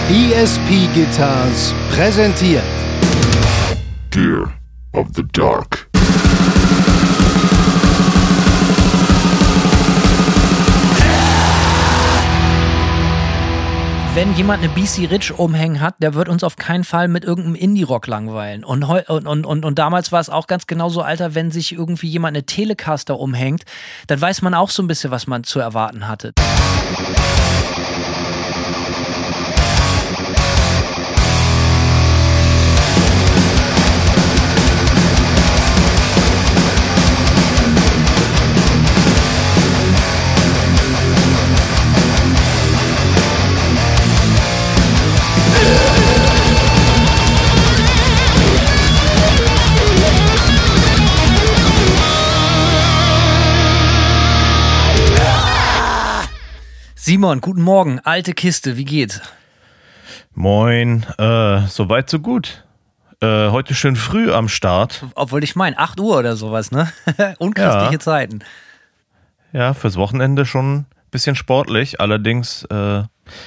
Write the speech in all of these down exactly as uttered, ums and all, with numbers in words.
E S P Guitars präsentiert Gear of the Dark. Wenn jemand eine B C Rich umhängen hat, der wird uns auf keinen Fall mit irgendeinem Indie-Rock langweilen. Und, heu- und, und, und, und damals war es auch ganz genauso, Alter, wenn sich irgendwie jemand eine Telecaster umhängt, dann weiß man auch so ein bisschen, was man zu erwarten hatte. Simon, guten Morgen, alte Kiste, wie geht's? Moin, äh, soweit so gut. Äh, heute schön früh am Start. Obwohl ich meine, acht Uhr oder sowas, ne? Unchristliche Ja. Zeiten. Ja, fürs Wochenende schon ein bisschen sportlich. Allerdings äh,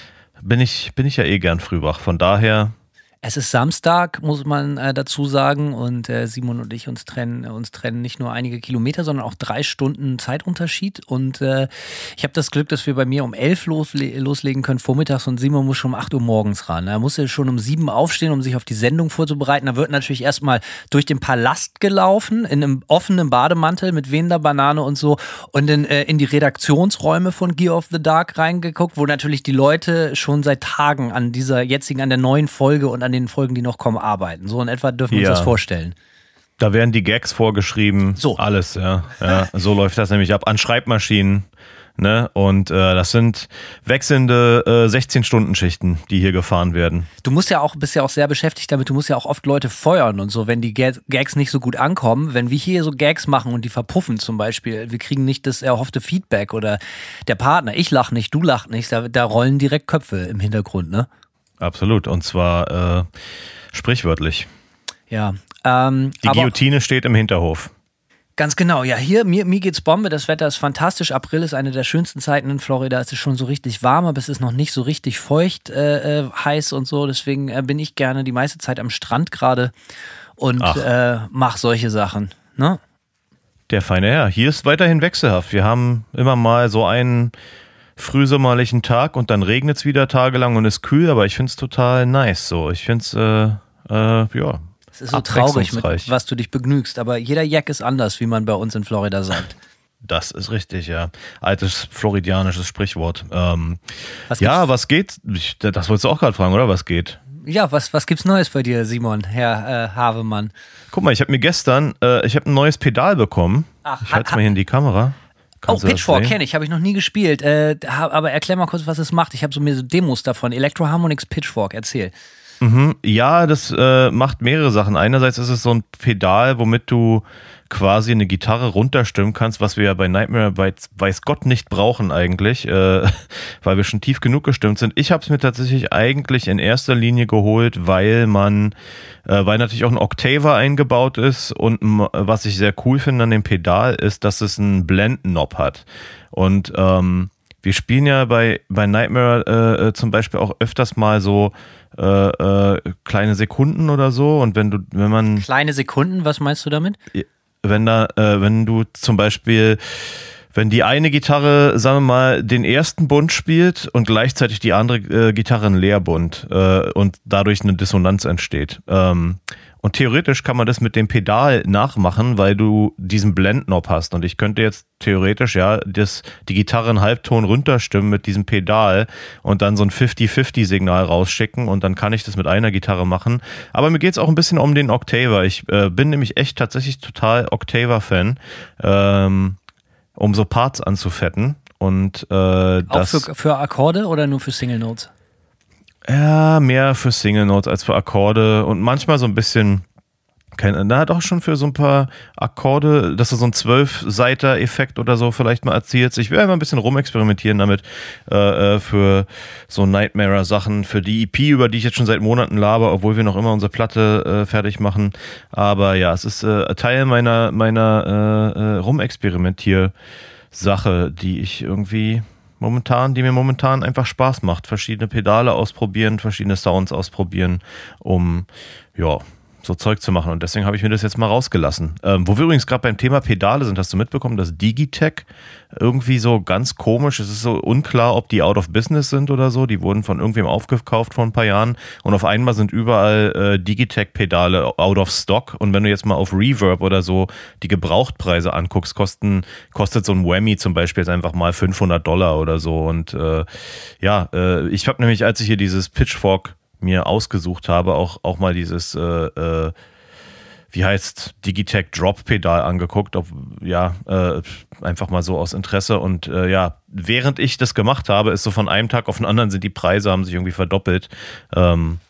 bin ich, bin ich ja eh gern früh wach. Von daher. Es ist Samstag, muss man äh, dazu sagen, und äh, Simon und ich uns trennen, uns trennen nicht nur einige Kilometer, sondern auch drei Stunden Zeitunterschied. Und äh, ich habe das Glück, dass wir bei mir um elf losle- loslegen können vormittags und Simon muss schon um acht Uhr morgens ran. Er muss ja schon um sieben aufstehen, um sich auf die Sendung vorzubereiten. Da wird natürlich erstmal durch den Palast gelaufen, in einem offenen Bademantel mit wehender Banane und so, und in, äh, in die Redaktionsräume von Gear of the Dark reingeguckt, wo natürlich die Leute schon seit Tagen an dieser jetzigen, an der neuen Folge und an den Folgen, die noch kommen, arbeiten. So in etwa dürfen wir uns Ja. das vorstellen. Da werden die Gags vorgeschrieben. So. Alles, ja. ja. So läuft das nämlich ab. An Schreibmaschinen. Ne? Und äh, das sind wechselnde äh, sechzehn-Stunden-Schichten, die hier gefahren werden. Du musst ja auch, bist ja auch sehr beschäftigt damit, du musst ja auch oft Leute feuern und so, wenn die Ga- Gags nicht so gut ankommen. Wenn wir hier so Gags machen und die verpuffen zum Beispiel, wir kriegen nicht das erhoffte Feedback oder der Partner, ich lach nicht, du lach nicht, da, da rollen direkt Köpfe im Hintergrund, ne? Absolut. Und zwar äh, sprichwörtlich. Ja. Ähm, Die aber Guillotine steht im Hinterhof. ganz genau, ja, hier, mir, mir geht's Bombe, das Wetter ist fantastisch, April ist eine der schönsten Zeiten in Florida, es ist schon so richtig warm, aber es ist noch nicht so richtig feucht, äh, äh, heiß und so, deswegen äh, bin ich gerne die meiste Zeit am Strand gerade und Ach. äh, mach solche Sachen, ne? Der feine Herr. Hier ist weiterhin wechselhaft. Wir haben immer mal so einen frühsommerlichen Tag und dann regnet es wieder tagelang und ist kühl, aber ich finde es total nice so. Ich finde es, äh, äh, ja, Es ist so traurig, mit abwechslungsreich. was du dich begnügst, aber jeder Jack ist anders, wie man bei uns in Florida sagt. Das ist richtig, ja. Altes floridianisches Sprichwort. Ähm, Was ja, gibt's? was geht? Ich, das wolltest du auch gerade fragen, oder? Was geht? Ja, was, was gibt's Neues bei dir, Simon, Herr äh, Havemann? Guck mal, ich habe mir gestern, äh, ich habe ein neues Pedal bekommen. Ach, ich ha- halte es mal hier in die Kamera. Oh, Kannst du das Pitchfork sehen? kenne ich, habe ich noch nie gespielt. Äh, ha- aber erklär mal kurz, was es macht. Ich habe so mir so Demos davon. Electro Harmonix Pitchfork, erzähl. Mhm. Ja, das äh, macht mehrere Sachen. Einerseits ist es so ein Pedal, womit du quasi eine Gitarre runterstimmen kannst, was wir ja bei Nightmare bei weiß Gott nicht brauchen eigentlich, äh, weil wir schon tief genug gestimmt sind. Ich habe es mir tatsächlich eigentlich in erster Linie geholt, weil man, äh, weil natürlich auch ein Octaver eingebaut ist und m- was ich sehr cool finde an dem Pedal ist, dass es einen Blend-Knob hat. Und ähm, wir spielen ja bei, bei Nightmare äh, zum Beispiel auch öfters mal so äh, äh, kleine Sekunden oder so. Und wenn du, wenn man, Kleine Sekunden, was meinst du damit? wenn da, äh, wenn du zum Beispiel, wenn die eine Gitarre, sagen wir mal, den ersten Bund spielt und gleichzeitig die andere äh, Gitarre einen Leerbund äh, und dadurch eine Dissonanz entsteht. Ähm, und theoretisch kann man das mit dem Pedal nachmachen, weil du diesen Blend-Knob hast. Und ich könnte jetzt theoretisch ja das, die Gitarre einen Halbton runterstimmen mit diesem Pedal und dann so ein fünfzig fünfzig Signal rausschicken und dann kann ich das mit einer Gitarre machen. Aber mir geht es auch ein bisschen um den Octaver. Ich äh, bin nämlich echt tatsächlich total Octaver-Fan, ähm, um so Parts anzufetten. Und äh, Auch das für, für Akkorde oder nur für Single Notes? ja, mehr für Single Notes als für Akkorde und manchmal so ein bisschen, kein, na doch schon für so ein paar Akkorde, dass du so einen Zwölf-Seiter-Effekt oder so vielleicht mal erzielst. Ich will immer ein bisschen rumexperimentieren damit äh, äh, für so Nightmare-Sachen, für die E P, über die ich jetzt schon seit Monaten laber, obwohl wir noch immer unsere Platte äh, fertig machen. Aber ja, es ist äh, Teil meiner, meiner äh, äh, Rumexperimentier-Sache, die ich irgendwie momentan, die mir momentan einfach Spaß macht. Verschiedene Pedale ausprobieren, verschiedene Sounds ausprobieren, um, ja, so Zeug zu machen. Und deswegen habe ich mir das jetzt mal rausgelassen. Ähm, wo wir übrigens gerade beim Thema Pedale sind, hast du mitbekommen, dass Digitech irgendwie so ganz komisch, es ist so unklar, ob die out of business sind oder so. Die wurden von irgendwem aufgekauft vor ein paar Jahren und auf einmal sind überall äh, Digitech-Pedale out of stock. Und wenn du jetzt mal auf Reverb oder so die Gebrauchtpreise anguckst, kosten, kostet so ein Whammy zum Beispiel jetzt einfach mal fünfhundert Dollar oder so. Und äh, ja, äh, ich habe nämlich, als ich hier dieses Pitchfork mir ausgesucht habe, auch, auch mal dieses, äh, äh, wie heißt, Digitech Drop-Pedal angeguckt, ob, ja, äh, einfach mal so aus Interesse und äh, ja, während ich das gemacht habe, ist so von einem Tag auf den anderen sind die Preise, haben sich irgendwie verdoppelt. Ähm,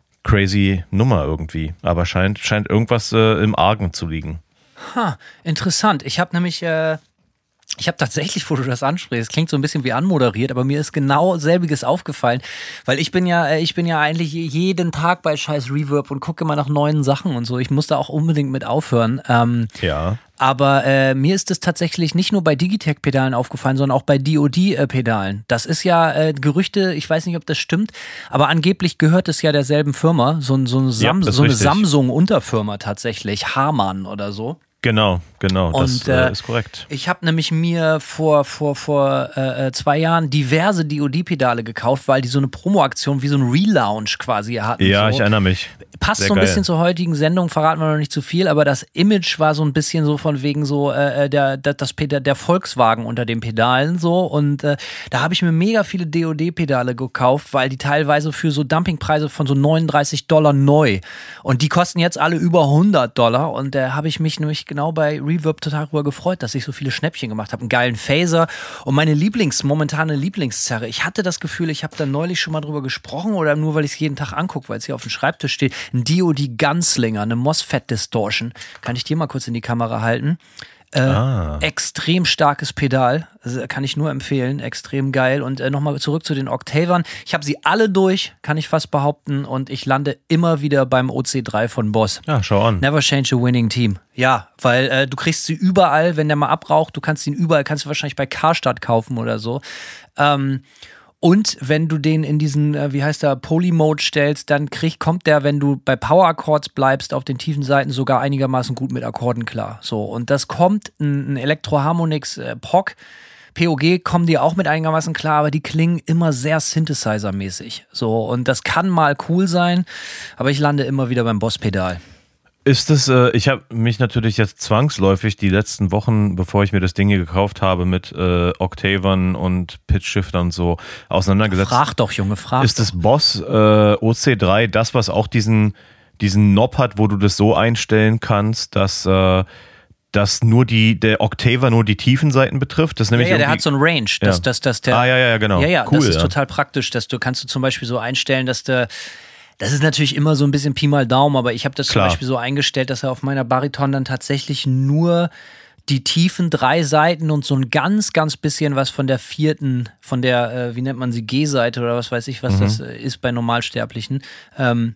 crazy Nummer irgendwie, aber scheint, scheint irgendwas äh, im Argen zu liegen. Ha, interessant. Ich habe nämlich... Äh Ich habe tatsächlich, wo du das ansprichst, klingt so ein bisschen wie anmoderiert, aber mir ist genau selbiges aufgefallen, weil ich bin ja, ich bin ja eigentlich jeden Tag bei scheiß Reverb und gucke immer nach neuen Sachen und so. Ich muss da auch unbedingt mit aufhören. Ähm, ja. Aber äh, mir ist es tatsächlich nicht nur bei Digitech-Pedalen aufgefallen, sondern auch bei D O D-Pedalen. Das ist ja äh, Gerüchte, ich weiß nicht, ob das stimmt, aber angeblich gehört es ja derselben Firma, so, so, Sam- ja, so eine richtig. Samsung-Unterfirma tatsächlich, Harman oder so. Genau, genau, das und, äh, ist korrekt. Ich habe nämlich mir vor, vor, vor äh, zwei Jahren diverse D O D-Pedale gekauft, weil die so eine Promo-Aktion wie so ein Relaunch quasi hatten. Ja, so. Ich erinnere mich. Passt Sehr so ein geil. bisschen zur heutigen Sendung, verraten wir noch nicht zu viel, aber das Image war so ein bisschen so von wegen so äh, der, der, das Pedal, der Volkswagen unter den Pedalen so und äh, da habe ich mir mega viele D O D-Pedale gekauft, weil die teilweise für so Dumpingpreise von so neununddreißig Dollar neu und die kosten jetzt alle über hundert Dollar und da äh, habe ich mich nämlich genau bei Reverb total darüber gefreut, dass ich so viele Schnäppchen gemacht habe, einen geilen Phaser und meine Lieblings, momentane Lieblingszerre. Ich hatte das Gefühl, ich habe da neulich schon mal drüber gesprochen oder nur, weil ich es jeden Tag angucke, weil es hier auf dem Schreibtisch steht, ein D O D Gunslinger, eine MOSFET Distortion. Kann ich dir mal kurz in die Kamera halten? Äh, Ah. Extrem starkes Pedal, also kann ich nur empfehlen, extrem geil. Und äh, nochmal zurück zu den Octavern. Ich habe sie alle durch, kann ich fast behaupten, und ich lande immer wieder beim O C drei von Boss. Ja, schau an. Never change a winning team. Ja, weil äh, du kriegst sie überall, wenn der mal abraucht, du kannst ihn überall, kannst du wahrscheinlich bei Karstadt kaufen oder so. Ähm, Und wenn du den in diesen, äh, wie heißt der, Poly-Mode stellst, dann krieg, kommt der, wenn du bei Power Chords bleibst, auf den tiefen Seiten sogar einigermaßen gut mit Akkorden klar. So, und das kommt, ein, ein Electro-Harmonix äh, P O G, P O G kommen die auch mit einigermaßen klar, aber die klingen immer sehr Synthesizer-mäßig. So, und das kann mal cool sein, aber ich lande immer wieder beim Boss-Pedal. Ist es, äh, ich habe mich natürlich jetzt zwangsläufig die letzten Wochen, bevor ich mir das Ding hier gekauft habe, mit äh, Octavern und Pitch-Shiftern und so auseinandergesetzt. Frag doch, Junge, frag Ist das Boss äh, O C drei das, was auch diesen, diesen Knob hat, wo du das so einstellen kannst, dass, äh, dass nur die, der Octaver nur die tiefen Seiten betrifft? Das ist nämlich ja, ja, der irgendwie- hat so ein Range. Dass, Ja. dass, dass der, Ah, ja, ja, genau. Ja, ja, Cool, das ist ja. total praktisch, dass du kannst du zum Beispiel so einstellen, dass der, das ist natürlich immer so ein bisschen Pi mal Daumen, aber ich habe das Klar. zum Beispiel so eingestellt, dass er auf meiner Bariton dann tatsächlich nur die tiefen drei Seiten und so ein ganz, ganz bisschen was von der vierten, von der, äh, wie nennt man sie, G-Seite oder was weiß ich, was Mhm. das äh, ist bei Normalsterblichen, ähm,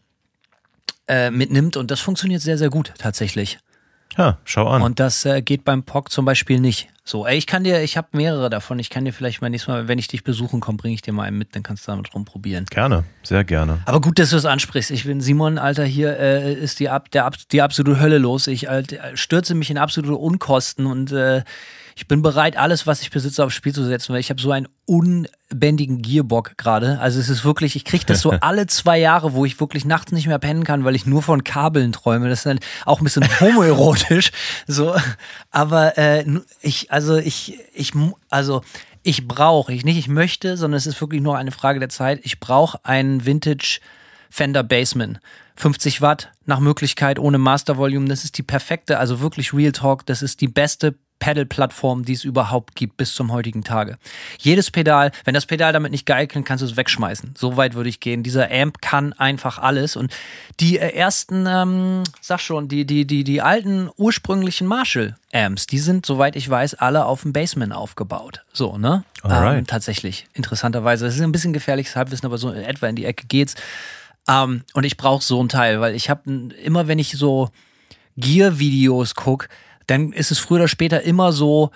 äh, mitnimmt und das funktioniert sehr, sehr gut tatsächlich. Ja, schau an. Und das äh, geht beim P O C zum Beispiel nicht. So, ey, ich kann dir, ich habe mehrere davon. Ich kann dir vielleicht mal nächstes Mal, wenn ich dich besuchen komme, bringe ich dir mal einen mit, dann kannst du damit rumprobieren. Gerne, sehr gerne. Aber gut, dass du es ansprichst. Ich bin Simon, Alter, hier äh, ist die, ab, der, ab, die absolute Hölle los. Ich äh, stürze mich in absolute Unkosten und äh, ich bin bereit, alles, was ich besitze, aufs Spiel zu setzen, weil ich habe so einen unbändigen Gierbock gerade. Also es ist wirklich, ich kriege das so alle zwei Jahre, wo ich wirklich nachts nicht mehr pennen kann, weil ich nur von Kabeln träume. Das ist dann auch ein bisschen homoerotisch. So, aber äh, ich, also ich, ich, also ich brauche, ich nicht, ich möchte, sondern es ist wirklich nur eine Frage der Zeit. Ich brauche einen Vintage Fender Bassman. fünfzig Watt, nach Möglichkeit ohne Master Volume. Das ist die perfekte, also wirklich Real Talk. Das ist die beste Pedal-Plattform, die es überhaupt gibt bis zum heutigen Tage. Jedes Pedal, wenn das Pedal damit nicht geil klingt, kannst du es wegschmeißen. So weit würde ich gehen. Dieser Amp kann einfach alles. Und die äh, ersten, ähm, sag schon, die, die, die, die alten ursprünglichen Marshall-Amps, die sind, soweit ich weiß, alle auf dem Bassman aufgebaut. So, ne? Alright. Ähm, tatsächlich, interessanterweise. Das ist ein bisschen gefährliches Halbwissen, aber so in etwa in die Ecke geht's. Ähm, und ich brauche so ein Teil, weil ich habe immer, wenn ich so Gear-Videos gucke, dann ist es früher oder später immer so,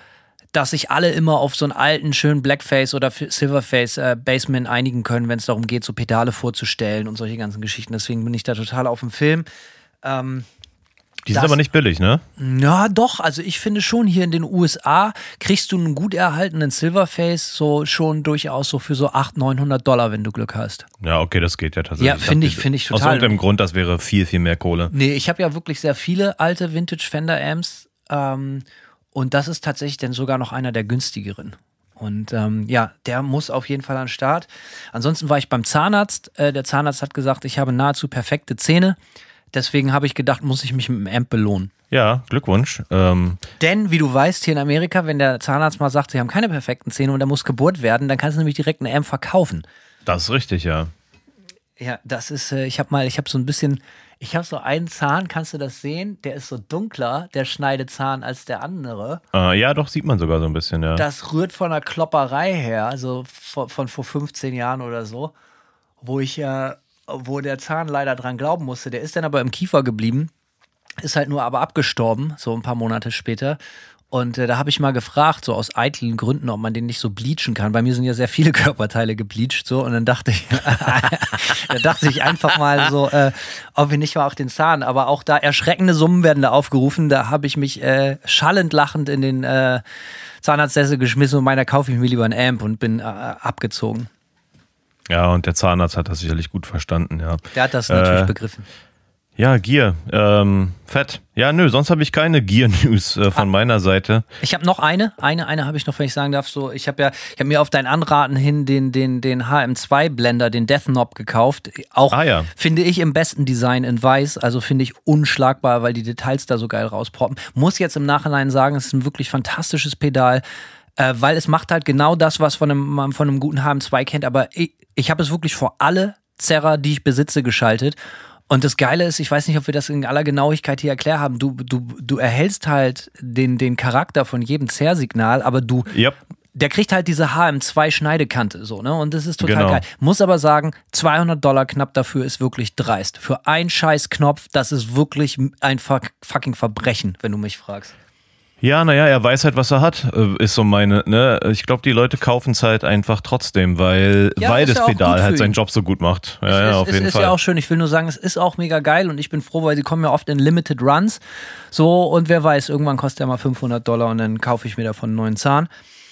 dass sich alle immer auf so einen alten, schönen Blackface oder Silverface äh, Bassman einigen können, wenn es darum geht, so Pedale vorzustellen und solche ganzen Geschichten. Deswegen bin ich da total auf dem Film. Ähm, Die sind aber nicht billig, ne? Ja, doch. Also ich finde schon, hier in den U S A kriegst du einen gut erhaltenen Silverface so schon durchaus so für so achthundert, neunhundert Dollar, wenn du Glück hast. Ja, okay, das geht ja tatsächlich. Ja, finde ich, finde ich total. Aus irgendeinem Grund, das wäre viel, viel mehr Kohle. Nee, ich habe ja wirklich sehr viele alte Vintage Fender Amps ähm, und das ist tatsächlich dann sogar noch einer der günstigeren. Und ähm, ja, der muss auf jeden Fall an den Start. Ansonsten war ich beim Zahnarzt. Äh, der Zahnarzt hat gesagt, ich habe nahezu perfekte Zähne. Deswegen habe ich gedacht, muss ich mich mit dem Amp belohnen. Ja, Glückwunsch. Ähm Denn, wie du weißt, hier in Amerika, wenn der Zahnarzt mal sagt, sie haben keine perfekten Zähne und da muss gebohrt werden, dann kannst du nämlich direkt einen Amp verkaufen. Das ist richtig, ja. Ja, das ist, äh, ich habe mal, ich habe so ein bisschen, ich habe so einen Zahn, kannst du das sehen? Der ist so dunkler, der Schneidezahn, als der andere. Äh, ja, doch, sieht man sogar so ein bisschen, ja. Das rührt von einer Klopperei her, also von, von vor fünfzehn Jahren oder so, wo ich ja... Äh, wo der Zahn leider dran glauben musste. Der ist dann aber im Kiefer geblieben, ist halt nur aber abgestorben, so ein paar Monate später. Und äh, da habe ich mal gefragt, so aus eitlen Gründen, ob man den nicht so bleachen kann. Bei mir sind ja sehr viele Körperteile gebleacht, so. Und dann dachte ich, da dachte ich einfach mal so, äh, ob wir nicht mal auch den Zahn, aber auch da erschreckende Summen werden da aufgerufen. Da habe ich mich äh, schallend lachend in den äh, Zahnarztsessel geschmissen und meiner kaufe ich mir lieber ein Amp und bin äh, abgezogen. Ja, und der Zahnarzt hat das sicherlich gut verstanden, ja. Der hat das natürlich äh, begriffen. Ja, Gear, ähm, fett. Ja, nö, sonst habe ich keine Gear-News äh, von ah, meiner Seite. Ich habe noch eine, eine, eine habe ich noch, wenn ich sagen darf, so, ich habe ja, ich habe mir auf dein Anraten hin den, den, den H M zwei Blender, den Death Knob gekauft. Auch, ah, ja. finde ich, im besten Design in weiß, also finde ich unschlagbar, weil die Details da so geil rauspoppen. Muss jetzt im Nachhinein sagen, es ist ein wirklich fantastisches Pedal, äh, weil es macht halt genau das, was von einem, man von einem guten H M zwei kennt, aber ich, ich habe es wirklich vor alle Zerrer, die ich besitze, geschaltet. Und das Geile ist, ich weiß nicht, ob wir das in aller Genauigkeit hier erklärt haben, du, du, du erhältst halt den, den Charakter von jedem Zerrsignal, aber du, yep. der kriegt halt diese H M zwei Schneidekante, so, ne? Und das ist total genau. geil. Muss aber sagen, zweihundert Dollar knapp dafür ist wirklich dreist. Für einen scheiß Knopf, das ist wirklich ein fucking Verbrechen, wenn du mich fragst. Ja, naja, er weiß halt, was er hat, ist so meine, ne? Ich glaube, die Leute kaufen es halt einfach trotzdem, weil, ja, weil das ja Pedal halt seinen Job so gut macht. Ja, es ja, ist, auf es jeden ist Fall. ja auch schön, ich will nur sagen, es ist auch mega geil und ich bin froh, weil sie kommen ja oft in Limited Runs. So, und wer weiß, irgendwann kostet er mal fünfhundert Dollar und dann kaufe ich mir davon einen neuen Zahn.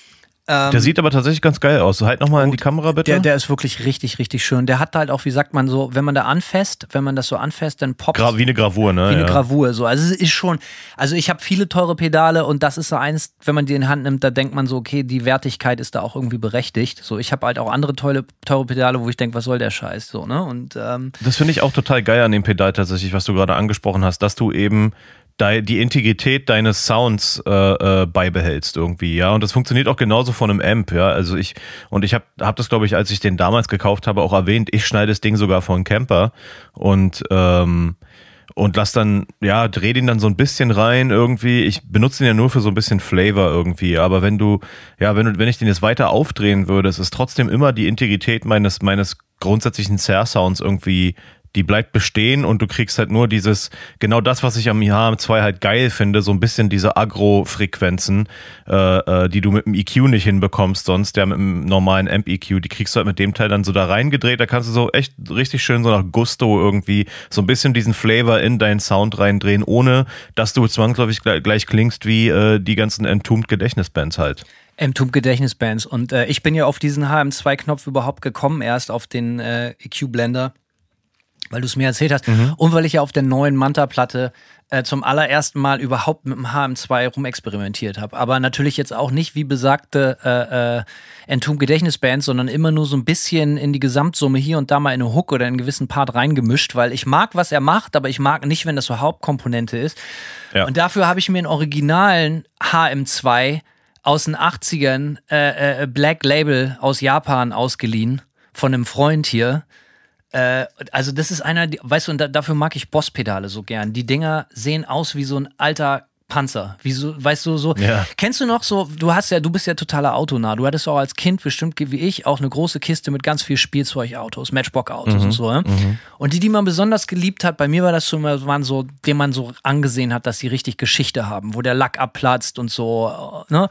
Ähm, der sieht aber tatsächlich ganz geil aus. Halt nochmal in die Kamera bitte. Der, der ist wirklich richtig, richtig schön. Der hat halt auch, wie sagt man so, wenn man da anfasst, wenn man das so anfasst, dann poppt Gra- Wie eine Gravur, ne? Wie eine ja. Gravur, so. Also es ist schon, also ich habe viele teure Pedale und das ist so eins, wenn man die in die Hand nimmt, da denkt man so, okay, die Wertigkeit ist da auch irgendwie berechtigt. So, ich habe halt auch andere teure, teure Pedale, wo ich denke, was soll der Scheiß, so, ne? Und ähm, das finde ich auch total geil an dem Pedal tatsächlich, was du gerade angesprochen hast, dass du eben die Integrität deines Sounds äh, äh, beibehältst irgendwie, ja, und das funktioniert auch genauso von einem Amp, ja, also ich, und ich habe hab das, glaube ich, als ich den damals gekauft habe, auch erwähnt, ich schneide das Ding sogar von Camper und ähm, und lass dann, ja, dreh den dann so ein bisschen rein irgendwie, ich benutze den ja nur für so ein bisschen Flavor irgendwie, aber wenn du, ja, wenn du, wenn ich den jetzt weiter aufdrehen würde, es ist trotzdem immer die Integrität meines, meines grundsätzlichen Zerr-Sounds irgendwie, die bleibt bestehen und du kriegst halt nur dieses, genau das, was ich am H M zwei halt geil finde, so ein bisschen diese Agro-Frequenzen, äh, äh, die du mit dem E Q nicht hinbekommst sonst, ja, mit dem normalen Amp-E Q, die kriegst du halt mit dem Teil dann so da reingedreht, da kannst du so echt richtig schön so nach Gusto irgendwie so ein bisschen diesen Flavor in deinen Sound reindrehen, ohne dass du zwangsläufig gleich, gleich klingst wie äh, die ganzen Entombed Gedächtnisbands halt. Entombed Gedächtnisbands und äh, ich bin ja auf diesen H M zwei Knopf überhaupt gekommen, erst auf den äh, E Q-Blender, weil du es mir erzählt hast. Mhm. Und weil ich ja auf der neuen Manta-Platte äh, zum allerersten Mal überhaupt mit dem H M zwei rumexperimentiert habe. Aber natürlich jetzt auch nicht wie besagte äh, äh, Entombed Gedächtnisbands, sondern immer nur so ein bisschen in die Gesamtsumme hier und da mal in eine Hook oder in einen gewissen Part reingemischt, weil ich mag, was er macht, aber ich mag nicht, wenn das so Hauptkomponente ist. Ja. Und dafür habe ich mir einen originalen H M zwei aus den achtzigern äh, äh, Black Label aus Japan ausgeliehen von einem Freund hier. Äh, also das ist einer, weißt du, und da, dafür mag ich Boss-Pedale so gern. Die Dinger sehen aus wie so ein alter Panzer. Wie so, weißt du, so. Ja. Kennst du noch so, du hast ja, du bist ja totaler Autonah. Du hattest auch als Kind bestimmt wie ich auch eine große Kiste mit ganz viel Spielzeugautos, Matchbox-Autos mhm. und so. Ne? Mhm. Und die, die man besonders geliebt hat, bei mir war das so immer, waren so, denen man so angesehen hat, dass sie richtig Geschichte haben, wo der Lack abplatzt und so, ne?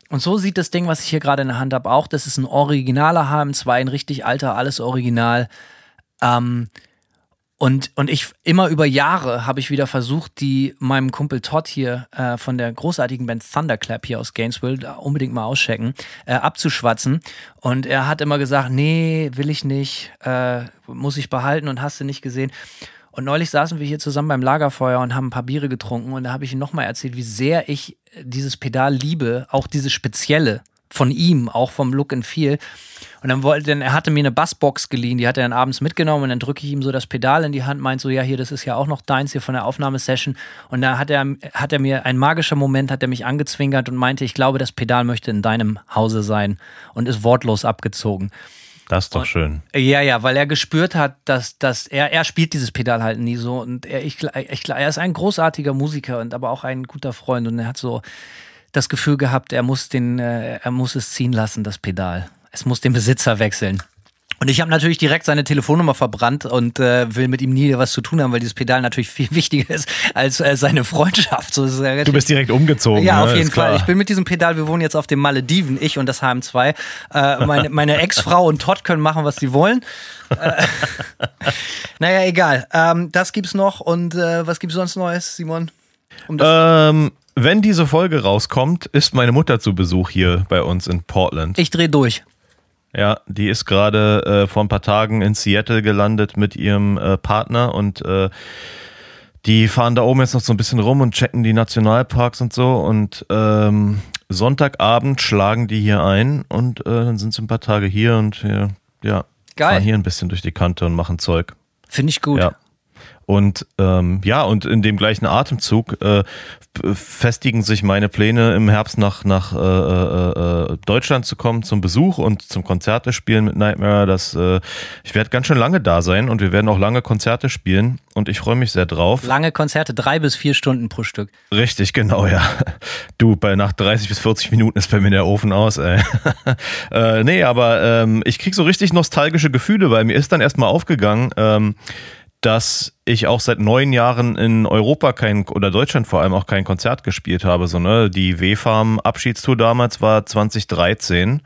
und so sieht das Ding, was ich hier gerade in der Hand habe, auch. Das ist ein originaler H M zwei, ein richtig alter, alles original. Ähm, und, und ich, immer über Jahre habe ich wieder versucht, die meinem Kumpel Todd hier äh, von der großartigen Band Thunderclap hier aus Gainesville, da unbedingt mal auschecken, äh, abzuschwatzen. Und er hat immer gesagt, nee, will ich nicht, äh, muss ich behalten und hast du nicht gesehen. Und neulich saßen wir hier zusammen beim Lagerfeuer und haben ein paar Biere getrunken und da habe ich ihm nochmal erzählt, wie sehr ich dieses Pedal liebe, auch dieses Spezielle von ihm, auch vom Look and Feel. Und dann wollte, denn er hatte mir eine Bassbox geliehen, die hat er dann abends mitgenommen und dann drücke ich ihm so das Pedal in die Hand, meint so, ja hier, das ist ja auch noch deins hier von der Aufnahmesession. Und da hat er, hat er mir, ein magischer Moment, hat er mich angezwinkert und meinte, ich glaube, das Pedal möchte in deinem Hause sein und ist wortlos abgezogen. Das ist doch und, schön. Ja, ja, weil er gespürt hat, dass, dass er, er spielt dieses Pedal halt nie so und er, ich, ich, er ist ein großartiger Musiker und aber auch ein guter Freund und er hat so das Gefühl gehabt, er muss den, äh, er muss es ziehen lassen, das Pedal. Es muss den Besitzer wechseln. Und ich habe natürlich direkt seine Telefonnummer verbrannt und äh, will mit ihm nie was zu tun haben, weil dieses Pedal natürlich viel wichtiger ist als äh, seine Freundschaft. So ist es du bist direkt umgezogen. Ja, ne? auf jeden ist klar. Fall. Ich bin mit diesem Pedal, wir wohnen jetzt auf den Malediven, ich und das H M zwei. Äh, meine, meine Ex-Frau und Todd können machen, was sie wollen. äh, naja, egal. Ähm, das gibt's noch. Und äh, was gibt's sonst Neues, Simon? Um das ähm, wenn diese Folge rauskommt, ist meine Mutter zu Besuch hier bei uns in Portland. ich drehe durch. Ja, die ist gerade äh, vor ein paar Tagen in Seattle gelandet mit ihrem äh, Partner und äh, die fahren da oben jetzt noch so ein bisschen rum und checken die Nationalparks und so und ähm, Sonntagabend schlagen die hier ein und äh, dann sind sie ein paar Tage hier und äh, ja, Geil. fahren hier ein bisschen durch die Kante und machen Zeug. Finde ich gut. Ja. Und ähm, ja, und in dem gleichen Atemzug äh, festigen sich meine Pläne im Herbst nach, nach äh, äh, Deutschland zu kommen zum Besuch und zum Konzerte spielen mit Nightmare. Das, äh, ich werde ganz schön lange da sein und wir werden auch lange Konzerte spielen und ich freue mich sehr drauf. Lange Konzerte, drei bis vier Stunden pro Stück. Richtig, genau, ja. Du, bei nach dreißig bis vierzig Minuten ist bei mir der Ofen aus, ey. äh, nee, aber ähm, ich krieg so richtig nostalgische Gefühle, weil mir ist dann erstmal aufgegangen, ähm, dass ich auch seit neun Jahren in Europa kein, oder Deutschland vor allem auch kein Konzert gespielt habe. So, ne? Die W-Farm-Abschiedstour damals war zwanzig dreizehn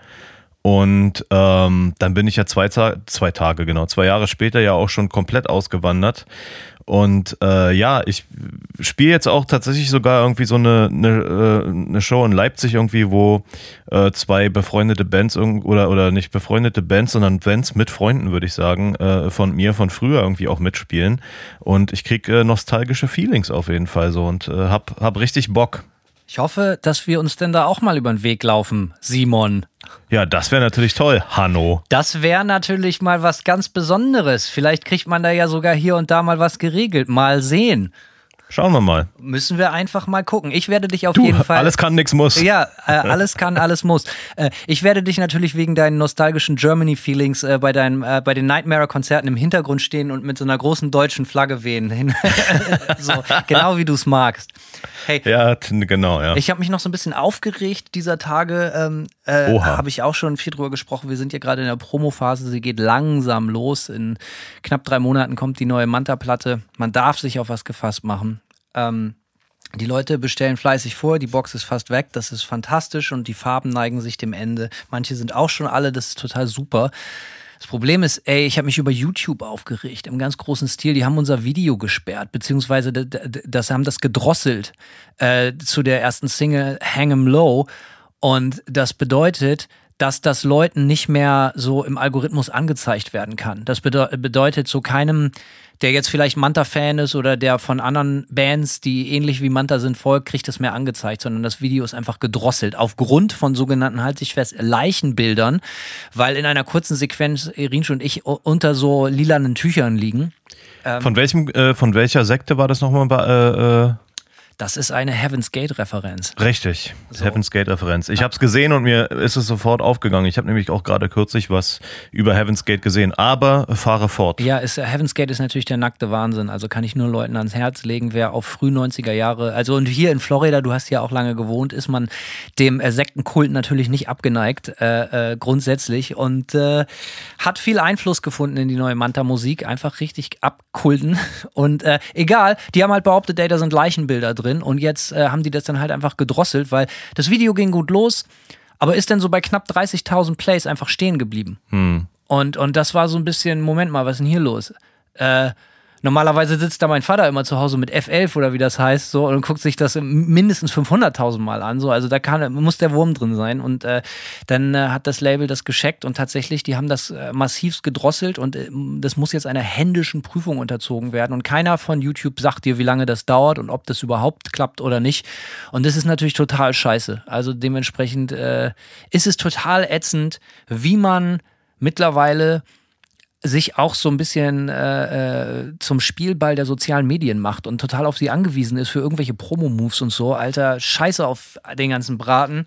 und ähm, dann bin ich ja zwei, Ta- zwei Tage, genau, zwei Jahre später ja auch schon komplett ausgewandert. Und äh, ja, ich spiele jetzt auch tatsächlich sogar irgendwie so eine, eine, eine Show in Leipzig irgendwie, wo äh, zwei befreundete Bands irg- oder, oder nicht befreundete Bands, sondern Bands mit Freunden, würde ich sagen, äh, von mir von früher irgendwie auch mitspielen. Und ich kriege äh, nostalgische Feelings auf jeden Fall so und äh, hab, hab richtig Bock. Ich hoffe, dass wir uns denn da auch mal über den Weg laufen, Simon. Ja, das wäre natürlich toll, Hanno. Das wäre natürlich mal was ganz Besonderes. Vielleicht kriegt man da ja sogar hier und da mal was geregelt. Mal sehen. Schauen wir mal. Müssen wir einfach mal gucken. Ich werde dich auf Du, jeden Fall... alles kann, nix muss. Ja, äh, alles kann, alles muss. Äh, ich werde dich natürlich wegen deinen nostalgischen Germany-Feelings äh, bei, deinem, äh, bei den Nightmare-Konzerten im Hintergrund stehen und mit so einer großen deutschen Flagge wehen. So, genau wie du es magst. Hey, Ja, t- genau, ja. ich habe mich noch so ein bisschen aufgeregt dieser Tage. Ähm, äh, Oha. habe ich auch schon viel drüber gesprochen. Wir sind ja gerade in der Promophase. Sie geht langsam los. In knapp drei Monaten kommt die neue Manta-Platte. Man darf sich auf was gefasst machen. Ähm, die Leute bestellen fleißig vor. Die Box ist fast weg. Das ist fantastisch und die Farben neigen sich dem Ende. Manche sind auch schon alle. Das ist total super. Das Problem ist, ey, ich habe mich über YouTube aufgeregt, im ganz großen Stil. Die haben unser Video gesperrt, beziehungsweise d- d- das haben das gedrosselt äh, zu der ersten Single Hang 'em Low. Und das bedeutet, dass das Leuten nicht mehr so im Algorithmus angezeigt werden kann. Das bede- bedeutet so keinem, der jetzt vielleicht Manta-Fan ist oder der von anderen Bands, die ähnlich wie Manta sind, folgt, kriegt das mehr angezeigt, sondern das Video ist einfach gedrosselt aufgrund von sogenannten, halt sich fest, Leichenbildern, weil in einer kurzen Sequenz Irinsch und ich unter so lilanen Tüchern liegen. Von welchem, äh, von welcher Sekte war das nochmal bei, äh, äh Das ist eine Heaven's Gate-Referenz. Richtig, So. Heaven's Gate-Referenz. Ich habe es gesehen und mir ist es sofort aufgegangen. Ich habe nämlich auch gerade kürzlich was über Heaven's Gate gesehen, aber fahre fort. Ja, ist, Heaven's Gate ist natürlich der nackte Wahnsinn. Also kann ich nur Leuten ans Herz legen, wer auf früh neunziger Jahre, also und hier in Florida, du hast ja auch lange gewohnt, ist man dem äh, Sektenkult natürlich nicht abgeneigt, äh, äh, grundsätzlich und äh, hat viel Einfluss gefunden in die neue Manta-Musik, einfach richtig abkulten und äh, egal, die haben halt behauptet, ey, da sind Leichenbilder drin. drin und jetzt äh, haben die das dann halt einfach gedrosselt, weil das Video ging gut los, aber ist dann so bei knapp dreißigtausend Plays einfach stehen geblieben. Hm. Und, und das war so ein bisschen, Moment mal, was ist denn hier los? Äh, normalerweise sitzt da mein Vater immer zu Hause mit F elf oder wie das heißt so und guckt sich das mindestens fünfhunderttausend Mal an. So. Also da kann, muss der Wurm drin sein. Und äh, dann äh, hat das Label das gescheckt und tatsächlich, die haben das äh, massivst gedrosselt und äh, das muss jetzt einer händischen Prüfung unterzogen werden. Und keiner von YouTube sagt dir, wie lange das dauert und ob das überhaupt klappt oder nicht. Und das ist natürlich total scheiße. Also dementsprechend äh, ist es total ätzend, wie man mittlerweile sich auch so ein bisschen äh, äh, zum Spielball der sozialen Medien macht und total auf sie angewiesen ist für irgendwelche Promo-Moves und so. Alter, scheiße auf den ganzen Braten.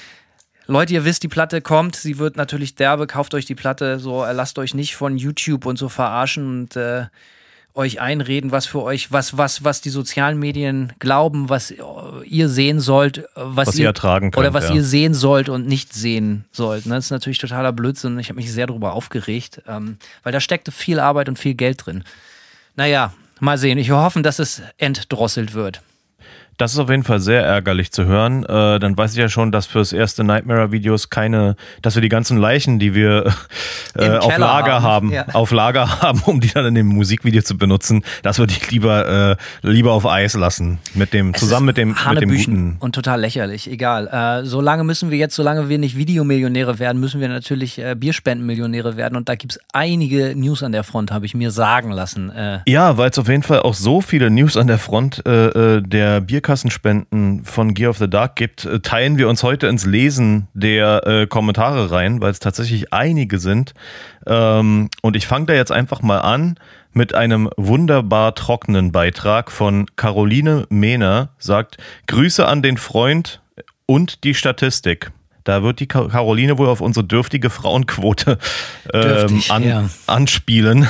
Leute, ihr wisst, die Platte kommt, sie wird natürlich derbe, kauft euch die Platte, so äh, lasst euch nicht von YouTube und so verarschen und äh, euch einreden, was für euch, was, was, was die sozialen Medien glauben, was ihr sehen sollt, was, was ihr ihr ertragen könnt. Oder was ja. ihr sehen sollt und nicht sehen sollt. Das ist natürlich totaler Blödsinn. Ich habe mich sehr darüber aufgeregt, ähm, weil da steckte viel Arbeit und viel Geld drin. Naja, mal sehen. Ich hoffe, dass es entdrosselt wird. Das ist auf jeden Fall sehr ärgerlich zu hören. Äh, dann weiß ich ja schon, dass fürs erste Nightmare-Videos keine, dass wir die ganzen Leichen, die wir äh, auf Lager haben, haben ja. auf Lager haben, um die dann in dem Musikvideo zu benutzen, dass wir die lieber, äh, lieber auf Eis lassen. Mit dem, es zusammen mit dem, mit dem guten. Und total lächerlich, egal. Äh, solange müssen wir jetzt, solange wir nicht Videomillionäre werden, müssen wir natürlich äh, Bierspendenmillionäre werden. Und da gibt es einige News an der Front, habe ich mir sagen lassen. Äh, ja, weil es auf jeden Fall auch so viele News an der Front äh, der Bier Kassenspenden von Gear of the Dark gibt, teilen wir uns heute ins Lesen der äh, Kommentare rein, weil es tatsächlich einige sind. Ähm, und ich fange da jetzt einfach mal an mit einem wunderbar trockenen Beitrag von Caroline Mehner, sagt: Grüße an den Freund und die Statistik. Da wird die Caroline wohl auf unsere dürftige Frauenquote ähm, Dürftig, an, ja. anspielen.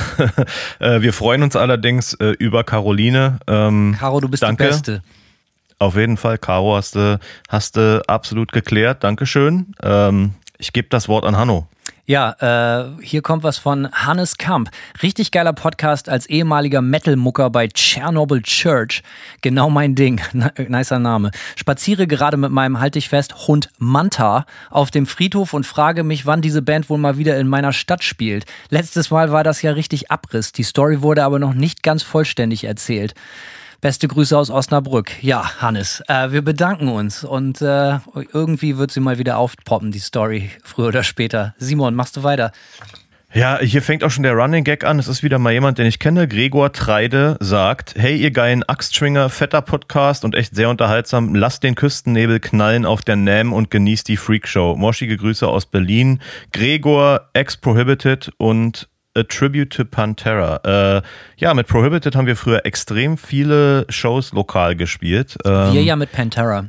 Wir freuen uns allerdings äh, über Caroline. Ähm, Caro, du bist danke. die Beste. Auf jeden Fall, Caro, hast du, hast du absolut geklärt. Dankeschön. Ähm, ich gebe das Wort an Hanno. Ja, äh, hier kommt was von Hannes Kamp. Richtig geiler Podcast als ehemaliger Metal-Mucker bei Chernobyl Church. Genau mein Ding. Nicer Name. Spaziere gerade mit meinem, halt dich fest, Hund Manta auf dem Friedhof und frage mich, wann diese Band wohl mal wieder in meiner Stadt spielt. Letztes Mal war das ja richtig Abriss. Die Story wurde aber noch nicht ganz vollständig erzählt. Beste Grüße aus Osnabrück. Ja, Hannes, äh, wir bedanken uns und äh, irgendwie wird sie mal wieder aufpoppen, die Story, früher oder später. Simon, machst du weiter? Ja, hier fängt auch schon der Running Gag an. Es ist wieder mal jemand, den ich kenne. Gregor Treide sagt: Hey, ihr geilen Axtschwinger, fetter Podcast und echt sehr unterhaltsam. Lasst den Küstennebel knallen auf der N A M und genießt die Freakshow. Moschige Grüße aus Berlin. Gregor, Ex-Prohibited und A Tribute to Pantera. Äh, ja, mit Prohibited haben wir früher extrem viele Shows lokal gespielt. Ähm, wir ja mit Pantera.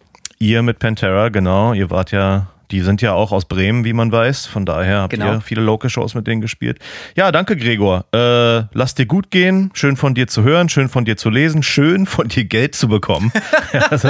Ihr mit Pantera, genau. Ihr wart ja, die sind ja auch aus Bremen, wie man weiß. Von daher habt genau. ihr viele Local-Shows mit denen gespielt. Ja, danke Gregor. Äh, lass dir gut gehen. Schön von dir zu hören, schön von dir zu lesen, schön von dir Geld zu bekommen. Das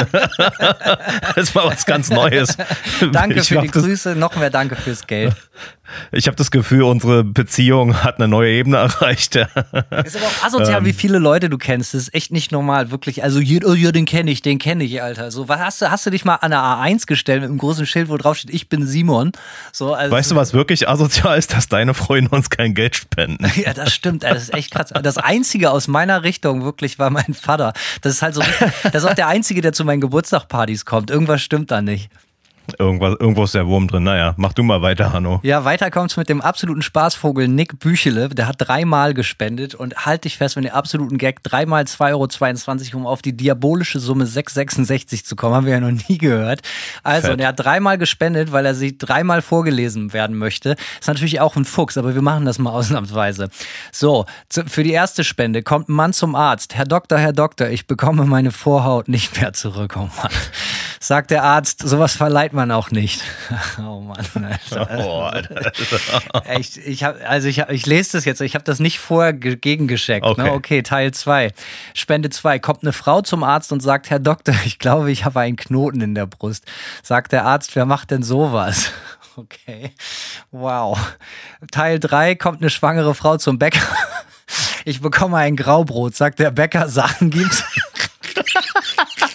war was ganz Neues. Danke ich für die das, Grüße, noch mehr danke fürs Geld. Ich habe das Gefühl, unsere Beziehung hat eine neue Ebene erreicht. Ist aber auch asozial, ähm, wie viele Leute du kennst. Das ist echt nicht normal, wirklich. Also, oh, ja, den kenne ich, den kenne ich, Alter. So, was hast du, hast du dich mal an der A eins gestellt mit einem großen Schild, wo drauf steht, ich bin Simon? So, also, weißt du, was wirklich asozial ist, dass deine Freunde uns kein Geld spenden? Ja, das stimmt, das ist echt krass. Das Einzige aus meiner Richtung wirklich war mein Vater. Das ist halt so, das ist auch der Einzige, der zu meinen Geburtstagspartys kommt. Irgendwas stimmt da nicht. Irgendwas, irgendwo ist der Wurm drin. Naja, mach du mal weiter, Hanno. Ja, weiter kommt's mit dem absoluten Spaßvogel Nick Büchele. Der hat dreimal gespendet und halt dich fest, mit dem absoluten Gag, dreimal zwei Euro zweiundzwanzig, um auf die diabolische Summe sechs Euro sechsundsechzig zu kommen. Haben wir ja noch nie gehört. Also, Fett. und er hat dreimal gespendet, weil er sich dreimal vorgelesen werden möchte. Ist natürlich auch ein Fuchs, aber wir machen das mal ausnahmsweise. So, zu, für die erste Spende kommt ein Mann zum Arzt. Herr Doktor, Herr Doktor, ich bekomme meine Vorhaut nicht mehr zurück. Oh Mann. Sagt der Arzt, sowas verleiht man auch nicht. Oh Mann, Alter. Oh, Alter. Echt, ich hab, also ich, hab, ich lese das jetzt, ich habe das nicht vorher ge- gegengescheckt. Okay. Ne? Okay, Teil zwei. Spende zwei. Kommt eine Frau zum Arzt und sagt, Herr Doktor, ich glaube, ich habe einen Knoten in der Brust. Sagt der Arzt, wer macht denn sowas? Okay, wow. Teil drei. Kommt eine schwangere Frau zum Bäcker. Ich bekomme ein Graubrot. Sagt der Bäcker, Sachen gibt's.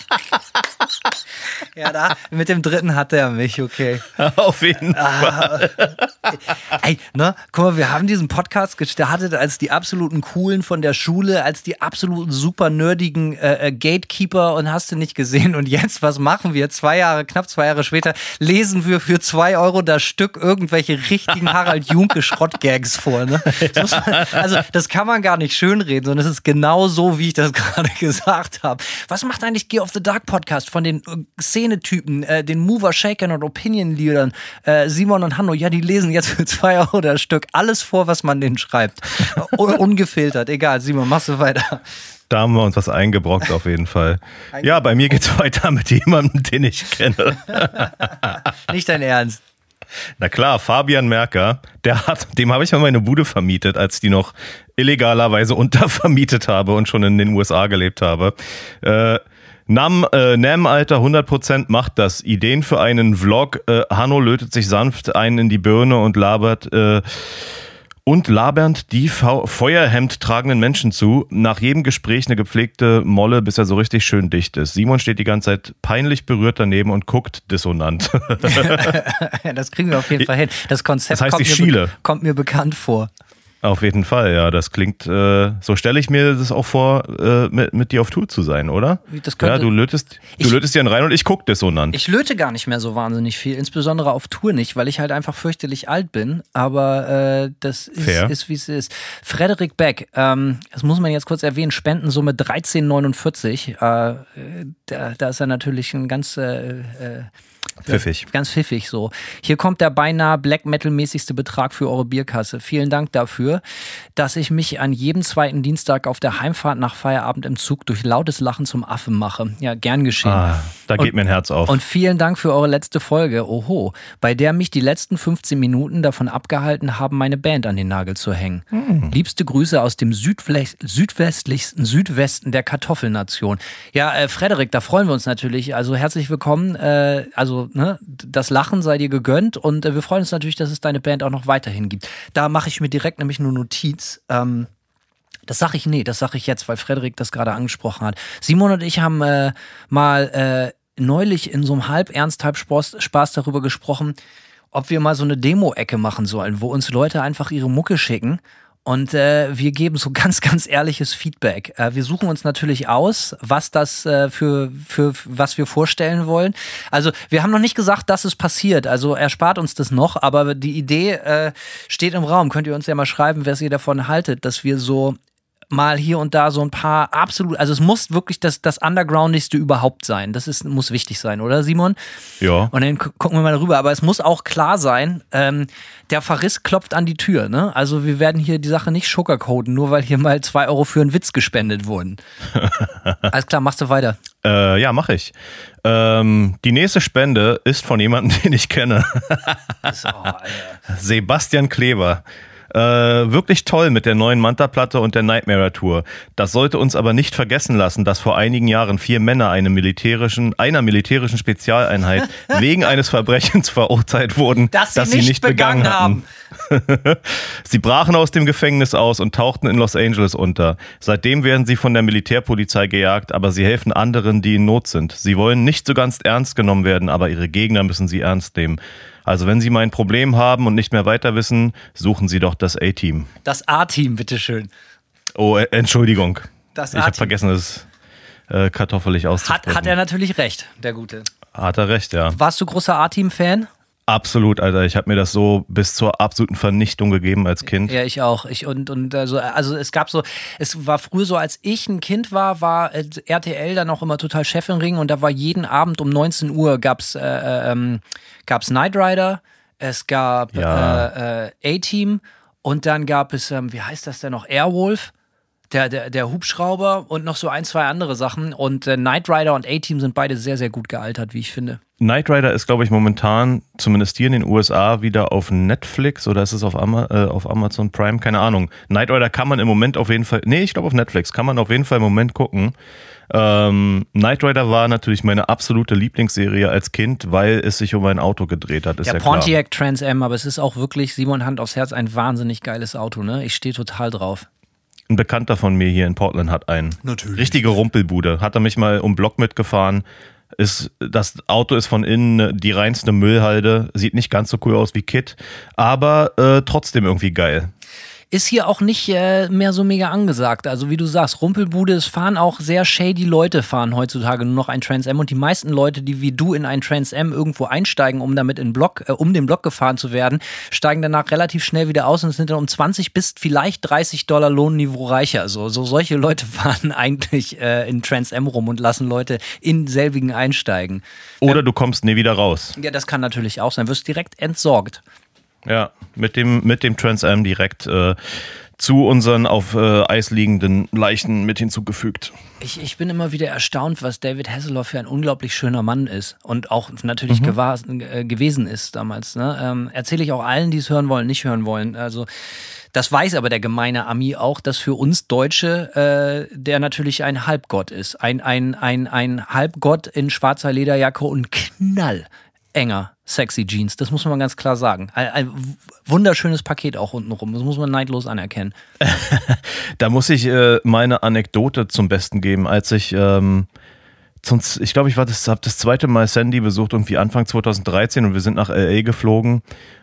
Ja, da, mit dem dritten hatte er mich, okay. Auf jeden Fall. Ey, ne, guck mal, wir haben diesen Podcast gestartet als die absoluten Coolen von der Schule, als die absoluten super nerdigen äh, Gatekeeper und hast du nicht gesehen. Und jetzt, was machen wir? Zwei Jahre, knapp zwei Jahre später, lesen wir für zwei Euro das Stück irgendwelche richtigen Harald Junke Schrottgags vor, ne? Das muss man, also, das kann man gar nicht schönreden, sondern es ist genau so, wie ich das gerade gesagt habe. Was macht eigentlich Gear of the Dark Podcast von den äh, Szenetypen, äh, den Mover, Shakern und Opinion-Leadern, äh, Simon und Hanno? Ja, die lesen jetzt für zwei Euro das Stück alles vor, was man denen schreibt. Un- ungefiltert. Egal, Simon, machst du weiter. Da haben wir uns was eingebrockt auf jeden Fall. Ja, bei mir geht's weiter mit jemandem, den ich kenne. Nicht dein Ernst. Na klar, Fabian Merker, der hat, dem habe ich mal meine Bude vermietet, als ich die noch illegalerweise untervermietet habe und schon in den U S A gelebt habe. Äh, Nam, äh, Nam-Alter hundert Prozent macht das. Ideen für einen Vlog. Äh, Hanno lötet sich sanft einen in die Birne und labert äh, und labernd die Fa- Feuerhemd tragenden Menschen zu. Nach jedem Gespräch eine gepflegte Molle, bis er so richtig schön dicht ist. Simon steht die ganze Zeit peinlich berührt daneben und guckt dissonant. Das kriegen wir auf jeden Fall hin. Das Konzept das heißt, kommt, ich mir schiele. be- kommt mir bekannt vor. Auf jeden Fall, ja. Das klingt, äh, so stelle ich mir das auch vor, äh, mit, mit dir auf Tour zu sein, oder? Das könnte, ja, du lötest, du ich, lötest dir einen rein und ich guck dissonant. Ich löte gar nicht mehr so wahnsinnig viel, insbesondere auf Tour nicht, weil ich halt einfach fürchterlich alt bin. Aber äh, das ist, ist wie es ist. Frederik Beck, ähm, das muss man jetzt kurz erwähnen, Spendensumme dreizehn neunundvierzig. Äh, da, da ist er natürlich ein ganz... Äh, äh, Pfiffig. Ganz pfiffig so. Hier kommt der beinahe Black Metal-mäßigste Betrag für eure Bierkasse. Vielen Dank dafür, dass ich mich an jedem zweiten Dienstag auf der Heimfahrt nach Feierabend im Zug durch lautes Lachen zum Affen mache. Ja, gern geschehen. Ah, da geht und, mir ein Herz auf. Und vielen Dank für eure letzte Folge, oho, bei der mich die letzten fünfzehn Minuten davon abgehalten haben, meine Band an den Nagel zu hängen. Hm. Liebste Grüße aus dem südwest- südwestlichsten Südwesten der Kartoffelnation. Ja, äh, Frederik, da freuen wir uns natürlich. Also herzlich willkommen. Äh, also Ne, das Lachen sei dir gegönnt und äh, wir freuen uns natürlich, dass es deine Band auch noch weiterhin gibt. Da mache ich mir direkt nämlich nur Notiz. Ähm, das sage ich, nee, das sage ich jetzt, weil Frederik das gerade angesprochen hat. Simon und ich haben äh, mal äh, neulich in so einem halb Ernst, halb Spaß, Spaß darüber gesprochen, ob wir mal so eine Demo-Ecke machen sollen, wo uns Leute einfach ihre Mucke schicken. Und äh, wir geben so ganz, ganz ehrliches Feedback. Äh, wir suchen uns natürlich aus, was das äh, für, für, was wir vorstellen wollen. Also wir haben noch nicht gesagt, dass es passiert. Also erspart uns das noch. Aber die Idee äh, steht im Raum. Könnt ihr uns ja mal schreiben, was ihr davon haltet, dass wir so mal hier und da so ein paar absolut, also es muss wirklich das, das Undergroundigste überhaupt sein. Das ist, muss wichtig sein, oder Simon? Ja. Und dann gu- gucken wir mal darüber. Aber es muss auch klar sein, ähm, der Verriss klopft an die Tür. Ne? Also wir werden hier die Sache nicht sugarcoaten, nur weil hier mal zwei Euro für einen Witz gespendet wurden. Alles klar, machst du weiter. Äh, ja, mache ich. Ähm, die nächste Spende ist von jemandem, den ich kenne. So, Alter. Sebastian Kleber. Äh, wirklich toll mit der neuen Manta-Platte und der Nightmare Tour. Das sollte uns aber nicht vergessen lassen, dass vor einigen Jahren vier Männer eine militärischen, einer militärischen Spezialeinheit wegen eines Verbrechens verurteilt wurden, dass sie das nicht, sie nicht begangen, begangen hatten. Sie brachen aus dem Gefängnis aus und tauchten in Los Angeles unter. Seitdem werden sie von der Militärpolizei gejagt, aber sie helfen anderen, die in Not sind. Sie wollen nicht so ganz ernst genommen werden, aber ihre Gegner müssen sie ernst nehmen. Also wenn Sie mal ein Problem haben und nicht mehr weiter wissen, suchen Sie doch das A-Team. Das A-Team, bitteschön. Oh, äh, Entschuldigung. Das Ich habe A-Team. vergessen, es äh, kartoffelig auszusprechen. Hat, hat er natürlich recht, der Gute. Hat er recht, ja. Warst du großer A-Team-Fan? Absolut, Alter. Ich habe mir das so bis zur absoluten Vernichtung gegeben als Kind. Ja, ich auch. Ich und und also also es gab so, es war früher so, als ich ein Kind war, war äh, R T L dann auch immer total Chef im Ring und da war jeden Abend um neunzehn Uhr gab's äh, ähm, gab's Knight Rider, es gab Ja. äh, äh, A-Team und dann gab es ähm, wie heißt das denn noch, Airwolf. Der, der, der Hubschrauber und noch so ein, zwei andere Sachen. Und äh, Knight Rider und A-Team sind beide sehr, sehr gut gealtert, wie ich finde. Knight Rider ist, glaube ich, momentan, zumindest hier in den U S A, wieder auf Netflix oder ist es auf, Ama- äh, auf Amazon Prime? Keine Ahnung. Knight Rider kann man im Moment auf jeden Fall, nee, ich glaube auf Netflix, kann man auf jeden Fall im Moment gucken. Ähm, Knight Rider war natürlich meine absolute Lieblingsserie als Kind, weil es sich um ein Auto gedreht hat, ist ja, Ja, klar. Pontiac Trans Am, aber es ist auch wirklich, Simon, Hand aufs Herz, ein wahnsinnig geiles Auto, ne? Ich stehe total drauf. Ein Bekannter von mir hier in Portland hat einen. Natürlich. Richtige Rumpelbude. Hat er mich mal um Block mitgefahren. Ist, das Auto ist von innen die reinste Müllhalde, sieht nicht ganz so cool aus wie Kit, aber äh, trotzdem irgendwie geil. Ist hier auch nicht äh, mehr so mega angesagt. Also wie du sagst, Rumpelbude, es fahren auch sehr shady Leute, fahren heutzutage nur noch ein Trans Am und die meisten Leute, die wie du in ein Trans Am irgendwo einsteigen, um damit in Block, äh, um den Block gefahren zu werden, steigen danach relativ schnell wieder aus und sind dann um zwanzig bis vielleicht dreißig Dollar Lohnniveau reicher. So, so solche Leute fahren eigentlich äh, in Trans Am rum und lassen Leute in selbigen einsteigen. Oder du kommst nie wieder raus. Ja, das kann natürlich auch sein. Wirst direkt entsorgt. Ja, mit dem, mit dem Trans Am direkt äh, zu unseren auf äh, Eis liegenden Leichen mit hinzugefügt. Ich, ich bin immer wieder erstaunt, was David Hasselhoff für ein unglaublich schöner Mann ist und auch natürlich mhm. gewahr, äh, gewesen ist damals. Ne? Ähm, erzähle ich auch allen, die es hören wollen, nicht hören wollen. Also das weiß aber der gemeine Ami auch, dass für uns Deutsche äh, der natürlich ein Halbgott ist. Ein, ein, ein, ein Halbgott in schwarzer Lederjacke und knallenger sexy Jeans, das muss man ganz klar sagen. Ein, ein wunderschönes Paket auch untenrum, das muss man neidlos anerkennen. Da muss ich äh, meine Anekdote zum Besten geben, als ich, ähm, zum, ich glaube, ich war das, habe das zweite Mal Sandy besucht, irgendwie Anfang zwanzig dreizehn und wir sind nach L A geflogen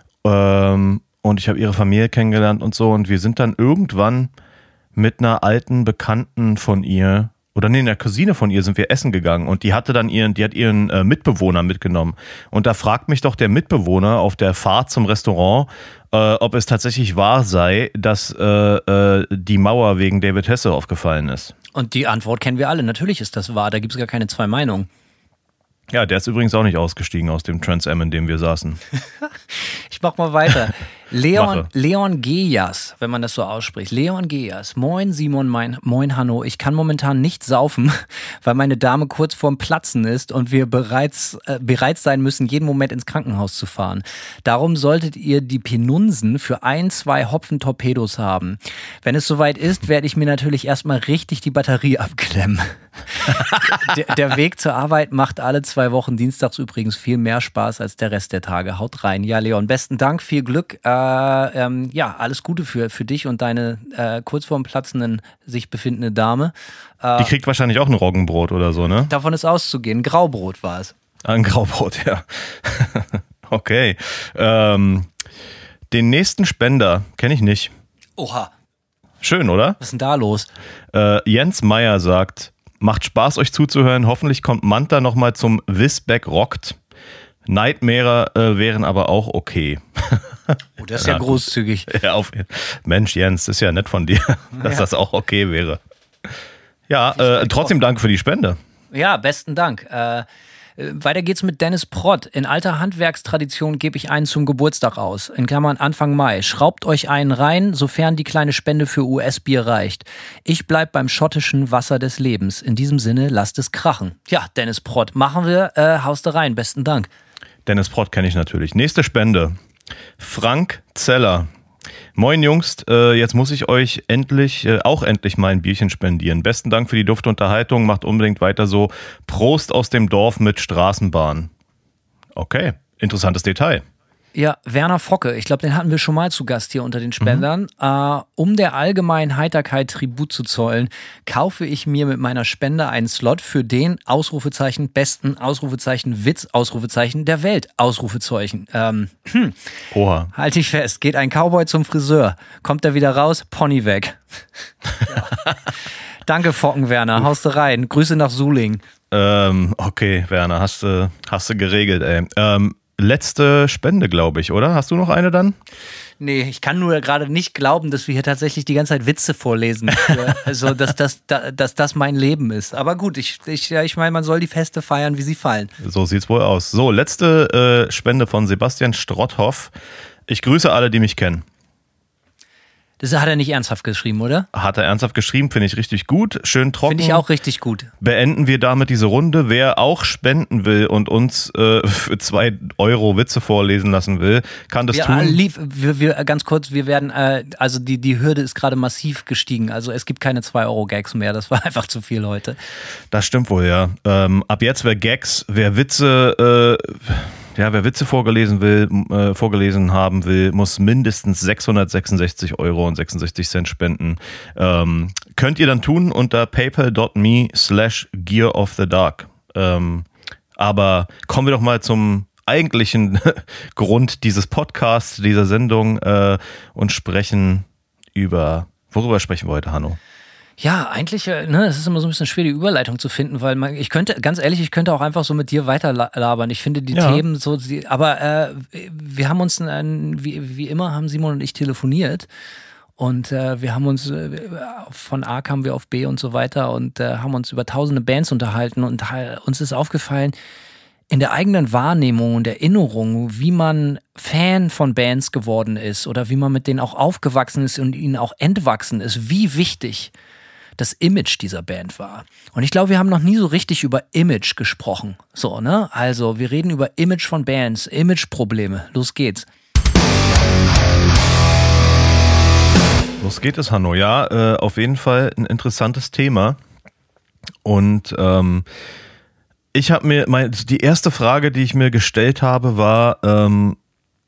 ähm, und ich habe ihre Familie kennengelernt und so und wir sind dann irgendwann mit einer alten Bekannten von ihr Oder nee, in der Cousine von ihr sind wir essen gegangen und die hatte dann ihren, die hat ihren äh, Mitbewohner mitgenommen. Und da fragt mich doch der Mitbewohner auf der Fahrt zum Restaurant, äh, ob es tatsächlich wahr sei, dass äh, äh, die Mauer wegen David Hasselhoff aufgefallen ist. Und die Antwort kennen wir alle. Natürlich ist das wahr. Da gibt es gar keine zwei Meinungen. Ja, der ist übrigens auch nicht ausgestiegen aus dem Trans Am, in dem wir saßen. Ich mach mal weiter. Leon, Leon Gejas, wenn man das so ausspricht. Leon Gejas. Moin Simon, mein, moin Hanno. Ich kann momentan nicht saufen, weil meine Dame kurz vorm Platzen ist und wir bereits äh, bereit sein müssen, jeden Moment ins Krankenhaus zu fahren. Darum solltet ihr die Penunsen für ein, zwei Hopfen-Torpedos haben. Wenn es soweit ist, werde ich mir natürlich erstmal richtig die Batterie abklemmen. der, der Weg zur Arbeit macht alle zwei Wochen dienstags übrigens viel mehr Spaß als der Rest der Tage. Haut rein. Ja, Leon, besten Dank, viel Glück. Äh, ähm, ja, alles Gute für, für dich und deine äh, kurz vorm Platzenden sich befindende Dame. Äh, Die kriegt wahrscheinlich auch ein Roggenbrot oder so, ne? Davon ist auszugehen. Graubrot war es. Ein Graubrot, ja. Okay. Ähm, den nächsten Spender kenne ich nicht. Oha. Schön, oder? Was ist denn da los? Äh, Jens Meyer sagt, macht Spaß, euch zuzuhören. Hoffentlich kommt Manta nochmal zum Wisbeck rockt. Nightmare äh, wären aber auch okay. Oh, das ist ja, ja großzügig. Ja, auf, Mensch, Jens, ist ja nett von dir, dass ja. das auch okay wäre. Ja, äh, trotzdem danke für die Spende. Ja, besten Dank. Äh, weiter geht's mit Dennis Prott. In alter Handwerkstradition gebe ich einen zum Geburtstag aus. In Klammern Anfang Mai. Schraubt euch einen rein, sofern die kleine Spende für U S-Bier reicht. Ich bleib beim schottischen Wasser des Lebens. In diesem Sinne, lasst es krachen. Ja, Dennis Prott, machen wir. Äh, haust da rein. Besten Dank. Dennis Prott kenne ich natürlich. Nächste Spende. Frank Zeller. Moin Jungs, äh, jetzt muss ich euch endlich, äh, auch endlich mal ein Bierchen spendieren. Besten Dank für die Duftunterhaltung, macht unbedingt weiter so. Prost aus dem Dorf mit Straßenbahn. Okay, interessantes Detail. Ja, Werner Focke, ich glaube, den hatten wir schon mal zu Gast hier unter den Spendern. Mhm. Äh, um der allgemeinen Heiterkeit Tribut zu zollen, kaufe ich mir mit meiner Spende einen Slot für den Ausrufezeichen besten Ausrufezeichen Witz Ausrufezeichen der Welt Ausrufezeichen. Ähm, hm. Oha. Halt dich fest, geht ein Cowboy zum Friseur, kommt er wieder raus, Pony weg. Ja. Danke Focken, Werner, haust du rein. Grüße nach Suling. Ähm, okay, Werner, hast du hast du geregelt, ey. Ähm, Letzte Spende, glaube ich, oder? Hast du noch eine dann? Nee, ich kann nur gerade nicht glauben, dass wir hier tatsächlich die ganze Zeit Witze vorlesen. Für, also, dass das, dass das mein Leben ist. Aber gut, ich, ich, ich meine, man soll die Feste feiern, wie sie fallen. So sieht's wohl aus. So, letzte äh, Spende von Sebastian Strotthoff. Ich grüße alle, die mich kennen. Das hat er nicht ernsthaft geschrieben, oder? Hat er ernsthaft geschrieben, finde ich richtig gut. Schön trocken. Finde ich auch richtig gut. Beenden wir damit diese Runde. Wer auch spenden will und uns äh, für zwei Euro Witze vorlesen lassen will, kann das ja, tun. Lief, wir, wir, ganz kurz, wir werden, äh, also die, die Hürde ist gerade massiv gestiegen. Also es gibt keine zwei Euro Gags mehr. Das war einfach zu viel heute. Das stimmt wohl, ja. Ähm, ab jetzt, wer Gags, wer Witze... Äh, Ja, wer Witze vorgelesen will, äh, vorgelesen haben will, muss mindestens sechshundertsechsundsechzig Euro und sechsundsechzig Cent spenden. Ähm, könnt ihr dann tun unter paypal.me slash gear of the dark. Ähm, Aber kommen wir doch mal zum eigentlichen Grund dieses Podcasts, dieser Sendung äh, und sprechen über, worüber sprechen wir heute, Hanno? Ja, eigentlich, ne, es ist immer so ein bisschen schwer, die Überleitung zu finden, weil man, ich könnte, ganz ehrlich, ich könnte auch einfach so mit dir weiterlabern. Ich finde die ja. Themen so, die, aber äh, wir haben uns, äh, wie, wie immer, haben Simon und ich telefoniert und äh, wir haben uns, äh, von A kamen wir auf B und so weiter und äh, haben uns über tausende Bands unterhalten und äh, uns ist aufgefallen, in der eigenen Wahrnehmung und Erinnerung, wie man Fan von Bands geworden ist oder wie man mit denen auch aufgewachsen ist und ihnen auch entwachsen ist, wie wichtig das Image dieser Band war. Und ich glaube, wir haben noch nie so richtig über Image gesprochen. So, ne? Also, wir reden über Image von Bands, Imageprobleme. Los geht's. Los geht es, Hanno. Ja, äh, auf jeden Fall ein interessantes Thema. Und ähm, ich habe mir, mein, die erste Frage, die ich mir gestellt habe, war, ähm,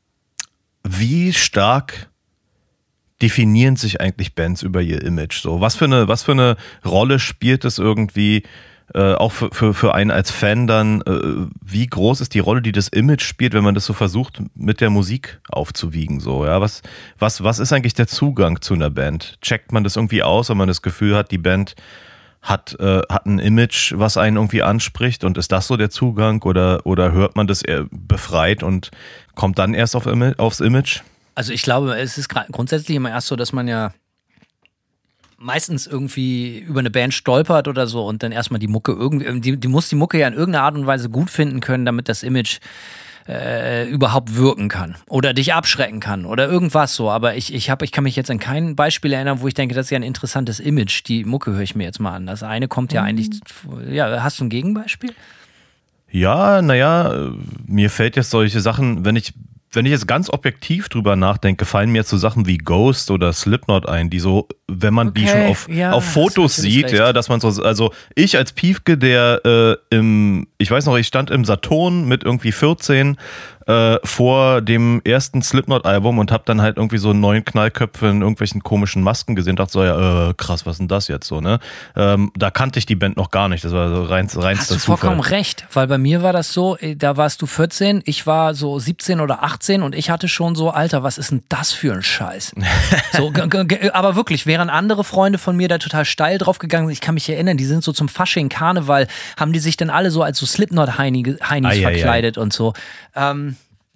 wie stark definieren sich eigentlich Bands über ihr Image? So, was für eine, was für eine Rolle spielt es irgendwie, äh, auch für, für, für einen als Fan dann, äh, wie groß ist die Rolle, die das Image spielt, wenn man das so versucht, mit der Musik aufzuwiegen? So, ja, was, was, was ist eigentlich der Zugang zu einer Band? Checkt man das irgendwie aus, wenn man das Gefühl hat, die Band hat, äh, hat ein Image, was einen irgendwie anspricht, und ist das so der Zugang, oder, oder hört man das eher befreit und kommt dann erst auf, aufs Image? Also ich glaube, es ist grundsätzlich immer erst so, dass man ja meistens irgendwie über eine Band stolpert oder so und dann erstmal die Mucke irgendwie, die, die muss die Mucke ja in irgendeiner Art und Weise gut finden können, damit das Image äh, überhaupt wirken kann oder dich abschrecken kann oder irgendwas so. Aber ich, ich, hab, ich kann mich jetzt an kein Beispiel erinnern, wo ich denke, das ist ja ein interessantes Image. Die Mucke höre ich mir jetzt mal an. Das eine kommt ja eigentlich, ja, hast du ein Gegenbeispiel? Ja, naja, mir fällt jetzt solche Sachen, wenn ich Wenn ich jetzt ganz objektiv drüber nachdenke, fallen mir jetzt so Sachen wie Ghost oder Slipknot ein, die so, wenn man okay, die schon auf, ja, auf Fotos sieht, recht. ja, dass man so, also ich als Piefke, der äh, im, ich weiß noch, ich stand im Saturn mit irgendwie vierzehn äh, vor dem ersten Slipknot-Album und hab dann halt irgendwie so neun Knallköpfe in irgendwelchen komischen Masken gesehen, dachte so, ja, äh, krass, was ist denn das jetzt so, ne? Ähm, da kannte ich die Band noch gar nicht, das war so rein, reinster Hast du Zufall. Vollkommen recht, weil bei mir war das so, da warst du vierzehn, ich war so siebzehn oder achtzehn und ich hatte schon so, Alter, was ist denn das für ein Scheiß? so, g- g- aber wirklich, während andere Freunde von mir da total steil drauf gegangen sind, ich kann mich erinnern, die sind so zum Fasching, Karneval, haben die sich dann alle so als so Slipknot-Heinis Heinis verkleidet und so. Ähm,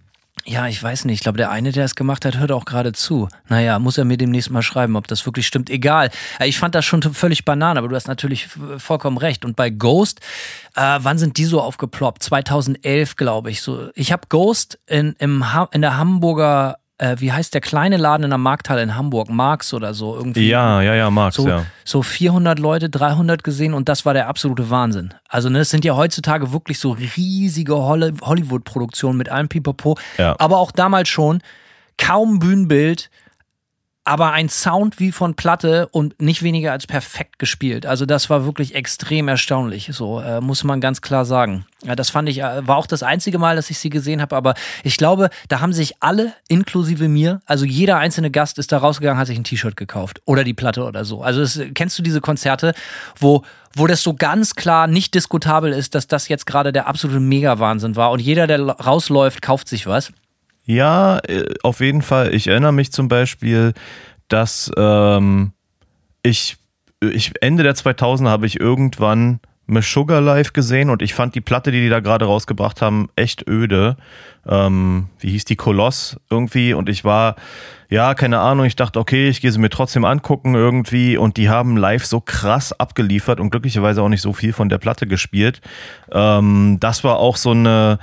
Ja, ich weiß nicht. Ich glaube, der eine, der es gemacht hat, hört auch gerade zu. Naja, muss er mir demnächst mal schreiben, ob das wirklich stimmt. Egal. Ich fand das schon völlig Banane, aber du hast natürlich vollkommen recht. Und bei Ghost, äh, wann sind die so aufgeploppt? zweitausendelf, glaube ich. So, ich habe Ghost in, im ha- in der Hamburger, äh, wie heißt der kleine Laden in der Markthalle in Hamburg? Marx oder so. Irgendwie. Ja, ja, ja, Marx, so, ja. So vierhundert Leute, dreihundert gesehen und das war der absolute Wahnsinn. Also ne, es sind ja heutzutage wirklich so riesige Holl- Hollywood-Produktionen mit allem Pipapo. Ja. Aber auch damals schon kaum Bühnenbild, aber ein Sound wie von Platte und nicht weniger als perfekt gespielt. Also das war wirklich extrem erstaunlich, so äh, muss man ganz klar sagen. Ja, das fand ich, äh, war auch das einzige Mal, dass ich sie gesehen habe, aber ich glaube, da haben sich alle, inklusive mir, also jeder einzelne Gast ist da rausgegangen, hat sich ein T-Shirt gekauft oder die Platte oder so. Also das, kennst du diese Konzerte, wo, wo das so ganz klar nicht diskutabel ist, dass das jetzt gerade der absolute Mega-Wahnsinn war und jeder, der rausläuft, kauft sich was? Ja, auf jeden Fall. Ich erinnere mich zum Beispiel, dass ähm, ich, ich Ende der zweitausender habe ich irgendwann Meshuggah live gesehen und ich fand die Platte, die die da gerade rausgebracht haben, echt öde. Ähm, wie hieß die? Koloss irgendwie, und ich war, ja, keine Ahnung, ich dachte, okay, ich gehe sie mir trotzdem angucken irgendwie, und die haben live so krass abgeliefert und glücklicherweise auch nicht so viel von der Platte gespielt. Ähm, das war auch so eine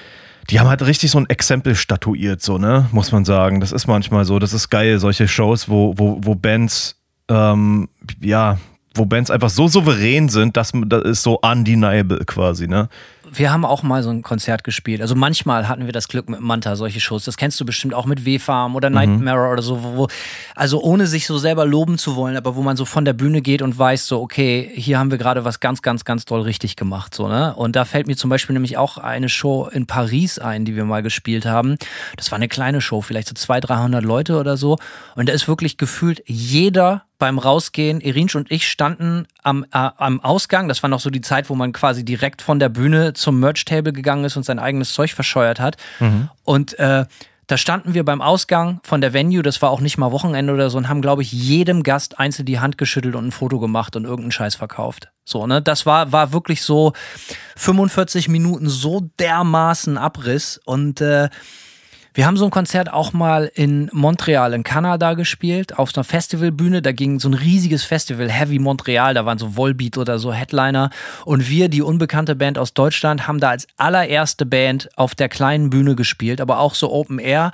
Die haben halt richtig so ein Exempel statuiert, so, ne, muss man sagen. Das ist manchmal so, das ist geil, solche Shows, wo, wo, wo Bands, ähm, ja, wo Bands einfach so souverän sind, dass das ist so undeniable quasi, ne? Wir haben auch mal so ein Konzert gespielt. Also manchmal hatten wir das Glück mit Manta, solche Shows. Das kennst du bestimmt auch mit W-Farm oder Nightmare mhm. oder so. Wo, wo, also ohne sich so selber loben zu wollen, aber wo man so von der Bühne geht und weiß so, okay, hier haben wir gerade was ganz, ganz, ganz doll richtig gemacht. So, ne? Und da fällt mir zum Beispiel nämlich auch eine Show in Paris ein, die wir mal gespielt haben. Das war eine kleine Show, vielleicht so zweihundert, dreihundert Leute oder so. Und da ist wirklich gefühlt jeder beim Rausgehen, Irinsch und ich standen am, äh, am Ausgang, das war noch so die Zeit, wo man quasi direkt von der Bühne zum Merch-Table gegangen ist und sein eigenes Zeug verscheuert hat. Mhm. Und äh, da standen wir beim Ausgang von der Venue, das war auch nicht mal Wochenende oder so, und haben, glaube ich, jedem Gast einzeln die Hand geschüttelt und ein Foto gemacht und irgendeinen Scheiß verkauft. So, ne? Das war, war wirklich so fünfundvierzig Minuten so dermaßen Abriss. Und äh, wir haben so ein Konzert auch mal in Montreal in Kanada gespielt, auf einer Festivalbühne. Da ging so ein riesiges Festival, Heavy Montreal, da waren so Volbeat oder so Headliner. Und wir, die unbekannte Band aus Deutschland, haben da als allererste Band auf der kleinen Bühne gespielt, aber auch so Open Air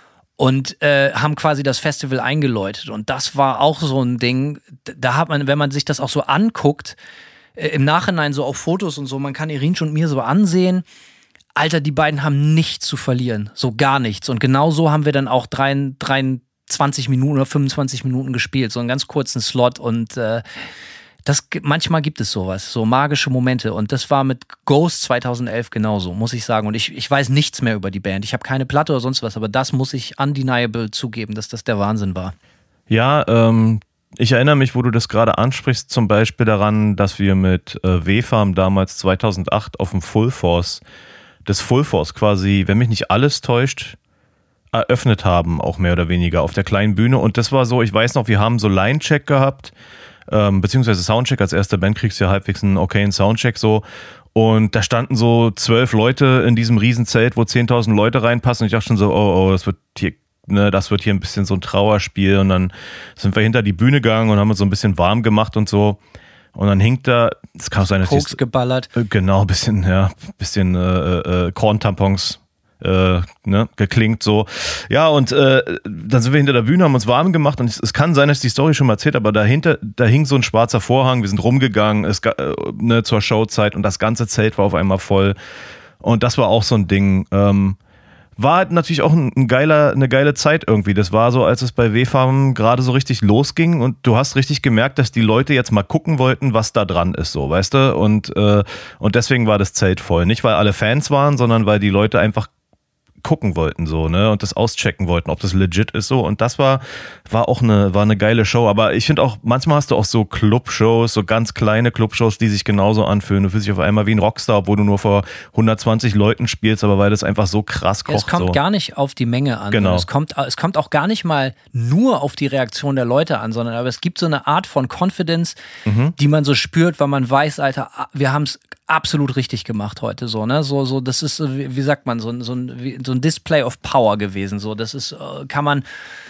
und äh, haben quasi das Festival eingeläutet. Und das war auch so ein Ding, da hat man, wenn man sich das auch so anguckt, äh, im Nachhinein so auf Fotos und so, man kann Irinsch und mir so ansehen, Alter, die beiden haben nichts zu verlieren. So gar nichts. Und genau so haben wir dann auch dreiundzwanzig Minuten oder fünfundzwanzig Minuten gespielt. So einen ganz kurzen Slot. Und äh, das, manchmal gibt es sowas. So magische Momente. Und das war mit Ghost zweitausendelf genauso, muss ich sagen. Und ich, ich weiß nichts mehr über die Band. Ich habe keine Platte oder sonst was. Aber das muss ich undeniable zugeben, dass das der Wahnsinn war. Ja, ähm... ich erinnere mich, wo du das gerade ansprichst, zum Beispiel daran, dass wir mit äh, W-Farm damals zweitausendacht auf dem Full Force, das Full Force quasi, wenn mich nicht alles täuscht, eröffnet haben, auch mehr oder weniger auf der kleinen Bühne. Und das war so, ich weiß noch, wir haben so Line-Check gehabt, ähm, beziehungsweise Soundcheck, als erste Band kriegst du ja halbwegs einen okayen Soundcheck so. Und da standen so zwölf Leute in diesem Riesenzelt, wo zehntausend Leute reinpassen. Und ich dachte schon so, oh, oh, das wird hier Ne, das wird hier ein bisschen so ein Trauerspiel. Und dann sind wir hinter die Bühne gegangen und haben uns so ein bisschen warm gemacht und so. Und dann hinkt da, es kann auch sein, dass Koks die, geballert. Genau, ein bisschen, ja, ein bisschen äh, äh, Korntampons äh, ne, geklingt so. Ja, und äh, dann sind wir hinter der Bühne, haben uns warm gemacht. Und es, es kann sein, dass ich die Story schon mal erzählt habe, aber dahinter, da hing so ein schwarzer Vorhang. Wir sind rumgegangen es, äh, ne, zur Showzeit und das ganze Zelt war auf einmal voll. Und das war auch so ein Ding. Ähm, War natürlich auch ein geiler, eine geile Zeit irgendwie. Das war so, als es bei W-Farm gerade so richtig losging und du hast richtig gemerkt, dass die Leute jetzt mal gucken wollten, was da dran ist, so, weißt du? Und, äh, und deswegen war das Zelt voll. Nicht, weil alle Fans waren, sondern weil die Leute einfach gucken wollten so, ne, und das auschecken wollten, ob das legit ist so, und das war war auch eine war eine geile Show, aber ich finde auch, manchmal hast du auch so Clubshows, so ganz kleine Clubshows, die sich genauso anfühlen. Du fühlst dich auf einmal wie ein Rockstar, obwohl du nur vor hundertzwanzig Leuten spielst, aber weil das einfach so krass kocht. Es kommt so. gar nicht auf die Menge an. Genau. Es kommt, es kommt auch gar nicht mal nur auf die Reaktion der Leute an, sondern aber es gibt so eine Art von Confidence, mhm. die man so spürt, weil man weiß, Alter, wir haben es absolut richtig gemacht heute, so, ne, so, so, das ist, wie, wie sagt man, so, so, ein, so ein Display of Power gewesen, so, das ist, kann man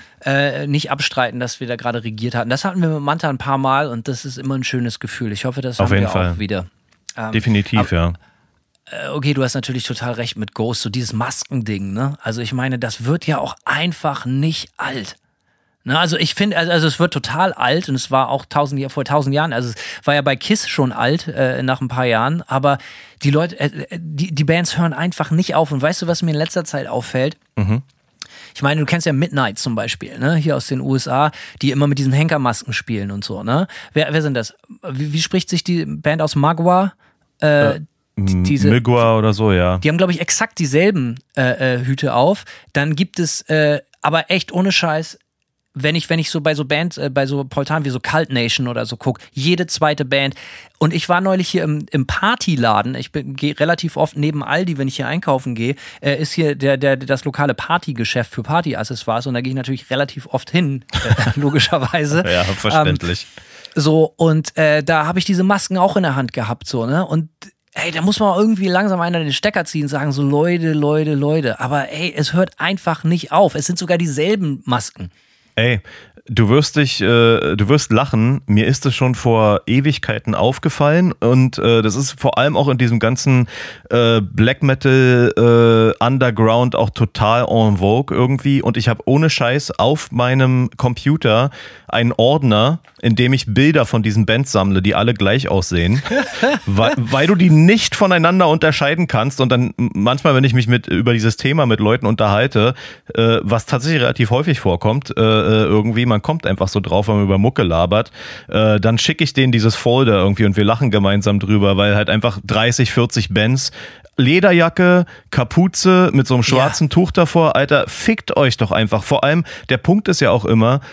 äh, nicht abstreiten, dass wir da gerade regiert hatten. Das hatten wir mit Manta ein paar Mal und das ist immer ein schönes Gefühl. Ich hoffe, das auf haben jeden wir Fall. auch wieder. Ähm, Definitiv, aber, ja. Okay, du hast natürlich total recht mit Ghost, so dieses Maskending, ne, also ich meine, das wird ja auch einfach nicht alt. Na, also ich finde, also, also es wird total alt und es war auch tausend, vor tausend Jahren, also es war ja bei Kiss schon alt äh, nach ein paar Jahren, aber die Leute, äh, die, die Bands hören einfach nicht auf. Und weißt du, was mir in letzter Zeit auffällt? Mhm. Ich meine, du kennst ja Midnight zum Beispiel, ne, hier aus den U S A, die immer mit diesen Henkermasken spielen und so, ne? Wer, wer sind das? Wie, wie spricht sich die Band aus Magua? Äh, äh. Diese, Migua oder so, ja. Die haben, glaube ich, exakt dieselben äh, äh, Hüte auf. Dann gibt es, äh, aber echt ohne Scheiß, wenn ich, wenn ich so bei so Bands, äh, bei so Portalen wie so Cult Nation oder so gucke, jede zweite Band. Und ich war neulich hier im, im Partyladen, ich gehe relativ oft neben Aldi, wenn ich hier einkaufen gehe, äh, ist hier der, der, das lokale Partygeschäft für Partyaccessoires und da gehe ich natürlich relativ oft hin, äh, logischerweise. Ja, verständlich. Ähm, so, und äh, da habe ich diese Masken auch in der Hand gehabt, so, ne, und ey, da muss man irgendwie langsam einer den Stecker ziehen und sagen so, Leute, Leute, Leute. Aber ey, es hört einfach nicht auf. Es sind sogar dieselben Masken. Ey, du wirst dich, äh, du wirst lachen. Mir ist es schon vor Ewigkeiten aufgefallen und äh, das ist vor allem auch in diesem ganzen äh, Black Metal äh, Underground auch total en vogue irgendwie. Und ich habe ohne Scheiß auf meinem Computer einen Ordner, in dem ich Bilder von diesen Bands sammle, die alle gleich aussehen, weil, weil du die nicht voneinander unterscheiden kannst. Und dann manchmal, wenn ich mich mit über dieses Thema mit Leuten unterhalte, äh, was tatsächlich relativ häufig vorkommt, äh, irgendwie, man kommt einfach so drauf, wenn man über Mucke labert, äh, dann schicke ich denen dieses Folder irgendwie und wir lachen gemeinsam drüber, weil halt einfach dreißig, vierzig Bands, Lederjacke, Kapuze mit so einem schwarzen ja. Tuch davor, Alter, fickt euch doch einfach. Vor allem, der Punkt ist ja auch immer,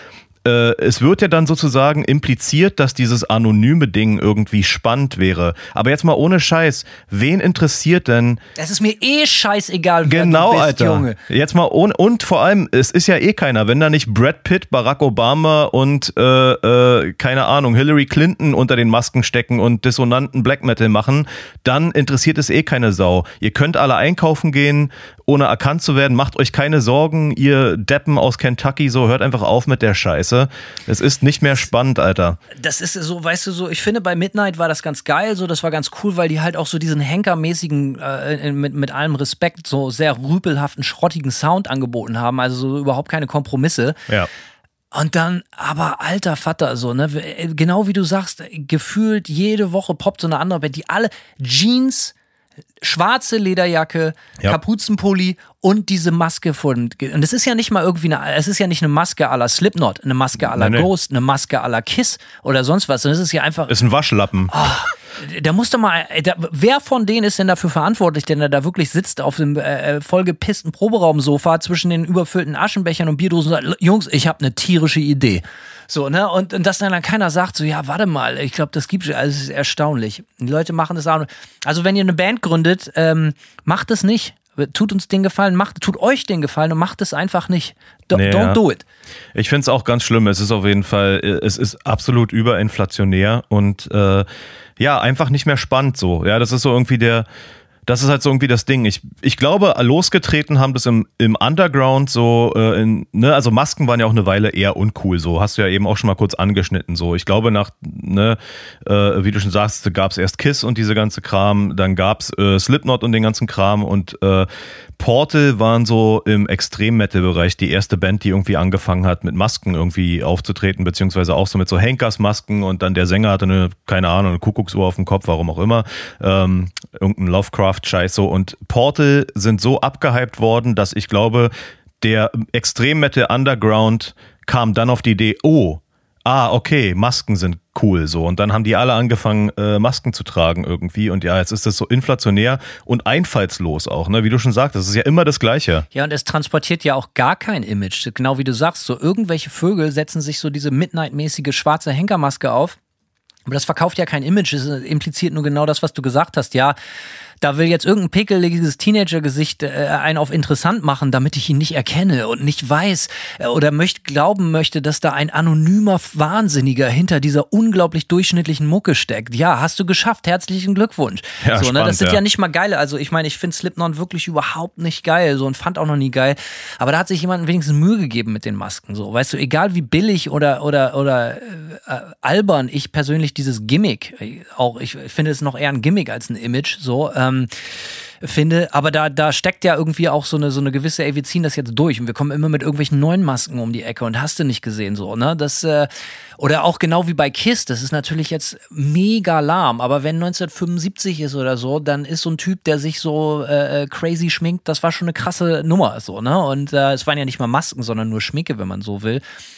äh, es wird ja dann sozusagen impliziert, dass dieses anonyme Ding irgendwie spannend wäre. Aber jetzt mal ohne Scheiß, wen interessiert denn... Es ist mir eh scheißegal, wer genau, du bist, Alter. Junge. Jetzt mal ohne, und vor allem, es ist ja eh keiner, wenn da nicht Brad Pitt, Barack Obama und äh, äh, keine Ahnung, Hillary Clinton unter den Masken stecken und dissonanten Black Metal machen, dann interessiert es eh keine Sau. Ihr könnt alle einkaufen gehen, ohne erkannt zu werden, macht euch keine Sorgen, ihr Deppen aus Kentucky, so hört einfach auf mit der Scheiße. Es ist nicht mehr spannend, Alter. Das ist so, weißt du, so, ich finde, bei Midnight war das ganz geil, so, das war ganz cool, weil die halt auch so diesen henkermäßigen, äh, mit, mit allem Respekt, so sehr rüpelhaften, schrottigen Sound angeboten haben, also so überhaupt keine Kompromisse. Ja. Und dann, aber alter Vater, so, ne, genau wie du sagst, gefühlt jede Woche poppt so eine andere Band, die alle Jeans, schwarze Lederjacke, ja. Kapuzenpulli und diese Maske von, und das ist ja nicht mal irgendwie eine, es ist ja nicht eine Maske à la Slipknot, eine Maske à la nee, nee. Ghost, eine Maske à la Kiss oder sonst was, sondern es ist ja einfach... Ist ein Waschlappen. Oh, da musst du mal, da, wer von denen ist denn dafür verantwortlich, denn er da wirklich sitzt auf dem äh, vollgepissten Proberaumsofa zwischen den überfüllten Aschenbechern und Bierdosen und sagt, Jungs, ich habe eine tierische Idee. So, ne? Und, und dass dann, dann keiner sagt, so, ja, warte mal, ich glaube, das gibt's, also es ist erstaunlich. Die Leute machen das auch. Also, wenn ihr eine Band gründet, ähm, macht es nicht. Tut uns den Gefallen, macht, tut euch den Gefallen und macht es einfach nicht. Do, nee, don't ja. do it. Ich finde es auch ganz schlimm. Es ist auf jeden Fall, es ist absolut überinflationär und äh, ja, einfach nicht mehr spannend so. Ja, das ist so irgendwie der, das ist halt so irgendwie das Ding. Ich, ich glaube, losgetreten haben das im, im Underground so, äh, in, ne, also Masken waren ja auch eine Weile eher uncool, so. Hast du ja eben auch schon mal kurz angeschnitten, so. Ich glaube, nach, ne, äh, wie du schon sagst, gab es erst Kiss und diese ganze Kram, dann gab es äh, Slipknot und den ganzen Kram und äh, Portal waren so im Extrem-Metal-Bereich die erste Band, die irgendwie angefangen hat, mit Masken irgendwie aufzutreten, beziehungsweise auch so mit so Henkersmasken und dann der Sänger hatte eine, keine Ahnung, eine Kuckucksuhr auf dem Kopf, warum auch immer, ähm, irgendein Lovecraft-Scheiß so. Und Portal sind so abgehypt worden, dass ich glaube, der Extrem-Metal-Underground kam dann auf die Idee, oh, ah, okay, Masken sind cool, so. Und dann haben die alle angefangen, äh, Masken zu tragen irgendwie. Und ja, jetzt ist das so inflationär und einfallslos auch, ne? Wie du schon sagst, das ist ja immer das Gleiche. Ja, und es transportiert ja auch gar kein Image. Genau wie du sagst, so irgendwelche Vögel setzen sich so diese Midnight-mäßige schwarze Henkermaske auf. Aber das verkauft ja kein Image. Es impliziert nur genau das, was du gesagt hast. Ja, da will jetzt irgendein pickeliges Teenager-Gesicht äh, einen auf interessant machen, damit ich ihn nicht erkenne und nicht weiß äh, oder möchte, glauben möchte, dass da ein anonymer Wahnsinniger hinter dieser unglaublich durchschnittlichen Mucke steckt. Ja, hast du geschafft. Herzlichen Glückwunsch. Ja, so, spannend, ne, das sind ja. ja nicht mal geile. Also ich meine, ich finde Slipknot wirklich überhaupt nicht geil so und fand auch noch nie geil. Aber da hat sich jemand wenigstens Mühe gegeben mit den Masken. So, weißt du, egal wie billig oder oder oder äh, albern ich persönlich dieses Gimmick, auch ich finde es noch eher ein Gimmick als ein Image, so ähm, finde, aber da, da steckt ja irgendwie auch so eine, so eine gewisse, ey, wir ziehen das jetzt durch und wir kommen immer mit irgendwelchen neuen Masken um die Ecke und hast du nicht gesehen, so, ne, das, äh, oder auch genau wie bei Kiss, das ist natürlich jetzt mega lahm, aber wenn neunzehnhundertfünfundsiebzig ist oder so, dann ist so ein Typ, der sich so äh, crazy schminkt, das war schon eine krasse Nummer, so, ne, und äh, es waren ja nicht mal Masken, sondern nur Schminke, wenn man so will.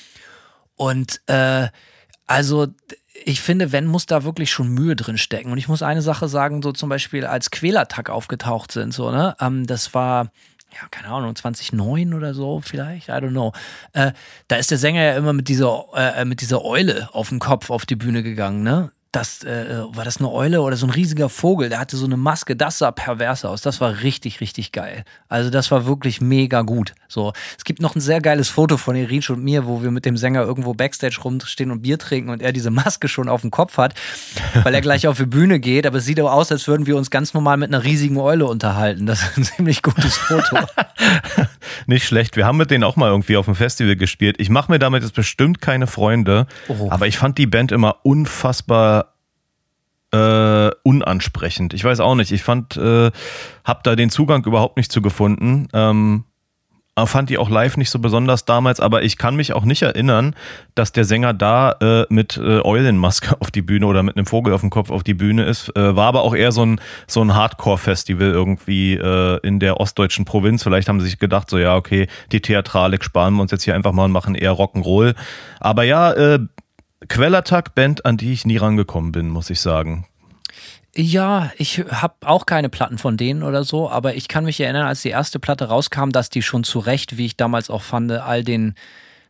Und, äh, also, ich finde, wenn, muss da wirklich schon Mühe drin stecken. Und ich muss eine Sache sagen, so zum Beispiel, als Quälertag aufgetaucht sind, so, ne, ähm, das war, ja, keine Ahnung, zweitausendneun oder so vielleicht, I don't know. Äh, da ist der Sänger ja immer mit dieser, äh, mit dieser Eule auf dem Kopf auf die Bühne gegangen, ne? Das, äh, war das eine Eule oder so ein riesiger Vogel, der hatte so eine Maske, das sah pervers aus, das war richtig, richtig geil. Also das war wirklich mega gut. So, es gibt noch ein sehr geiles Foto von Erich und mir, wo wir mit dem Sänger irgendwo Backstage rumstehen und Bier trinken und er diese Maske schon auf dem Kopf hat, weil er gleich auf die Bühne geht, aber es sieht auch aus, als würden wir uns ganz normal mit einer riesigen Eule unterhalten. Das ist ein ziemlich gutes Foto. Nicht schlecht, wir haben mit denen auch mal irgendwie auf dem Festival gespielt. Ich mache mir damit jetzt bestimmt keine Freunde, oh. aber ich fand die Band immer unfassbar Äh, unansprechend. Ich weiß auch nicht. Ich fand, äh, hab da den Zugang überhaupt nicht zu gefunden. Ähm, fand die auch live nicht so besonders damals, aber ich kann mich auch nicht erinnern, dass der Sänger da äh, mit äh, Eulenmaske auf die Bühne oder mit einem Vogel auf dem Kopf auf die Bühne ist. Äh, war aber auch eher so ein, so ein Hardcore-Festival irgendwie äh, in der ostdeutschen Provinz. Vielleicht haben sie sich gedacht, so ja, okay, die Theatralik sparen wir uns jetzt hier einfach mal und machen eher Rock'n'Roll. Aber ja, äh, Quellertag-Band, an die ich nie rangekommen bin, muss ich sagen. Ja, ich habe auch keine Platten von denen oder so, aber ich kann mich erinnern, als die erste Platte rauskam, dass die schon zu Recht, wie ich damals auch fand, all den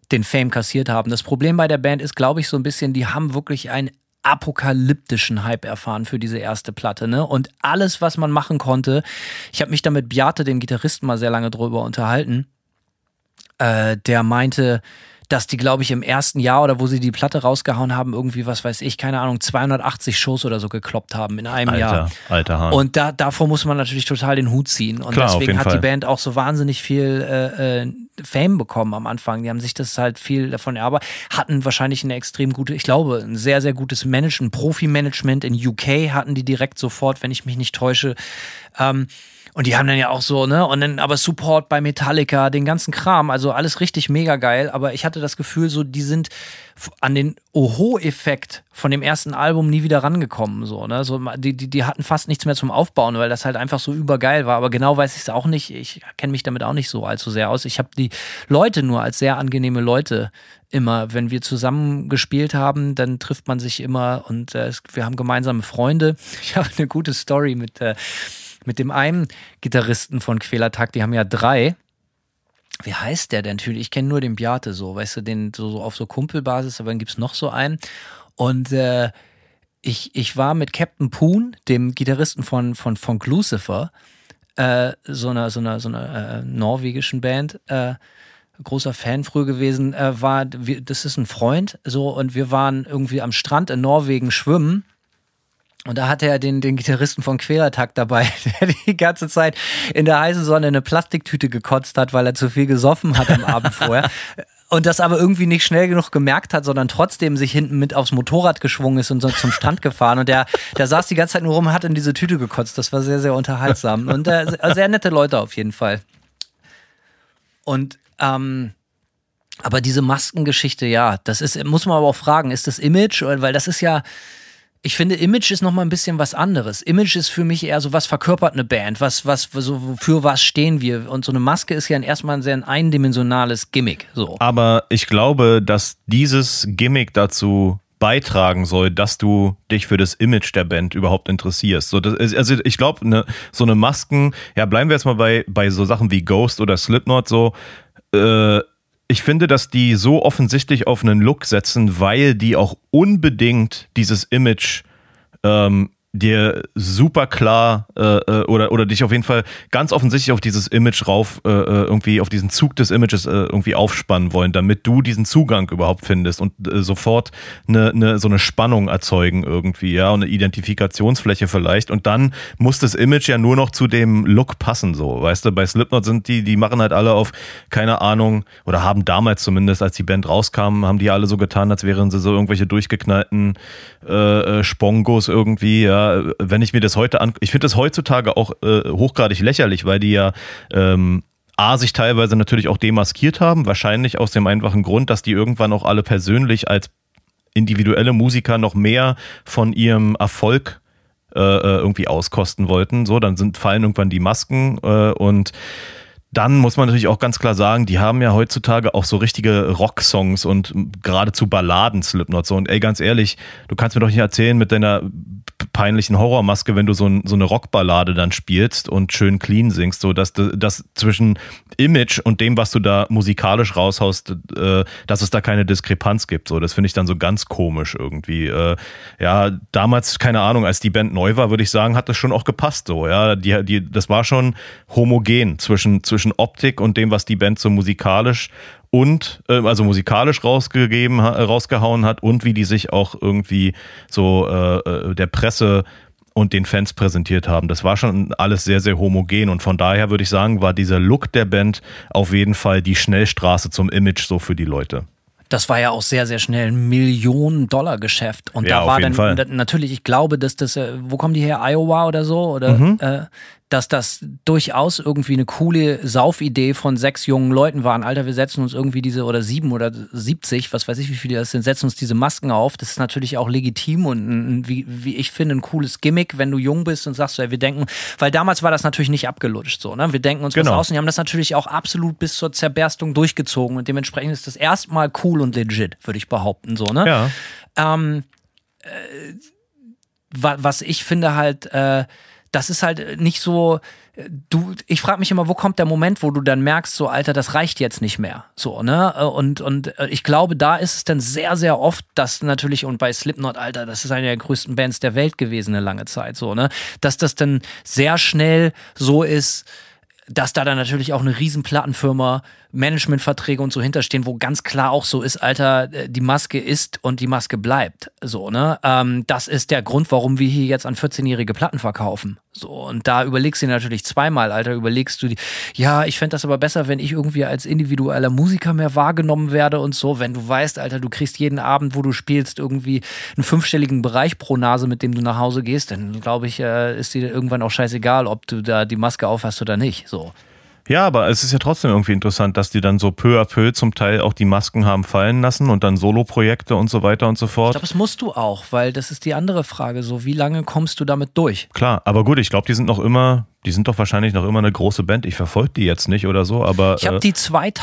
den Fame kassiert haben. Das Problem bei der Band ist, glaube ich, so ein bisschen, die haben wirklich einen apokalyptischen Hype erfahren für diese erste Platte, ne? Und alles, was man machen konnte, ich habe mich da mit Bjarte, dem Gitarristen, mal sehr lange drüber unterhalten, äh, der meinte, dass die, glaube ich, im ersten Jahr oder wo sie die Platte rausgehauen haben, irgendwie, was weiß ich, keine Ahnung, zweihundertachtzig Shows oder so gekloppt haben in einem Alter, Jahr. Alter Hahn. Und da, davor muss man natürlich total den Hut ziehen. Und Klar, deswegen hat Fall. die Band auch so wahnsinnig viel äh, äh, Fame bekommen am Anfang. Die haben sich das halt viel davon erarbeitet, hatten wahrscheinlich eine extrem gute, ich glaube, ein sehr, sehr gutes Management, Profi-Management in U K hatten die direkt sofort, wenn ich mich nicht täusche. Ähm, Und die haben dann ja auch so, ne, und dann aber Support bei Metallica, den ganzen Kram, also alles richtig mega geil. Aber ich hatte das Gefühl, so, die sind an den Oho-Effekt von dem ersten Album nie wieder rangekommen, so, ne, so, die, die, die hatten fast nichts mehr zum Aufbauen, weil das halt einfach so übergeil war. Aber genau weiß ich es auch nicht. Ich kenne mich damit auch nicht so allzu sehr aus. Ich habe die Leute nur als sehr angenehme Leute immer, wenn wir zusammen gespielt haben, dann trifft man sich immer und äh, wir haben gemeinsame Freunde. Ich habe eine gute Story mit, äh, mit dem einen Gitarristen von Quälertag, die haben ja drei. Wie heißt der denn? Ich kenne nur den Bjarte so, weißt du, den so, so auf so Kumpelbasis, aber dann gibt es noch so einen. Und äh, ich, ich war mit Captain Poon, dem Gitarristen von, von, von Lucifer, äh, so einer so einer, so einer äh, norwegischen Band, äh, großer Fan früher gewesen, äh, war, wir, das ist ein Freund, so, und wir waren irgendwie am Strand in Norwegen schwimmen. Und da hatte er den, den Gitarristen von Quälertag dabei, der die ganze Zeit in der heißen Sonne eine Plastiktüte gekotzt hat, weil er zu viel gesoffen hat am Abend vorher. Und das aber irgendwie nicht schnell genug gemerkt hat, sondern trotzdem sich hinten mit aufs Motorrad geschwungen ist und so zum Strand gefahren. Und der, der saß die ganze Zeit nur rum und hat in diese Tüte gekotzt. Das war sehr, sehr unterhaltsam. Und äh, sehr nette Leute auf jeden Fall. Und ähm, aber diese Maskengeschichte, ja, das ist, muss man aber auch fragen, ist das Image? Weil das ist ja, ich finde, Image ist nochmal ein bisschen was anderes. Image ist für mich eher so, was verkörpert eine Band? Was, was, so, für was stehen wir? Und so eine Maske ist ja erstmal ein sehr eindimensionales Gimmick. So. Aber ich glaube, dass dieses Gimmick dazu beitragen soll, dass du dich für das Image der Band überhaupt interessierst. So, das ist, also ich glaube, ne, so eine Masken, ja, bleiben wir jetzt mal bei, bei so Sachen wie Ghost oder Slipknot, so, äh, ich finde, dass die so offensichtlich auf einen Look setzen, weil die auch unbedingt dieses Image ähm, dir super klar äh, oder, oder dich auf jeden Fall ganz offensichtlich auf dieses Image rauf, äh, irgendwie auf diesen Zug des Images äh, irgendwie aufspannen wollen, damit du diesen Zugang überhaupt findest und äh, sofort eine, eine, so eine Spannung erzeugen irgendwie, ja, und eine Identifikationsfläche vielleicht. Und dann muss das Image ja nur noch zu dem Look passen, so, weißt du, bei Slipknot sind die, die machen halt alle auf, keine Ahnung, oder haben damals zumindest, als die Band rauskam, haben die alle so getan, als wären sie so irgendwelche durchgeknallten äh, Spongos irgendwie, ja. Wenn ich mir das heute an, ich finde das heutzutage auch äh, hochgradig lächerlich, weil die ja ähm, A, sich teilweise natürlich auch demaskiert haben, wahrscheinlich aus dem einfachen Grund, dass die irgendwann auch alle persönlich als individuelle Musiker noch mehr von ihrem Erfolg äh, irgendwie auskosten wollten. So, dann sind, fallen irgendwann die Masken äh, und dann muss man natürlich auch ganz klar sagen, die haben ja heutzutage auch so richtige Rocksongs und geradezu Balladen, Slipknot. So, und ey, ganz ehrlich, du kannst mir doch nicht erzählen mit deiner peinlichen Horrormaske, wenn du so, ein, so eine Rockballade dann spielst und schön clean singst, so dass das zwischen Image und dem, was du da musikalisch raushaust, äh, dass es da keine Diskrepanz gibt. So, das finde ich dann so ganz komisch irgendwie. Äh, ja, damals, keine Ahnung, als die Band neu war, würde ich sagen, hat das schon auch gepasst. So, ja, die, die, das war schon homogen zwischen zwischen Optik und dem, was die Band so musikalisch und, äh, also musikalisch rausgegeben, rausgehauen hat und wie die sich auch irgendwie so äh, der Presse und den Fans präsentiert haben. Das war schon alles sehr, sehr homogen und von daher würde ich sagen, war dieser Look der Band auf jeden Fall die Schnellstraße zum Image so für die Leute. Das war ja auch sehr, sehr schnell ein Millionen-Dollar-Geschäft. Und ja, da war auf jeden dann Fall. natürlich, ich glaube, dass das, wo kommen die her? Iowa oder so? Oder Mhm. äh, dass das durchaus irgendwie eine coole Saufidee von sechs jungen Leuten waren. Alter, wir setzen uns irgendwie diese, oder sieben oder siebzig, was weiß ich, wie viele das sind, setzen uns diese Masken auf. Das ist natürlich auch legitim und ein, wie, wie ich finde, ein cooles Gimmick, wenn du jung bist und sagst, ja, wir denken, weil damals war das natürlich nicht abgelutscht so, ne? Wir denken uns Genau. was aus und die haben das natürlich auch absolut bis zur Zerberstung durchgezogen und dementsprechend ist das erstmal cool und legit, würde ich behaupten, so, ne? Ja. Ähm, äh, wa- was ich finde halt, äh, das ist halt nicht so, du, ich frage mich immer, wo kommt der Moment, wo du dann merkst, so Alter, das reicht jetzt nicht mehr, so, ne, und, und ich glaube, da ist es dann sehr, sehr oft, dass natürlich, und bei Slipknot, Alter, das ist eine der größten Bands der Welt gewesen eine lange Zeit, so, ne, dass das dann sehr schnell so ist, dass da dann natürlich auch eine riesen Plattenfirma, Managementverträge und so hinterstehen, wo ganz klar auch so ist, Alter, die Maske ist und die Maske bleibt. So, ne? Ähm, das ist der Grund, warum wir hier jetzt an vierzehnjährige Platten verkaufen. So, und da überlegst du dir natürlich zweimal, Alter, überlegst du die, ja, ich fände das aber besser, wenn ich irgendwie als individueller Musiker mehr wahrgenommen werde und so, wenn du weißt, Alter, du kriegst jeden Abend, wo du spielst, irgendwie einen fünfstelligen Bereich pro Nase, mit dem du nach Hause gehst, dann glaube ich, äh, ist dir irgendwann auch scheißegal, ob du da die Maske aufhast oder nicht, so. Ja, aber es ist ja trotzdem irgendwie interessant, dass die dann so peu à peu zum Teil auch die Masken haben fallen lassen und dann Soloprojekte und so weiter und so fort. Ich glaube, das musst du auch, weil das ist die andere Frage, so wie lange kommst du damit durch? Klar, aber gut, ich glaube, die sind noch immer, die sind doch wahrscheinlich noch immer eine große Band. Ich verfolge die jetzt nicht oder so, aber... Ich habe äh, die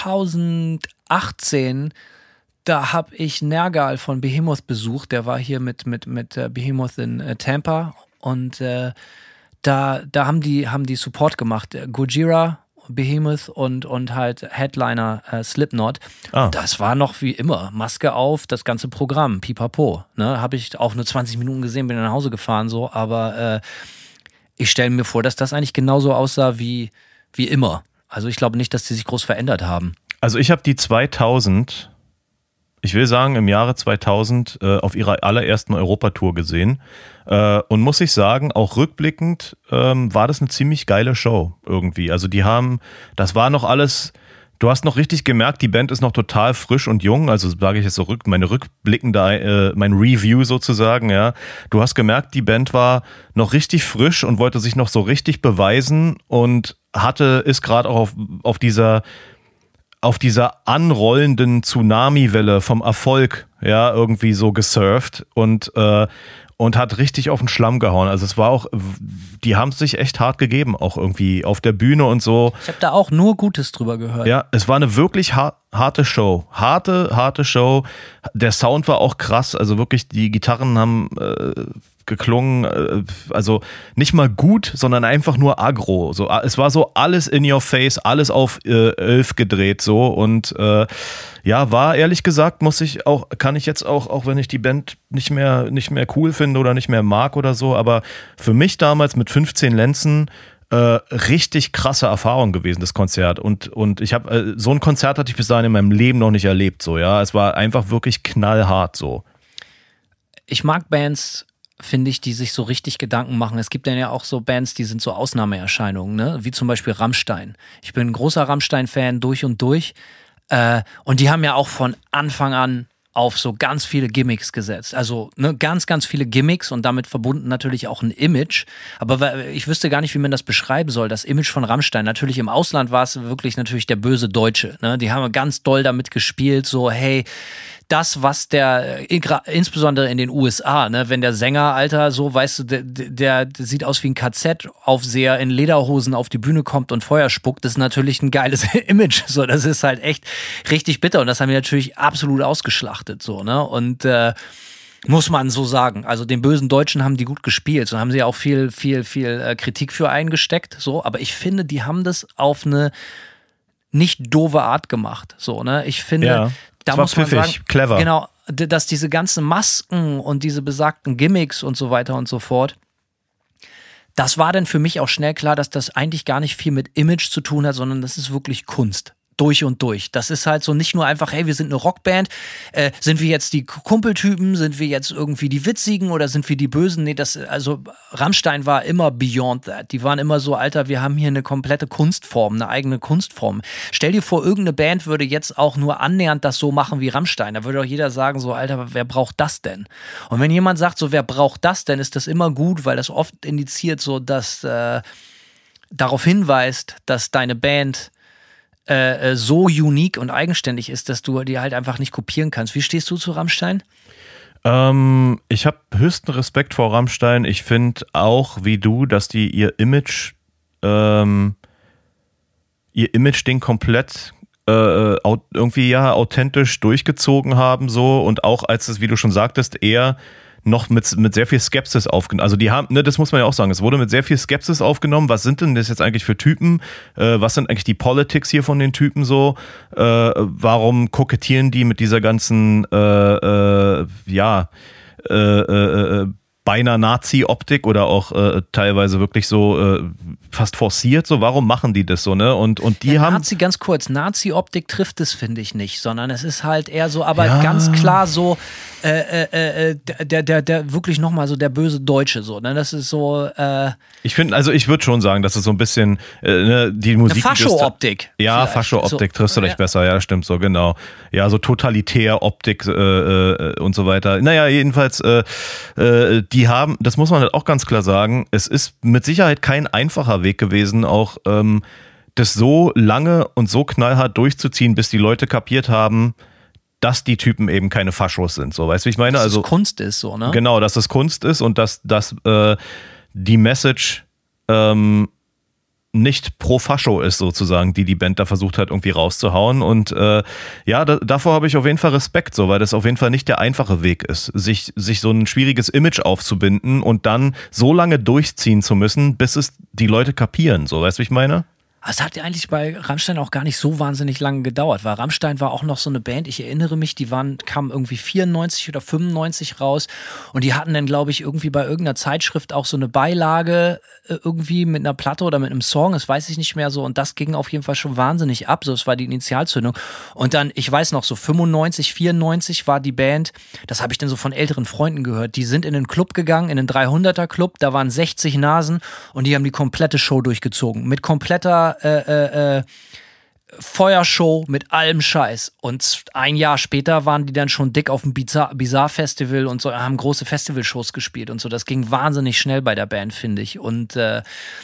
zweitausendachtzehn, da habe ich Nergal von Behemoth besucht, der war hier mit, mit, mit Behemoth in äh, Tampa und äh, da, da haben die, haben die Support gemacht. Gojira, Behemoth und, und halt Headliner äh, Slipknot. Ah. Das war noch wie immer. Maske auf, das ganze Programm, pipapo. Ne? Habe ich auch nur zwanzig Minuten gesehen, bin nach Hause gefahren, so, aber äh, ich stelle mir vor, dass das eigentlich genauso aussah wie, wie immer. Also ich glaube nicht, dass die sich groß verändert haben. Also ich habe die zweitausend, ich will sagen im Jahre zweitausend, äh, auf ihrer allerersten Europatour gesehen. Äh, und muss ich sagen, auch rückblickend ähm, war das eine ziemlich geile Show irgendwie. Also die haben, das war noch alles, du hast noch richtig gemerkt, die Band ist noch total frisch und jung. Also sage ich jetzt so, rück, meine rückblickende, äh, mein Review sozusagen, ja. Du hast gemerkt, die Band war noch richtig frisch und wollte sich noch so richtig beweisen und hatte, ist gerade auch auf, auf dieser auf dieser anrollenden Tsunami-Welle vom Erfolg, ja, irgendwie so gesurft und, äh, und hat richtig auf den Schlamm gehauen. Also es war auch, die haben es sich echt hart gegeben, auch irgendwie auf der Bühne und so. Ich habe da auch nur Gutes drüber gehört. Ja, es war eine wirklich har- harte Show. Harte, harte Show. Der Sound war auch krass, also wirklich, die Gitarren haben äh, geklungen, äh, also nicht mal gut, sondern einfach nur aggro. So, es war so alles in your face, alles auf äh, elf gedreht so und äh, ja, war ehrlich gesagt, muss ich auch, kann ich jetzt auch, auch wenn ich die Band nicht mehr, nicht mehr cool finde oder nicht mehr mag oder so, aber für mich damals mit fünfzehn Lenzen äh, richtig krasse Erfahrung gewesen, das Konzert und, und ich habe, äh, so ein Konzert hatte ich bis dahin in meinem Leben noch nicht erlebt, so, ja, es war einfach wirklich knallhart so. Ich mag Bands, finde ich, die sich so richtig Gedanken machen. Es gibt dann ja auch so Bands, die sind so Ausnahmeerscheinungen, ne? Wie zum Beispiel Rammstein. Ich bin ein großer Rammstein-Fan durch und durch. Äh, und die haben ja auch von Anfang an auf so ganz viele Gimmicks gesetzt. Also ne, ganz, ganz viele Gimmicks und damit verbunden natürlich auch ein Image. Aber ich wüsste gar nicht, wie man das beschreiben soll. Das Image von Rammstein. Natürlich im Ausland war es wirklich natürlich der böse Deutsche. Ne? Die haben ganz doll damit gespielt, so hey, das, was der, insbesondere in den U S A, ne, wenn der Sänger, Alter, so, weißt du, der, der, der sieht aus wie ein K Z-Aufseher in Lederhosen auf die Bühne kommt und Feuer spuckt, das ist natürlich ein geiles Image, so, das ist halt echt richtig bitter und das haben wir natürlich absolut ausgeschlachtet, so, ne, und, äh, muss man so sagen. Also den bösen Deutschen haben die gut gespielt, so haben sie auch viel, viel, viel äh, Kritik für eingesteckt, so, aber ich finde, die haben das auf eine nicht doofe Art gemacht, so, ne, ich finde, ja. Da das war muss man pfiffig, sagen, clever. Genau, dass diese ganzen Masken und diese besagten Gimmicks und so weiter und so fort, das war dann für mich auch schnell klar, dass das eigentlich gar nicht viel mit Image zu tun hat, sondern das ist wirklich Kunst. Durch und durch. Das ist halt so nicht nur einfach, hey, wir sind eine Rockband, äh, sind wir jetzt die Kumpeltypen, sind wir jetzt irgendwie die Witzigen oder sind wir die Bösen? Nee, das, also Rammstein war immer beyond that. Die waren immer so, Alter, wir haben hier eine komplette Kunstform, eine eigene Kunstform. Stell dir vor, irgendeine Band würde jetzt auch nur annähernd das so machen wie Rammstein. Da würde doch jeder sagen so, Alter, wer braucht das denn? Und wenn jemand sagt so, wer braucht das denn, ist das immer gut, weil das oft indiziert so, dass äh, darauf hinweist, dass deine Band Äh, so unique und eigenständig ist, dass du die halt einfach nicht kopieren kannst. Wie stehst du zu Rammstein? Ähm, ich habe höchsten Respekt vor Rammstein. Ich finde auch, wie du, dass die ihr Image, ähm, ihr Image-Ding komplett äh, irgendwie ja authentisch durchgezogen haben so und auch als es, wie du schon sagtest, eher noch mit, mit sehr viel Skepsis aufgenommen. Also die haben, ne, das muss man ja auch sagen, es wurde mit sehr viel Skepsis aufgenommen. Was sind denn das jetzt eigentlich für Typen? Äh, was sind eigentlich die Politics hier von den Typen so? Äh, warum kokettieren die mit dieser ganzen, äh, äh, ja, äh, äh, beinahe Nazi-Optik oder auch äh, teilweise wirklich so äh, fast forciert, so warum machen die das so, ne? Und, und die ja, haben... Nazi, ganz kurz, Nazi-Optik trifft es, finde ich nicht, sondern es ist halt eher so, aber Ja. ganz klar so, äh, äh, äh, der, der, der, wirklich nochmal so der böse Deutsche, so, ne? Das ist so, äh, Ich finde, also ich würde schon sagen, dass es so ein bisschen äh, ne, die Musik... eine Fascho-Optik. Ja, vielleicht. Fascho-Optik So, triffst du ja. dich besser, ja, stimmt so, genau. Ja, so totalitär Optik äh, äh, und so weiter. Naja, jedenfalls, äh, äh, die haben, das muss man halt auch ganz klar sagen, es ist mit Sicherheit kein einfacher Weg gewesen, auch ähm, das so lange und so knallhart durchzuziehen, bis die Leute kapiert haben, dass die Typen eben keine Faschos sind. So, weißt du, wie ich meine? Dass Also es Kunst ist, so, ne? genau, dass es Kunst ist und dass, dass äh, die Message ähm, nicht pro Fascho ist sozusagen, die die Band da versucht hat irgendwie rauszuhauen und äh, ja, da, davor habe ich auf jeden Fall Respekt, so, weil das auf jeden Fall nicht der einfache Weg ist, sich, sich so ein schwieriges Image aufzubinden und dann so lange durchziehen zu müssen, bis es die Leute kapieren, so, weißt du, wie ich meine? Es hat ja eigentlich bei Rammstein auch gar nicht so wahnsinnig lange gedauert, weil Rammstein war auch noch so eine Band, ich erinnere mich, die waren, kamen irgendwie vierundneunzig oder fünfundneunzig raus und die hatten dann, glaube ich, irgendwie bei irgendeiner Zeitschrift auch so eine Beilage äh, irgendwie mit einer Platte oder mit einem Song, das weiß ich nicht mehr so und das ging auf jeden Fall schon wahnsinnig ab, so, es war die Initialzündung und dann, ich weiß noch, so fünfundneunzig, vierundneunzig war die Band, das habe ich dann so von älteren Freunden gehört, die sind in den Club gegangen, in den dreihunderter Club, da waren sechzig Nasen und die haben die komplette Show durchgezogen, mit kompletter Äh, äh, äh, Feuershow mit allem Scheiß. Und ein Jahr später waren die dann schon dick auf dem Bizarre, Bizarre Festival und so, haben große Festivalshows gespielt und so. Das ging wahnsinnig schnell bei der Band, finde ich. Und äh,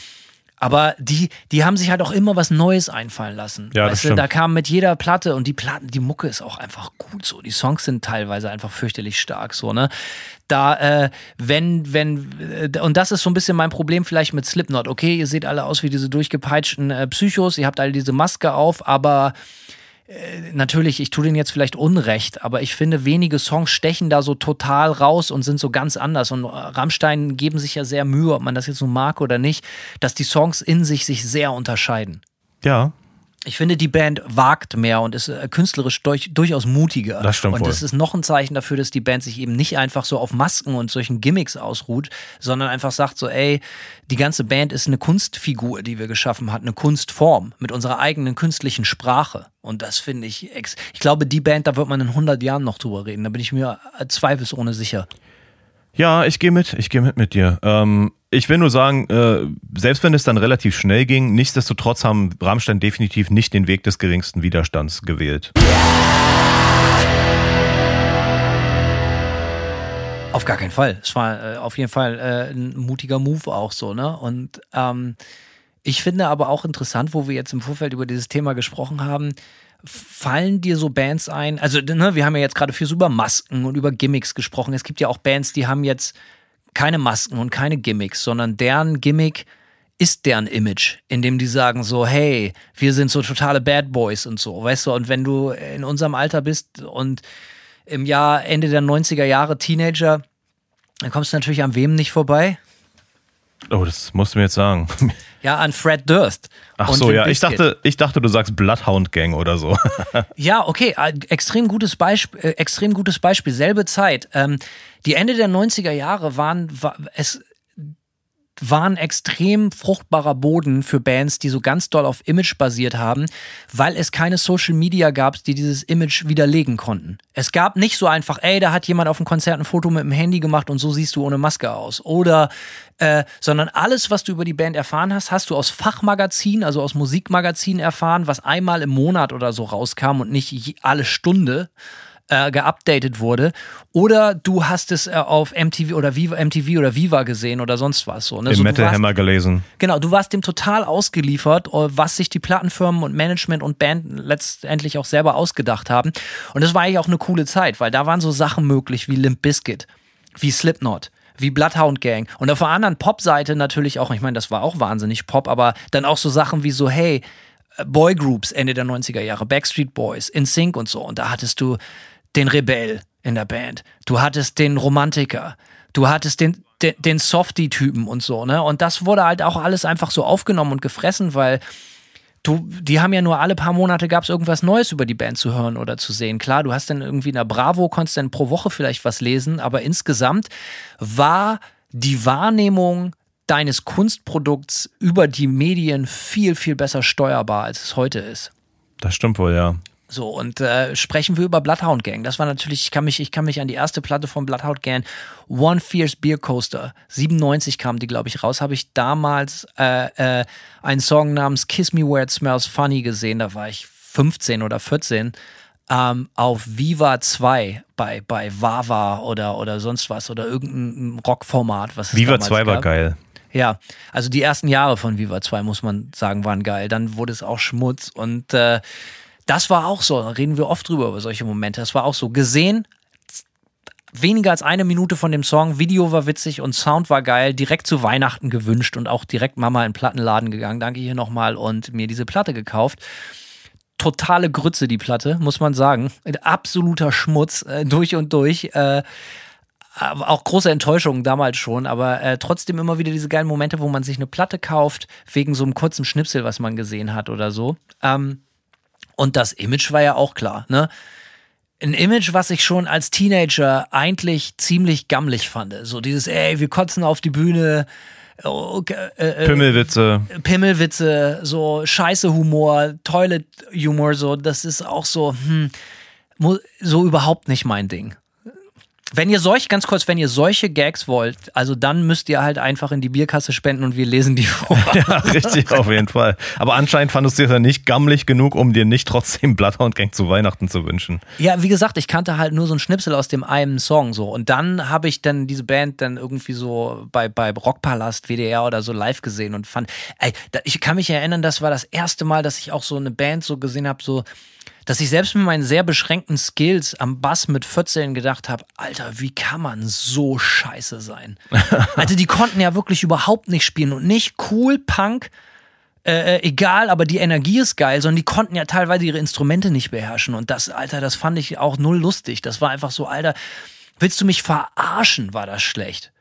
aber die, die haben sich halt auch immer was Neues einfallen lassen. Ja, das weißt du, stimmt. da kam mit jeder Platte und die Platten, die Mucke ist auch einfach gut so. Die Songs sind teilweise einfach fürchterlich stark so, ne? Da, äh, wenn, wenn, äh, und das ist so ein bisschen mein Problem vielleicht mit Slipknot. Okay, ihr seht alle aus wie diese durchgepeitschten äh, Psychos, ihr habt alle diese Maske auf, aber äh, natürlich, ich tue denen jetzt vielleicht Unrecht, aber ich finde, wenige Songs stechen da so total raus und sind so ganz anders. Und äh, Rammstein geben sich ja sehr Mühe, ob man das jetzt so mag oder nicht, dass die Songs in sich sich sehr unterscheiden. Ja. Ich finde, die Band wagt mehr und ist äh, künstlerisch durch, durchaus mutiger. Das stimmt und wohl. das ist noch ein Zeichen dafür, dass die Band sich eben nicht einfach so auf Masken und solchen Gimmicks ausruht, sondern einfach sagt so, ey, die ganze Band ist eine Kunstfigur, die wir geschaffen haben, eine Kunstform mit unserer eigenen künstlichen Sprache. Und das finde ich, ex- ich glaube, die Band, da wird man in hundert Jahren noch drüber reden. Da bin ich mir äh, zweifelsohne sicher. Ja, ich gehe mit, ich gehe mit mit dir. Ähm, ich will nur sagen, äh, selbst wenn es dann relativ schnell ging, nichtsdestotrotz haben Rammstein definitiv nicht den Weg des geringsten Widerstands gewählt. Auf gar keinen Fall. Es war äh, auf jeden Fall äh, ein mutiger Move auch so, ne? Und ähm, ich finde aber auch interessant, wo wir jetzt im Vorfeld über dieses Thema gesprochen haben, fallen dir so Bands ein, also ne, wir haben ja jetzt gerade viel so über Masken und über Gimmicks gesprochen. Es gibt ja auch Bands, die haben jetzt keine Masken und keine Gimmicks, sondern deren Gimmick ist deren Image, indem die sagen so, hey, wir sind so totale Bad Boys und so, weißt du, und wenn du in unserem Alter bist und im Jahr Ende der neunziger Jahre Teenager, dann kommst du natürlich an wem nicht vorbei? Oh, das musst du mir jetzt sagen. Ja, an Fred Durst. Ach und so, Limp ja, ich Bizkit. dachte, ich dachte, du sagst Bloodhound Gang oder so. Ja, okay, äh, extrem gutes Beispiel, äh, extrem gutes Beispiel, selbe Zeit. Ähm, die Ende der neunziger Jahre waren, war, es waren extrem fruchtbarer Boden für Bands, die so ganz doll auf Image basiert haben, weil es keine Social Media gab, die dieses Image widerlegen konnten. Es gab nicht so einfach, ey, da hat jemand auf dem Konzert ein Foto mit dem Handy gemacht und so siehst du ohne Maske aus. Oder, äh, sondern alles, was du über die Band erfahren hast, hast du aus Fachmagazinen, also aus Musikmagazinen erfahren, was einmal im Monat oder so rauskam und nicht je- alle Stunde äh, geupdatet wurde. Oder du hast es äh, auf M T V oder Viva, M T V oder Viva gesehen oder sonst was. So, ne? Im so, du Metal warst- Hammer gelesen. Genau, du warst dem total ausgeliefert, was sich die Plattenfirmen und Management und Band letztendlich auch selber ausgedacht haben. Und das war eigentlich auch eine coole Zeit, weil da waren so Sachen möglich wie Limp Bizkit, wie Slipknot, wie Bloodhound Gang. Und auf der anderen Pop-Seite natürlich auch, ich meine, das war auch wahnsinnig Pop, aber dann auch so Sachen wie so, hey, Boygroups Ende der neunziger Jahre, Backstreet Boys, NSYNC und so. Und da hattest du den Rebell, in der Band. Du hattest den Romantiker. Du hattest den, den, den Softie-Typen und so, ne? Und das wurde halt auch alles einfach so aufgenommen und gefressen, weil du, die haben ja nur alle paar Monate gab es irgendwas Neues über die Band zu hören oder zu sehen. Klar, du hast dann irgendwie in der Bravo, konntest dann pro Woche vielleicht was lesen, aber insgesamt war die Wahrnehmung deines Kunstprodukts über die Medien viel, viel besser steuerbar, als es heute ist. Das stimmt wohl, ja. So, und äh, sprechen wir über Bloodhound Gang. Das war natürlich, ich kann mich, ich kann mich an die erste Platte von Bloodhound Gang, One Fierce Beer Coaster, siebenundneunzig kam die, glaube ich, raus, habe ich damals äh, äh, einen Song namens Kiss Me Where It Smells Funny gesehen, da war ich fünfzehn oder vierzehn, ähm, auf Viva zwei bei, bei Wawa oder, oder sonst was oder irgendein Rockformat, was es Viva damals zwei war gab. geil. Ja, also die ersten Jahre von Viva zwei, muss man sagen, waren geil. Dann wurde es auch Schmutz und äh, das war auch so, da reden wir oft drüber, über solche Momente. Das war auch so, gesehen, weniger als eine Minute von dem Song, Video war witzig und Sound war geil, direkt zu Weihnachten gewünscht und auch direkt Mama in den Plattenladen gegangen, danke hier nochmal, und mir diese Platte gekauft. Totale Grütze, die Platte, muss man sagen. Absoluter Schmutz, äh, durch und durch. Äh, auch große Enttäuschung damals schon, aber äh, trotzdem immer wieder diese geilen Momente, wo man sich eine Platte kauft, wegen so einem kurzen Schnipsel, was man gesehen hat oder so. Ähm, Und das Image war ja auch klar, ne? Ein Image, was ich schon als Teenager eigentlich ziemlich gammelig fand. So dieses, ey, wir kotzen auf die Bühne, äh, äh, Pimmelwitze. Pimmelwitze, so scheiße Humor, Toilet-Humor, so, das ist auch so, hm, so überhaupt nicht mein Ding. Wenn ihr solch, ganz kurz, wenn ihr solche Gags wollt, also dann müsst ihr halt einfach in die Bierkasse spenden und wir lesen die vor. Ja, richtig, auf jeden Fall. Aber anscheinend fandest du es ja nicht gammelig genug, um dir nicht trotzdem Bloodhound Gang zu Weihnachten zu wünschen. Ja, wie gesagt, ich kannte halt nur so einen Schnipsel aus dem einen Song so. Und dann habe ich dann diese Band dann irgendwie so bei, bei Rockpalast, W D R oder so live gesehen und fand, ey, ich kann mich erinnern, das war das erste Mal, dass ich auch so eine Band so gesehen habe, so, dass ich selbst mit meinen sehr beschränkten Skills am Bass mit vierzehn gedacht habe, Alter, wie kann man so scheiße sein? Also die konnten ja wirklich überhaupt nicht spielen und nicht cool, Punk, äh, egal, aber die Energie ist geil, sondern die konnten ja teilweise ihre Instrumente nicht beherrschen und das, Alter, das fand ich auch null lustig. Das war einfach so, Alter, willst du mich verarschen, war das schlecht.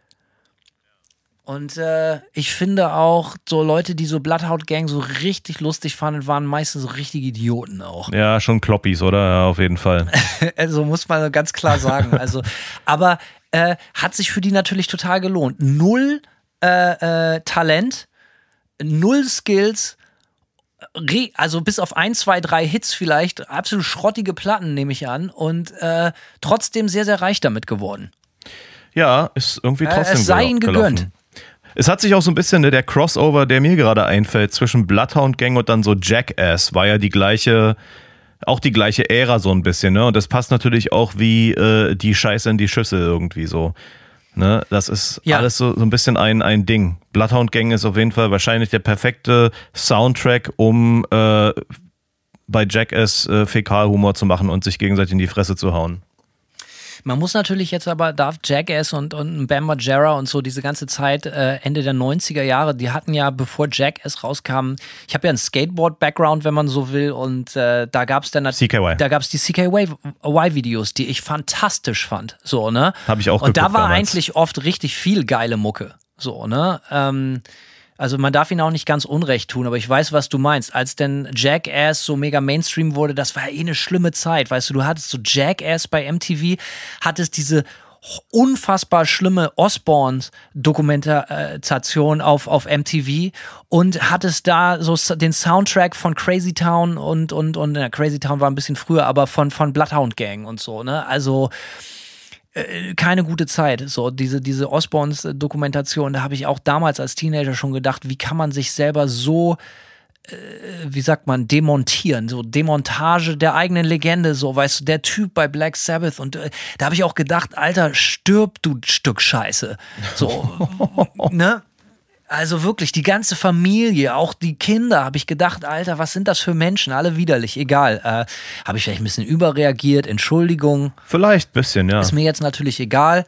Und äh, ich finde auch, so Leute, die so Bloodhound Gang so richtig lustig fanden, waren meistens so richtige Idioten auch. Ja, schon Kloppis, oder? Ja, auf jeden Fall. Also muss man ganz klar sagen. Also, aber äh, hat sich für die natürlich total gelohnt. Null äh, äh, Talent, null Skills, re- also bis auf ein, zwei, drei Hits vielleicht, absolut schrottige Platten, nehme ich an, und äh, trotzdem sehr, sehr reich damit geworden. Ja, ist irgendwie trotzdem äh, es sei gel- ihnen gelaufen. gegönnt. Es hat sich auch so ein bisschen, ne, der Crossover, der mir gerade einfällt, zwischen Bloodhound Gang und dann so Jackass, war ja die gleiche, auch die gleiche Ära so ein bisschen, ne? Und das passt natürlich auch wie äh, die Scheiße in die Schüssel irgendwie so. Ne? Das ist ja. alles so, so ein bisschen ein, ein Ding. Bloodhound Gang ist auf jeden Fall wahrscheinlich der perfekte Soundtrack, um äh, bei Jackass äh, Fäkalhumor zu machen und sich gegenseitig in die Fresse zu hauen. Man muss natürlich jetzt aber, darf Jackass und, und Bam Margera und so diese ganze Zeit, äh, Ende der neunziger Jahre, die hatten ja, bevor Jackass rauskam, ich habe ja einen Skateboard-Background, wenn man so will, und äh, da gab es dann C K Y. Da gab es die C K Y-Videos, die ich fantastisch fand. So, ne? Habe ich auch Und geguckt da war damals. eigentlich oft richtig viel geile Mucke. So, ne? Ähm, Also man darf ihn auch nicht ganz Unrecht tun, aber ich weiß, was du meinst. Als denn Jackass so mega Mainstream wurde, das war ja eh eine schlimme Zeit. Weißt du, du hattest so Jackass bei M T V, hattest diese unfassbar schlimme Osbourne-Dokumentation auf, auf M T V und hattest da so den Soundtrack von Crazy Town und, und, und ja, Crazy Town war ein bisschen früher, aber von, von Bloodhound Gang und so, ne? Also keine gute Zeit. So, diese, diese Osbournes-Dokumentation, da habe ich auch damals als Teenager schon gedacht, wie kann man sich selber so, äh, wie sagt man, demontieren, so Demontage der eigenen Legende, so, weißt du, der Typ bei Black Sabbath, und äh, da habe ich auch gedacht, Alter, stirb, du Stück Scheiße. So, ne? Also wirklich, die ganze Familie, auch die Kinder, habe ich gedacht, Alter, was sind das für Menschen? Alle widerlich, egal. Äh, habe ich vielleicht ein bisschen überreagiert, Entschuldigung. Vielleicht ein bisschen, ja. Ist mir jetzt natürlich egal.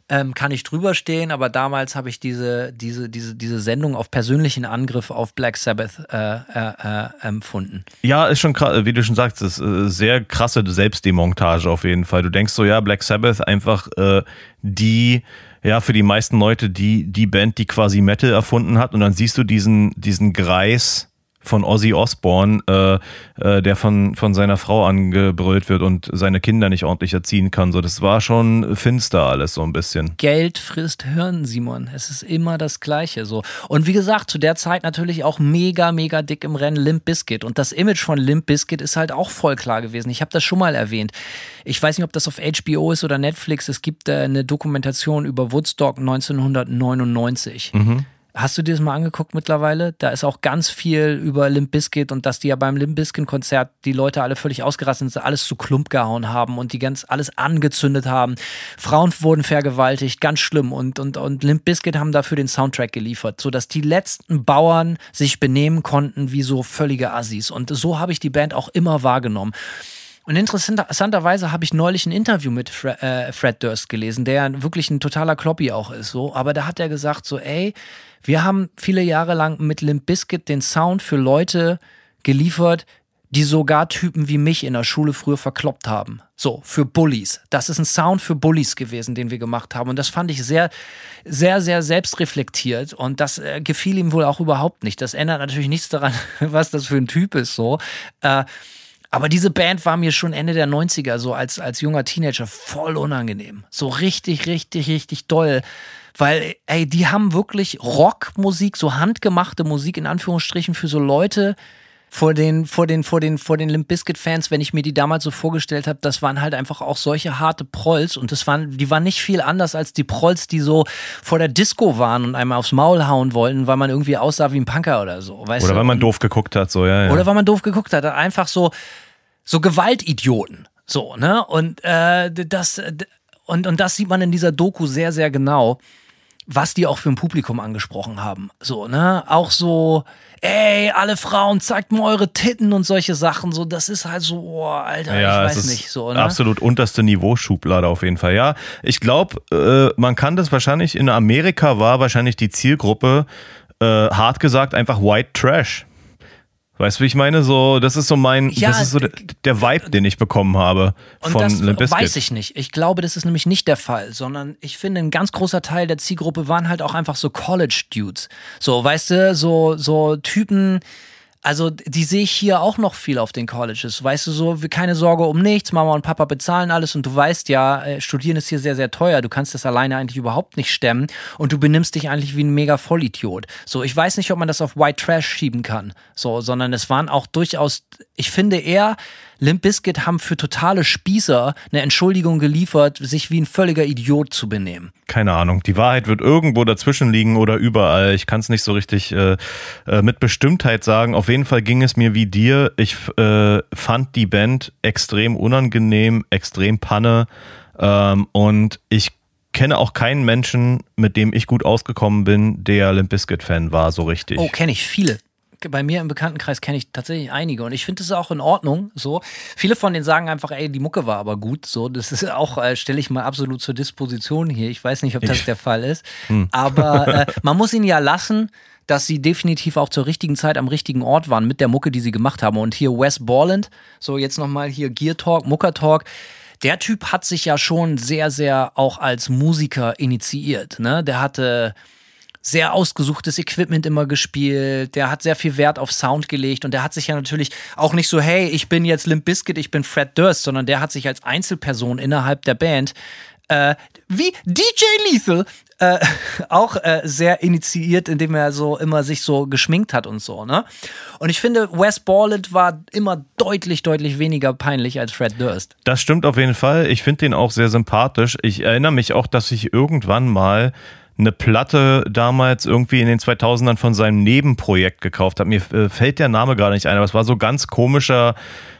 ähm, kann ich drüber stehen, aber damals habe ich diese, diese, diese, diese Sendung auf persönlichen Angriff auf Black Sabbath äh, äh, äh, empfunden. Ja, ist schon krass, wie du schon sagst, ist äh, sehr krasse Selbstdemontage auf jeden Fall. Du denkst so, ja, Black Sabbath einfach äh, die, ja, für die meisten Leute die, die Band, die quasi Metal erfunden hat, und dann siehst du diesen, diesen Greis von Ozzy Osbourne, äh, äh, der von, von seiner Frau angebrüllt wird und seine Kinder nicht ordentlich erziehen kann. So, das war schon finster alles so ein bisschen. Geld frisst Hirn, Simon. Es ist immer das Gleiche so. Und wie gesagt, zu der Zeit natürlich auch mega, mega dick im Rennen Limp Bizkit. Und das Image von Limp Bizkit ist halt auch voll klar gewesen. Ich habe das schon mal erwähnt. Ich weiß nicht, ob das auf H B O ist oder Netflix. Es gibt äh, eine Dokumentation über Woodstock neunzehnhundertneunundneunzig. Mhm. Hast du dir das mal angeguckt mittlerweile? Da ist auch ganz viel über Limp Bizkit und dass die ja beim Limp Bizkit-Konzert die Leute alle völlig ausgerastet sind, alles zu Klump gehauen haben und die ganz alles angezündet haben. Frauen wurden vergewaltigt, ganz schlimm. Und, und, und Limp Bizkit haben dafür den Soundtrack geliefert, sodass die letzten Bauern sich benehmen konnten wie so völlige Assis. Und so habe ich die Band auch immer wahrgenommen. Und interessanterweise habe ich neulich ein Interview mit Fred, äh, Fred Durst gelesen, der wirklich ein totaler Kloppi auch ist. So. Aber da hat er gesagt so, ey, wir haben viele Jahre lang mit Limp Bizkit den Sound für Leute geliefert, die sogar Typen wie mich in der Schule früher verkloppt haben. So, für Bullies. Das ist ein Sound für Bullies gewesen, den wir gemacht haben. Und das fand ich sehr, sehr, sehr selbstreflektiert. Und das äh, gefiel ihm wohl auch überhaupt nicht. Das ändert natürlich nichts daran, was das für ein Typ ist. So. Äh, Aber diese Band war mir schon Ende der neunziger, so als, als junger Teenager, voll unangenehm. So richtig, richtig, richtig doll. Weil, ey, die haben wirklich Rockmusik, so handgemachte Musik in Anführungsstrichen für so Leute vor den, vor den, vor den, vor den Limp Bizkit-Fans, wenn ich mir die damals so vorgestellt habe, das waren halt einfach auch solche harte Prolls und das waren, die waren nicht viel anders als die Prolls, die so vor der Disco waren und einmal aufs Maul hauen wollten, weil man irgendwie aussah wie ein Punker oder so. Weißt oder du? weil man doof geguckt hat, so, ja, ja. Oder weil man doof geguckt hat, einfach so, so Gewaltidioten. So, ne? Und, äh, das, und, und das sieht man in dieser Doku sehr, sehr genau, was die auch für ein Publikum angesprochen haben. So, ne? Auch so, ey, alle Frauen, zeigt mir eure Titten und solche Sachen. So, das ist halt so, oh, Alter, ja, ich es weiß ist nicht. So, ne? Absolut unterste Niveau-Schublade auf jeden Fall. Ja, ich glaube, äh, man kann das wahrscheinlich, in Amerika war wahrscheinlich die Zielgruppe, äh, hart gesagt, einfach White Trash. Weißt du, wie ich meine? So, das ist so mein, Ja, das ist so der, der Vibe, den ich bekommen habe Und von das Limp Bizkit. weiß ich nicht. Ich glaube, das ist nämlich nicht der Fall, sondern ich finde, ein ganz großer Teil der Zielgruppe waren halt auch einfach so College-Dudes. So, weißt du, so, so Typen, also die sehe ich hier auch noch viel auf den Colleges. Weißt du, so, keine Sorge um nichts, Mama und Papa bezahlen alles und du weißt ja, Studieren ist hier sehr, sehr teuer. Du kannst das alleine eigentlich überhaupt nicht stemmen und du benimmst dich eigentlich wie ein mega Vollidiot. So, ich weiß nicht, ob man das auf White Trash schieben kann, so, sondern es waren auch durchaus, ich finde eher, Limp Bizkit haben für totale Spießer eine Entschuldigung geliefert, sich wie ein völliger Idiot zu benehmen. Keine Ahnung. Die Wahrheit wird irgendwo dazwischen liegen oder überall. Ich kann es nicht so richtig äh, äh, mit Bestimmtheit sagen. Auf jeden Fall ging es mir wie dir. Ich äh, fand die Band extrem unangenehm, extrem Panne. Ähm, und ich kenne auch keinen Menschen, mit dem ich gut ausgekommen bin, der Limp Bizkit-Fan war, so richtig. Oh, kenne ich viele. Bei mir im Bekanntenkreis kenne ich tatsächlich einige und ich finde das auch in Ordnung. So, viele von denen sagen einfach, ey, die Mucke war aber gut. So, das ist auch, äh, stelle ich mal absolut zur Disposition hier. Ich weiß nicht, ob das ich. der Fall ist, hm. aber äh, man muss ihnen ja lassen, dass sie definitiv auch zur richtigen Zeit am richtigen Ort waren mit der Mucke, die sie gemacht haben. Und hier Wes Borland, so jetzt nochmal hier Gear Talk, Mucker Talk. Der Typ hat sich ja schon sehr, sehr auch als Musiker initiiert. Ne? Der hatte sehr ausgesuchtes Equipment immer gespielt, der hat sehr viel Wert auf Sound gelegt und der hat sich ja natürlich auch nicht so, hey, ich bin jetzt Limp Bizkit, ich bin Fred Durst, sondern der hat sich als Einzelperson innerhalb der Band äh, wie D J Lethal äh, auch äh, sehr initiiert, indem er so immer sich so geschminkt hat und so, ne? Und ich finde, Wes Borland war immer deutlich, deutlich weniger peinlich als Fred Durst. Das stimmt auf jeden Fall. Ich finde den auch sehr sympathisch. Ich erinnere mich auch, dass ich irgendwann mal eine Platte damals irgendwie in den zweitausendern von seinem Nebenprojekt gekauft habe. Mir äh, fällt der Name gerade nicht ein, aber es war so ganz komischer,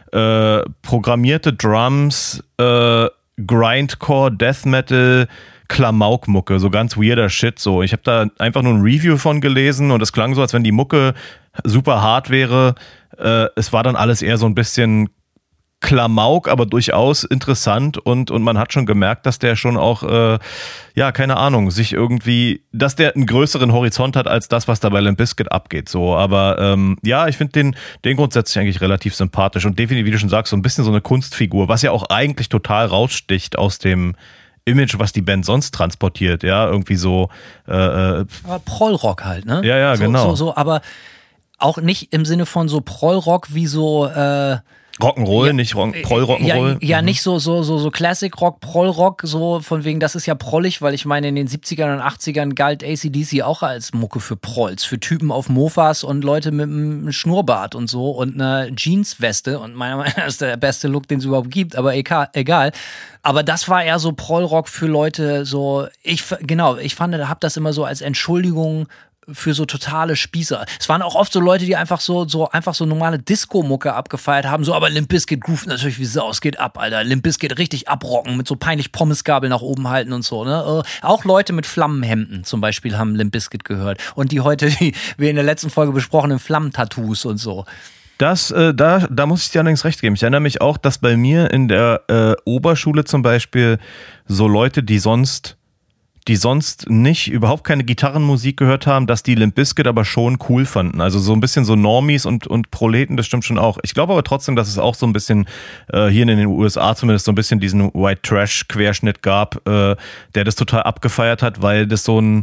äh, programmierte Drums, äh, Grindcore, Death Metal, Klamauk-Mucke, so ganz weirder Shit. So, ich habe da einfach nur ein Review von gelesen und es klang so, als wenn die Mucke super hart wäre. Äh, es war dann alles eher so ein bisschen Klamauk, aber durchaus interessant und, und man hat schon gemerkt, dass der schon auch, äh, ja, keine Ahnung, sich irgendwie, dass der einen größeren Horizont hat als das, was da bei Limp Bizkit abgeht, so, aber ähm, ja, ich finde den, den grundsätzlich eigentlich relativ sympathisch und definitiv, wie du schon sagst, so ein bisschen so eine Kunstfigur, was ja auch eigentlich total raussticht aus dem Image, was die Band sonst transportiert, ja, irgendwie so äh, aber Prollrock halt, ne? Ja, ja, so, genau. So, so, aber auch nicht im Sinne von so Prollrock wie so äh, Rock'n'Roll, ja, nicht Rock, Proll-Rock'n'Roll. Ja, ja mhm. nicht so, so, so, so Classic-Rock, Proll-Rock, so von wegen, das ist ja prollig, weil ich meine, in den siebzigern und achtzigern galt A C D C auch als Mucke für Prolls, für Typen auf Mofas und Leute mit einem Schnurrbart und so und einer Jeansweste und meiner Meinung nach ist der beste Look, den es überhaupt gibt, aber egal. Aber das war eher so Proll-Rock für Leute, so, ich, genau, ich fand, da hab das immer so als Entschuldigung für so totale Spießer. Es waren auch oft so Leute, die einfach so, so einfach so normale Disco-Mucke abgefeiert haben, so, aber Limp Bizkit groovt natürlich wie Sau, es geht ab, Alter. Limp Bizkit richtig abrocken, mit so peinlich Pommesgabel nach oben halten und so, ne? Auch Leute mit Flammenhemden zum Beispiel haben Limp Bizkit gehört. Und die heute, die wir in der letzten Folge besprochenen Flammentattoos und so. Das, äh, da, da muss ich dir allerdings recht geben. Ich erinnere mich auch, dass bei mir in der äh, Oberschule zum Beispiel so Leute, die sonst die sonst nicht, überhaupt keine Gitarrenmusik gehört haben, dass die Limp Bizkit aber schon cool fanden. Also so ein bisschen so Normies und, und Proleten, das stimmt schon auch. Ich glaube aber trotzdem, dass es auch so ein bisschen, äh, hier in den U S A zumindest, so ein bisschen diesen White Trash-Querschnitt gab, äh, der das total abgefeiert hat, weil das so ein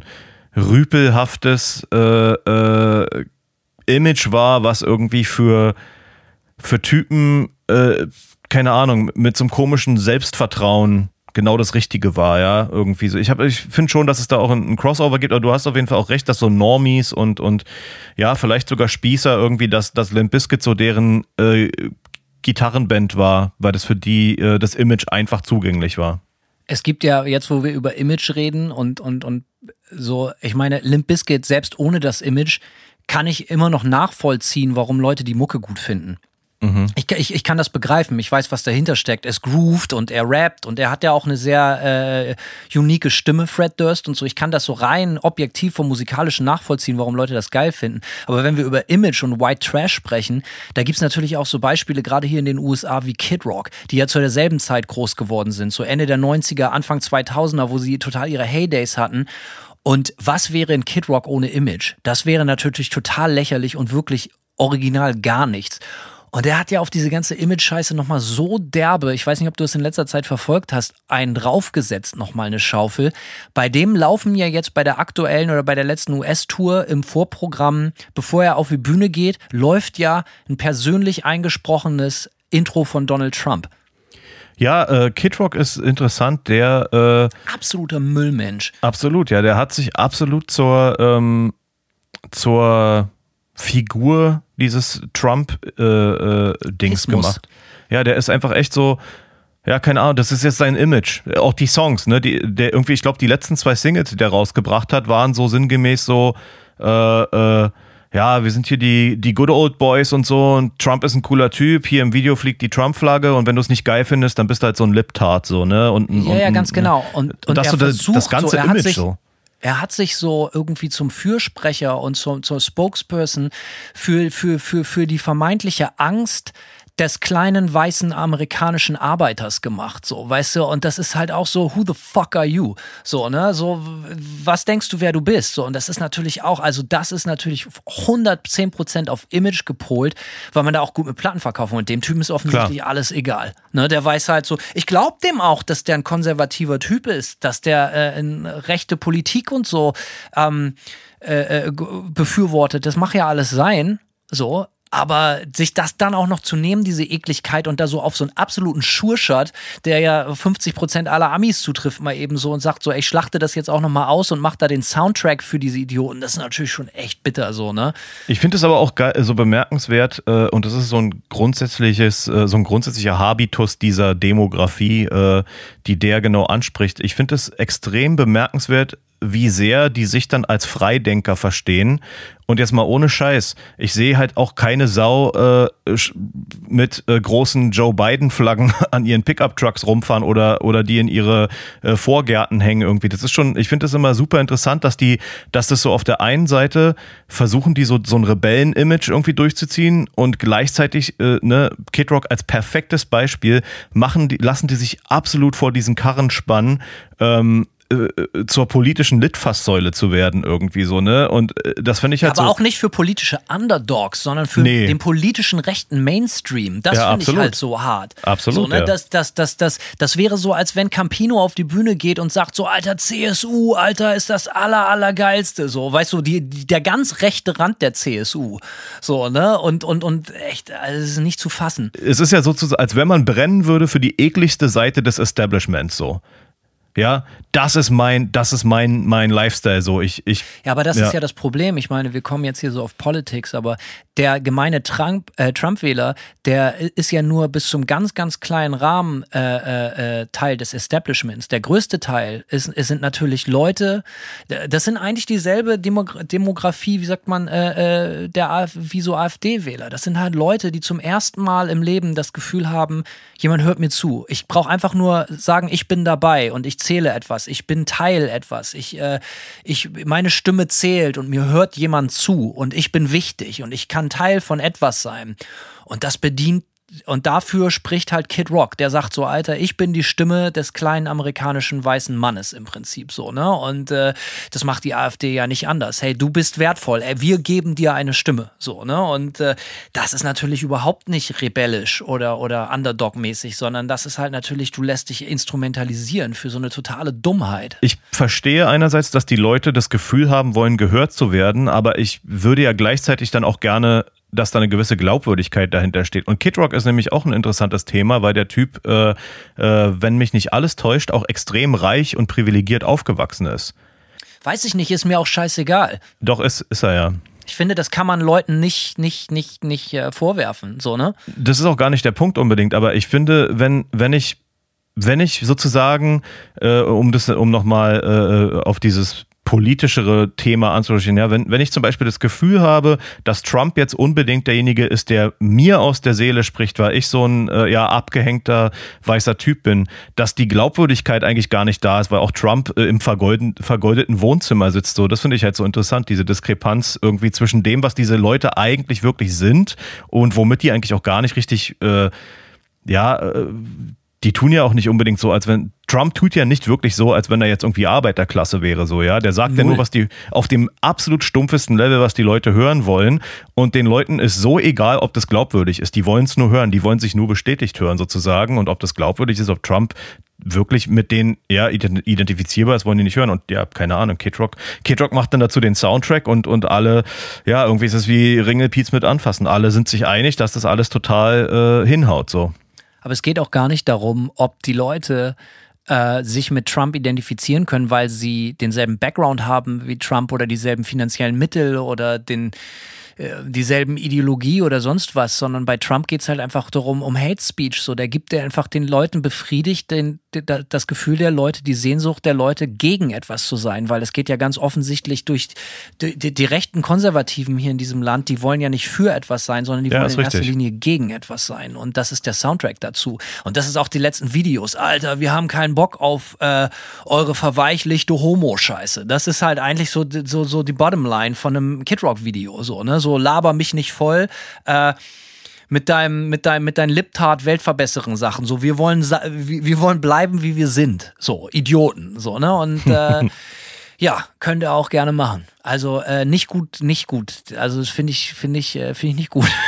rüpelhaftes äh, äh, Image war, was irgendwie für, für Typen, äh, keine Ahnung, mit so einem komischen Selbstvertrauen genau das Richtige war, ja, irgendwie so. Ich, hab, ich finde schon, dass es da auch ein Crossover gibt, aber du hast auf jeden Fall auch recht, dass so Normies und, und ja, vielleicht sogar Spießer irgendwie, dass, dass Limp Bizkit so deren äh, Gitarrenband war, weil das für die äh, das Image einfach zugänglich war. Es gibt ja jetzt, wo wir über Image reden und, und, und so, ich meine, Limp Bizkit, selbst ohne das Image, kann ich immer noch nachvollziehen, warum Leute die Mucke gut finden. Mhm. Ich, ich, ich kann das begreifen, ich weiß, was dahinter steckt. Es groovt und er rappt und er hat ja auch eine sehr äh, unique Stimme, Fred Durst und so. Ich kann das so rein objektiv vom Musikalischen nachvollziehen, warum Leute das geil finden. Aber wenn wir über Image und White Trash sprechen, da gibt's natürlich auch so Beispiele, gerade hier in den U S A wie Kid Rock, die ja zu derselben Zeit groß geworden sind, so Ende der neunziger, Anfang zweitausender, wo sie total ihre Heydays hatten. Und was wäre in Kid Rock ohne Image? Das wäre natürlich total lächerlich und wirklich original gar nichts. Und er hat ja auf diese ganze Image-Scheiße nochmal so derbe, ich weiß nicht, ob du es in letzter Zeit verfolgt hast, einen draufgesetzt, nochmal eine Schaufel. Bei dem laufen ja jetzt bei der aktuellen oder bei der letzten U S-Tour im Vorprogramm, bevor er auf die Bühne geht, läuft ja ein persönlich eingesprochenes Intro von Donald Trump. Ja, äh, Kid Rock ist interessant, der äh, absoluter Müllmensch. Absolut, ja, der hat sich absolut zur, ähm, zur Figur dieses Trump-Dings äh, äh, gemacht. Ja, der ist einfach echt so, ja, keine Ahnung, das ist jetzt sein Image. Auch die Songs, ne, die, der irgendwie, ich glaube, die letzten zwei Singles, die der rausgebracht hat, waren so sinngemäß so, äh, äh, ja, wir sind hier die, die Good Old Boys und so und Trump ist ein cooler Typ, hier im Video fliegt die Trump-Flagge und wenn du es nicht geil findest, dann bist du halt so ein Lip-Tart, so, ne? Und, ja, und, ja, ganz genau. Und, und, und das, er so versucht, das, das ganze so, er Image hat sich, so. Er hat sich so irgendwie zum Fürsprecher und zum, zum Spokesperson für, für, für, für die vermeintliche Angst des kleinen weißen amerikanischen Arbeiters gemacht, so, weißt du, und das ist halt auch so, who the fuck are you? So, ne, so, was denkst du, wer du bist? So, und das ist natürlich auch, also das ist natürlich hundertzehn Prozent auf Image gepolt, weil man da auch gut mit Platten verkaufen und dem Typen ist offensichtlich Klar. alles egal. Ne, der weiß halt so, ich glaube dem auch, dass der ein konservativer Typ ist, dass der äh, in rechte Politik und so ähm, äh, befürwortet, das mag ja alles sein, so, aber sich das dann auch noch zu nehmen, diese Ekligkeit und da so auf so einen absoluten Schurschert, der ja fünfzig Prozent aller Amis zutrifft, mal eben so und sagt so, ey, ich schlachte das jetzt auch noch mal aus und mach da den Soundtrack für diese Idioten. Das ist natürlich schon echt bitter so, ne? Ich finde es aber auch geil, so bemerkenswert äh, und das ist so ein grundsätzliches, äh, so ein grundsätzlicher Habitus dieser Demografie, äh, die der genau anspricht. Ich finde es extrem bemerkenswert, wie sehr die sich dann als Freidenker verstehen. Und jetzt mal ohne Scheiß, ich sehe halt auch keine Sau äh, mit äh, großen Joe Biden-Flaggen an ihren Pickup-Trucks rumfahren oder, oder die in ihre äh, Vorgärten hängen irgendwie. Das ist schon, ich finde das immer super interessant, dass die, dass das so auf der einen Seite versuchen, die so, so ein Rebellen-Image irgendwie durchzuziehen und gleichzeitig, äh, ne, Kid Rock als perfektes Beispiel, machen die, lassen die sich absolut vor diesen Karren spannen, ähm, zur politischen Litfaßsäule zu werden irgendwie so, ne? Und das finde ich halt ja, aber so... auch nicht für politische Underdogs, sondern für nee. den politischen rechten Mainstream. Das ja, finde ich halt so hart. Absolut, so, ne? ja. das, das, das, das, das wäre so, als wenn Campino auf die Bühne geht und sagt so, Alter, C S U, Alter, ist das aller, allergeilste. So, weißt du, die, die, der ganz rechte Rand der C S U. So, ne? Und, und, und echt, also, es ist nicht zu fassen. Es ist ja sozusagen, als wenn man brennen würde für die ekligste Seite des Establishments, so. Ja, das ist mein, das ist mein, mein Lifestyle so. Ich, ich, ja, aber das ja. ist ja das Problem. Ich meine, wir kommen jetzt hier so auf Politics, aber der gemeine Trump, äh, Trump-Wähler, der ist ja nur bis zum ganz, ganz kleinen Rahmen äh, äh, Teil des Establishments. Der größte Teil ist, es sind natürlich Leute, das sind eigentlich dieselbe Demogra- Demografie, wie sagt man, äh, äh, der AfD, wie so AfD-Wähler. Das sind halt Leute, die zum ersten Mal im Leben das Gefühl haben, jemand hört mir zu. Ich brauche einfach nur sagen, ich bin dabei und ich zähle etwas, ich bin Teil etwas, ich, äh, ich, meine Stimme zählt und mir hört jemand zu und ich bin wichtig und ich kann Teil von etwas sein. Und das bedient, und dafür spricht halt Kid Rock, der sagt so, Alter, ich bin die Stimme des kleinen amerikanischen weißen Mannes im Prinzip so, ne? Und äh, das macht die AfD ja nicht anders. Hey, du bist wertvoll, ey, wir geben dir eine Stimme, so, ne? Und äh, das ist natürlich überhaupt nicht rebellisch oder, oder Underdog-mäßig, sondern das ist halt natürlich, du lässt dich instrumentalisieren für so eine totale Dummheit. Ich verstehe einerseits, dass die Leute das Gefühl haben wollen, gehört zu werden, aber ich würde ja gleichzeitig dann auch gerne, dass da eine gewisse Glaubwürdigkeit dahinter steht. Und Kid Rock ist nämlich auch ein interessantes Thema, weil der Typ, äh, äh, wenn mich nicht alles täuscht, auch extrem reich und privilegiert aufgewachsen ist. Weiß ich nicht, ist mir auch scheißegal. Doch, ist, ist er ja. Ich finde, das kann man Leuten nicht, nicht, nicht, nicht äh, vorwerfen, so, ne? Das ist auch gar nicht der Punkt unbedingt, aber ich finde, wenn, wenn ich, wenn ich sozusagen, äh, um das, um nochmal äh, auf dieses politischere Thema anzusprechen. Ja, wenn, wenn ich zum Beispiel das Gefühl habe, dass Trump jetzt unbedingt derjenige ist, der mir aus der Seele spricht, weil ich so ein äh, ja abgehängter weißer Typ bin, dass die Glaubwürdigkeit eigentlich gar nicht da ist, weil auch Trump äh, im vergolden, vergoldeten Wohnzimmer sitzt. So, das finde ich halt so interessant, diese Diskrepanz irgendwie zwischen dem, was diese Leute eigentlich wirklich sind und womit die eigentlich auch gar nicht richtig, äh, ja, äh, die tun ja auch nicht unbedingt so, als wenn Trump tut ja nicht wirklich so, als wenn er jetzt irgendwie Arbeiterklasse wäre, so, ja. Der sagt Null. ja nur, was die, auf dem absolut stumpfesten Level, was die Leute hören wollen. Und den Leuten ist so egal, ob das glaubwürdig ist. Die wollen es nur hören. Die wollen sich nur bestätigt hören, sozusagen. Und ob das glaubwürdig ist, ob Trump wirklich mit denen, ja, identifizierbar ist, wollen die nicht hören. Und ja, keine Ahnung, Kid Rock. Kid Rock macht dann dazu den Soundtrack und, und alle, ja, irgendwie ist es wie Ringelpiez mit anfassen. Alle sind sich einig, dass das alles total äh, hinhaut, so. Aber es geht auch gar nicht darum, ob die Leute äh, sich mit Trump identifizieren können, weil sie denselben Background haben wie Trump oder dieselben finanziellen Mittel oder den dieselben Ideologie oder sonst was, sondern bei Trump geht es halt einfach darum, um Hate Speech. So, der gibt der einfach den Leuten befriedigt den, das Gefühl der Leute, die Sehnsucht der Leute, gegen etwas zu sein, weil es geht ja ganz offensichtlich durch die, die, die rechten Konservativen hier in diesem Land, die wollen ja nicht für etwas sein, sondern die ja, wollen in erster richtig. Linie gegen etwas sein. Und das ist der Soundtrack dazu. Und das ist auch die letzten Videos. Alter, wir haben keinen Bock auf äh, eure verweichlichte Homo-Scheiße. Das ist halt eigentlich so, so, so die Bottomline von einem Kid Rock-Video, so, ne? So, laber mich nicht voll äh, mit deinem, mit deinem, mit deinen Liptat-Weltverbesserung-Sachen. So, wir wollen, wir wollen bleiben, wie wir sind. So, Idioten. So, ne? Und äh, ja, könnt ihr auch gerne machen. Also äh, nicht gut, nicht gut. Also das finde ich, finde ich, äh, finde ich nicht gut.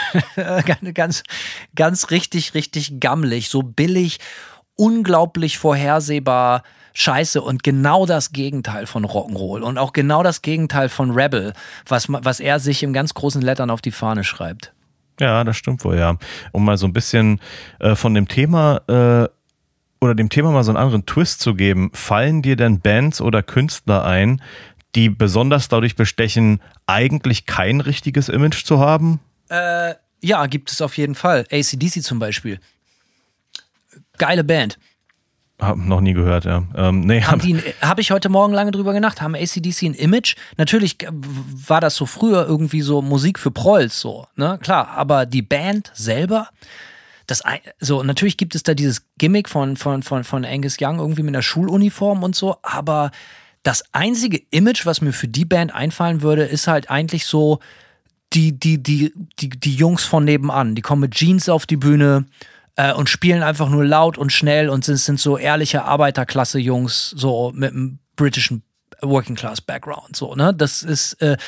ganz, ganz richtig, richtig gammelig, so billig, unglaublich vorhersehbar. Scheiße und genau das Gegenteil von Rock'n'Roll und auch genau das Gegenteil von Rebel, was, was er sich in ganz großen Lettern auf die Fahne schreibt. Ja, das stimmt wohl, ja. Um mal so ein bisschen äh, von dem Thema äh, oder dem Thema mal so einen anderen Twist zu geben, fallen dir denn Bands oder Künstler ein, die besonders dadurch bestechen, eigentlich kein richtiges Image zu haben? Äh, ja, gibt es auf jeden Fall. A C D C zum Beispiel. Geile Band. Hab noch nie gehört, ja. Ähm, nee, Habe hab ich heute Morgen lange drüber gedacht. Haben A C D C ein Image? Natürlich war das so früher irgendwie so Musik für Prolls, so, ne? Klar, aber die Band selber, das, so, natürlich gibt es da dieses Gimmick von, von, von, von Angus Young irgendwie mit einer Schuluniform und so, aber das einzige Image, was mir für die Band einfallen würde, ist halt eigentlich so die, die, die, die, die Jungs von nebenan. Die kommen mit Jeans auf die Bühne äh, und spielen einfach nur laut und schnell und sind, sind so ehrliche Arbeiterklasse-Jungs, so mit einem britischen Working-Class-Background. So, ne? Das ist, äh,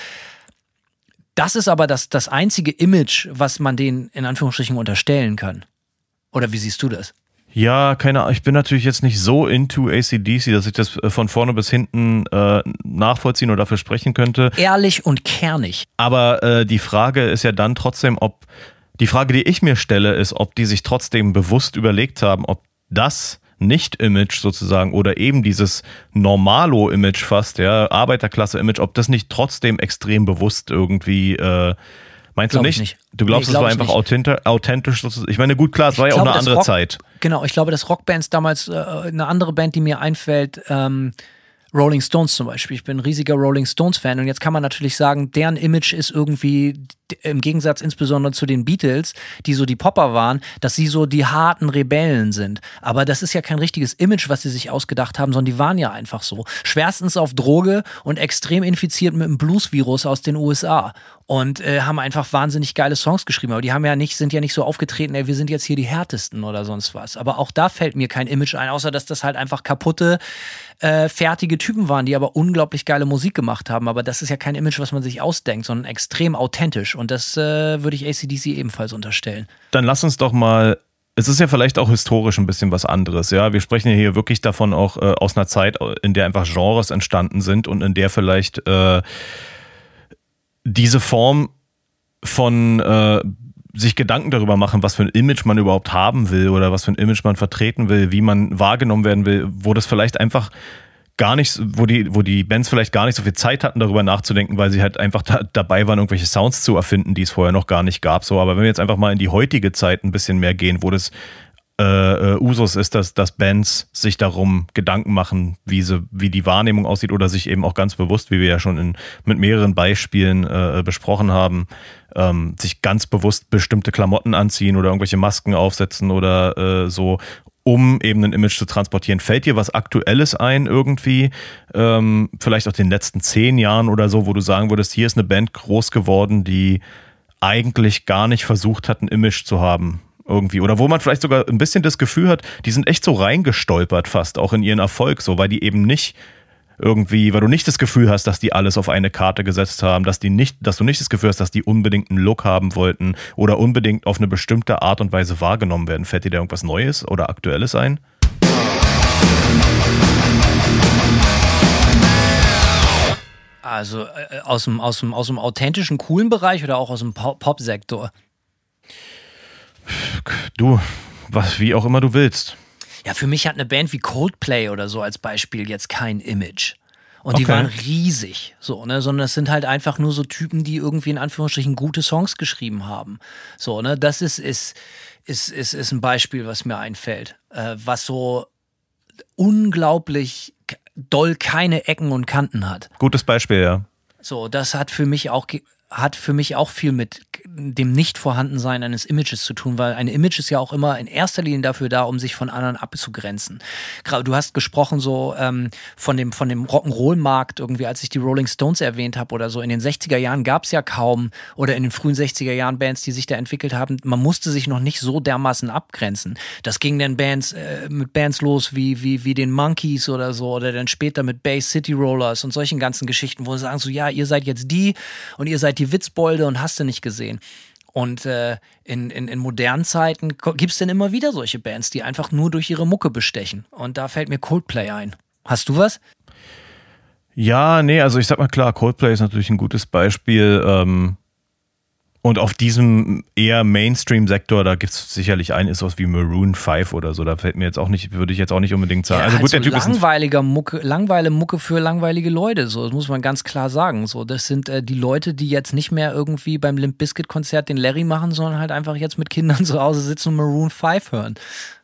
das ist aber das, das einzige Image, was man denen in Anführungsstrichen unterstellen kann. Oder wie siehst du das? Ja, keine Ahnung. Ich bin natürlich jetzt nicht so into A C D C, dass ich das von vorne bis hinten äh, nachvollziehen oder dafür sprechen könnte. Ehrlich und kernig. Aber äh, die Frage ist ja dann trotzdem, ob die Frage, die ich mir stelle, ist, ob die sich trotzdem bewusst überlegt haben, ob das Nicht-Image sozusagen oder eben dieses Normalo-Image fast, ja, Arbeiterklasse-Image, ob das nicht trotzdem extrem bewusst irgendwie äh, meinst glaub du nicht? nicht? Du glaubst, nee, es war einfach authentisch, authentisch sozusagen? Ich meine, gut, klar, es war ja auch eine andere Rock, Zeit. Genau, ich glaube, dass Rockbands damals, äh, eine andere Band, die mir einfällt, ähm, Rolling Stones zum Beispiel. Ich bin ein riesiger Rolling Stones-Fan und jetzt kann man natürlich sagen, deren Image ist irgendwie, im Gegensatz insbesondere zu den Beatles, die so die Popper waren, dass sie so die harten Rebellen sind. Aber das ist ja kein richtiges Image, was sie sich ausgedacht haben, sondern die waren ja einfach so. Schwerstens auf Droge und extrem infiziert mit einem Blues-Virus aus den U S A. Und äh, haben einfach wahnsinnig geile Songs geschrieben. Aber die haben ja nicht, sind ja nicht so aufgetreten, ey, wir sind jetzt hier die härtesten oder sonst was. Aber auch da fällt mir kein Image ein, außer dass das halt einfach kaputte, äh, fertige Typen waren, die aber unglaublich geile Musik gemacht haben. Aber das ist ja kein Image, was man sich ausdenkt, sondern extrem authentisch. Und das äh, würde ich A C D C ebenfalls unterstellen. Dann lass uns doch mal, es ist ja vielleicht auch historisch ein bisschen was anderes. Ja, wir sprechen ja hier wirklich davon auch äh, aus einer Zeit, in der einfach Genres entstanden sind und in der vielleicht äh, diese Form von äh, sich Gedanken darüber machen, was für ein Image man überhaupt haben will oder was für ein Image man vertreten will, wie man wahrgenommen werden will, wo das vielleicht einfach gar nicht, wo die, wo die Bands vielleicht gar nicht so viel Zeit hatten, darüber nachzudenken, weil sie halt einfach da, dabei waren, irgendwelche Sounds zu erfinden, die es vorher noch gar nicht gab. So, aber wenn wir jetzt einfach mal in die heutige Zeit ein bisschen mehr gehen, wo das äh, Usus ist, dass, dass Bands sich darum Gedanken machen, wie sie, wie die Wahrnehmung aussieht oder sich eben auch ganz bewusst, wie wir ja schon in, mit mehreren Beispielen äh, besprochen haben, ähm, sich ganz bewusst bestimmte Klamotten anziehen oder irgendwelche Masken aufsetzen oder äh, so, um eben ein Image zu transportieren. Fällt dir was Aktuelles ein irgendwie, ähm, vielleicht auch den letzten zehn Jahren oder so, wo du sagen würdest, hier ist eine Band groß geworden, die eigentlich gar nicht versucht hat, ein Image zu haben irgendwie, oder wo man vielleicht sogar ein bisschen das Gefühl hat, die sind echt so reingestolpert fast, auch in ihren Erfolg so, weil die eben nicht irgendwie, weil du nicht das Gefühl hast, dass die alles auf eine Karte gesetzt haben, dass die nicht, dass du nicht das Gefühl hast, dass die unbedingt einen Look haben wollten oder unbedingt auf eine bestimmte Art und Weise wahrgenommen werden. Fällt dir da irgendwas Neues oder Aktuelles ein? Also äh, aus dem, aus dem, aus dem authentischen, coolen Bereich oder auch aus dem Pop-Sektor? Du, was, wie auch immer du willst. Ja, für mich hat eine Band wie Coldplay oder so als Beispiel jetzt kein Image. Und die Okay. waren riesig, so, ne, sondern es sind halt einfach nur so Typen, die irgendwie in Anführungsstrichen gute Songs geschrieben haben. So, ne, das ist, ist, ist, ist, ist ein Beispiel, was mir einfällt, äh, was so unglaublich doll keine Ecken und Kanten hat. Gutes Beispiel, ja. So, das hat für mich auch ge- hat für mich auch viel mit dem Nicht-Vorhandensein eines Images zu tun, weil ein Image ist ja auch immer in erster Linie dafür da, um sich von anderen abzugrenzen. Gerade du hast gesprochen so ähm, von dem von dem Rock'n'Roll-Markt irgendwie, als ich die Rolling Stones erwähnt habe oder so. In den sechziger Jahren gab es ja kaum, oder in den frühen sechziger Jahren Bands, die sich da entwickelt haben. Man musste sich noch nicht so dermaßen abgrenzen. Das ging dann Bands äh, mit Bands los wie wie wie den Monkees oder so oder dann später mit Bay City Rollers und solchen ganzen Geschichten, wo sie sagen so, ja, ihr seid jetzt die und ihr seid die Witzbolde und hast du nicht gesehen. Und äh, in, in, in modernen Zeiten gibt es denn immer wieder solche Bands, die einfach nur durch ihre Mucke bestechen. Und da fällt mir Coldplay ein. Hast du was? Ja, nee, also ich sag mal klar, Coldplay ist natürlich ein gutes Beispiel. Ähm, und auf diesem eher Mainstream-Sektor, da gibt es sicherlich einen, ist sowas wie Maroon fünf oder so. Da fällt mir jetzt auch nicht, würde ich jetzt auch nicht unbedingt sagen. Ja, also halt gut, so der Typ ist ein langweiliger Mucke, langweile Mucke für langweilige Leute. So, das muss man ganz klar sagen. So, das sind äh, die Leute, die jetzt nicht mehr irgendwie beim Limp Bizkit Konzert den Larry machen, sondern halt einfach jetzt mit Kindern zu Hause sitzen und Maroon fünf hören.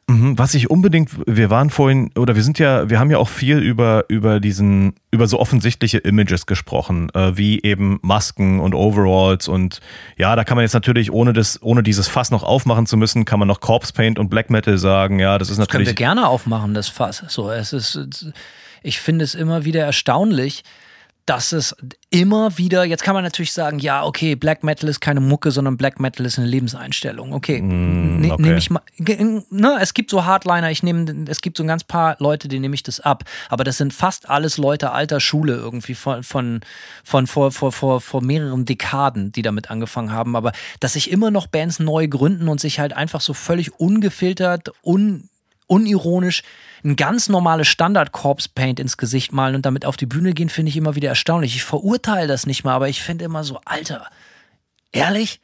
Was ich unbedingt, wir waren vorhin, oder wir sind ja, wir haben ja auch viel über, über diesen, über so offensichtliche Images gesprochen, äh, wie eben Masken und Overalls und ja, da kann man jetzt natürlich, ohne das, ohne dieses Fass noch aufmachen zu müssen, kann man noch Corpse Paint und Black Metal sagen, ja, das ist das natürlich. Können wir gerne aufmachen, das Fass. So, es ist, ich finde es immer wieder erstaunlich, dass es immer wieder, jetzt kann man natürlich sagen, ja, okay, Black Metal ist keine Mucke, sondern Black Metal ist eine Lebenseinstellung. Okay, Mm, ne, okay. nehme ich mal, ne, es gibt so Hardliner, ich nehme, es gibt so ein ganz paar Leute, denen nehme ich das ab, aber das sind fast alles Leute alter Schule irgendwie von, von, von vor, vor, vor, vor mehreren Dekaden, die damit angefangen haben, aber dass sich immer noch Bands neu gründen und sich halt einfach so völlig ungefiltert, un unironisch ein ganz normales Standard-Corpse-Paint ins Gesicht malen und damit auf die Bühne gehen, finde ich immer wieder erstaunlich. Ich verurteile das nicht mal, aber ich finde immer so, Alter, ehrlich?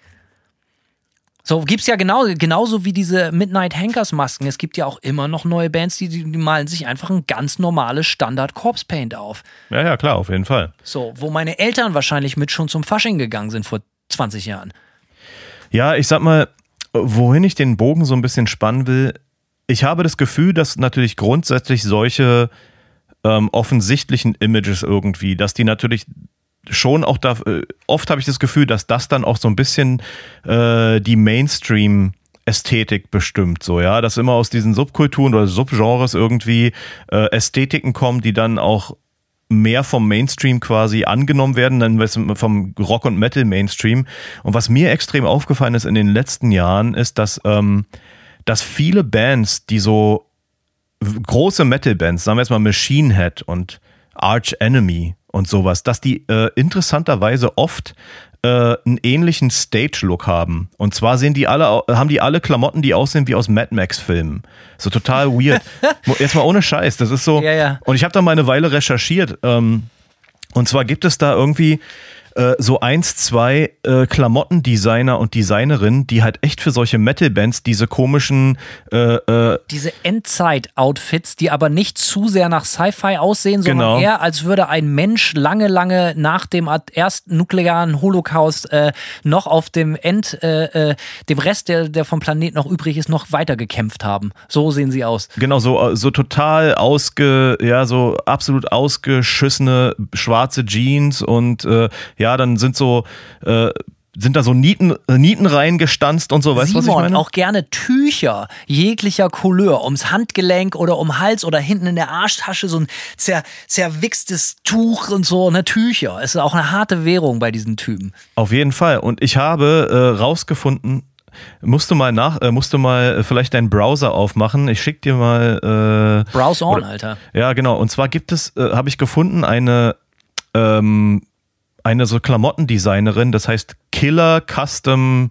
So gibt's ja genau, genauso wie diese Midnight Hankers-Masken. Es gibt ja auch immer noch neue Bands, die, die malen sich einfach ein ganz normales Standard-Corpse-Paint auf. Ja, ja, klar, auf jeden Fall. So, wo meine Eltern wahrscheinlich mit schon zum Fasching gegangen sind vor zwanzig Jahren. Ja, ich sag mal, wohin ich den Bogen so ein bisschen spannen will, ich habe das Gefühl, dass natürlich grundsätzlich solche ähm, offensichtlichen Images irgendwie, dass die natürlich schon auch da, äh, oft habe ich das Gefühl, dass das dann auch so ein bisschen äh, die Mainstream-Ästhetik bestimmt, so, ja, dass immer aus diesen Subkulturen oder Subgenres irgendwie äh, Ästhetiken kommen, die dann auch mehr vom Mainstream quasi angenommen werden, dann vom Rock- und Metal-Mainstream. Und was mir extrem aufgefallen ist in den letzten Jahren, ist, dass ähm, dass viele Bands, die so große Metal-Bands, sagen wir jetzt mal Machine Head und Arch Enemy und sowas, dass die äh, interessanterweise oft äh, einen ähnlichen Stage-Look haben. Und zwar sehen die alle, haben die alle Klamotten, die aussehen wie aus Mad Max-Filmen. So total weird. Jetzt mal ohne Scheiß, das ist so. Ja, ja. Und ich habe da mal eine Weile recherchiert. Ähm, und zwar gibt es da irgendwie äh, so eins, zwei äh, Klamottendesigner und Designerinnen, die halt echt für solche Metal-Bands diese komischen äh, äh, diese Endzeit-Outfits, die aber nicht zu sehr nach Sci-Fi aussehen, sondern Genau. eher als würde ein Mensch lange, lange nach dem ersten nuklearen Holocaust äh, noch auf dem End, äh, äh, dem Rest, der, der vom Planeten noch übrig ist, noch weiter gekämpft haben. So sehen sie aus. Genau, so, so total ausge, ja, so absolut ausgeschissene schwarze Jeans und äh, ja, dann sind so, äh, sind da so Nieten, äh, Nieten reingestanzt und so, weißt du, was ich Simon, meine? auch gerne Tücher jeglicher Couleur, ums Handgelenk oder um Hals oder hinten in der Arschtasche so ein zer, zerwichstes Tuch und so, ne, Tücher. Es ist auch eine harte Währung bei diesen Typen. Auf jeden Fall. Und ich habe äh, rausgefunden, musst du mal nach, äh, musst du mal äh, vielleicht deinen Browser aufmachen. Ich schick dir mal. Äh, Browse on, oder, Alter. Ja, genau. Und zwar gibt es, äh, habe ich gefunden, eine, ähm, eine so Klamottendesignerin, das heißt Killer Custom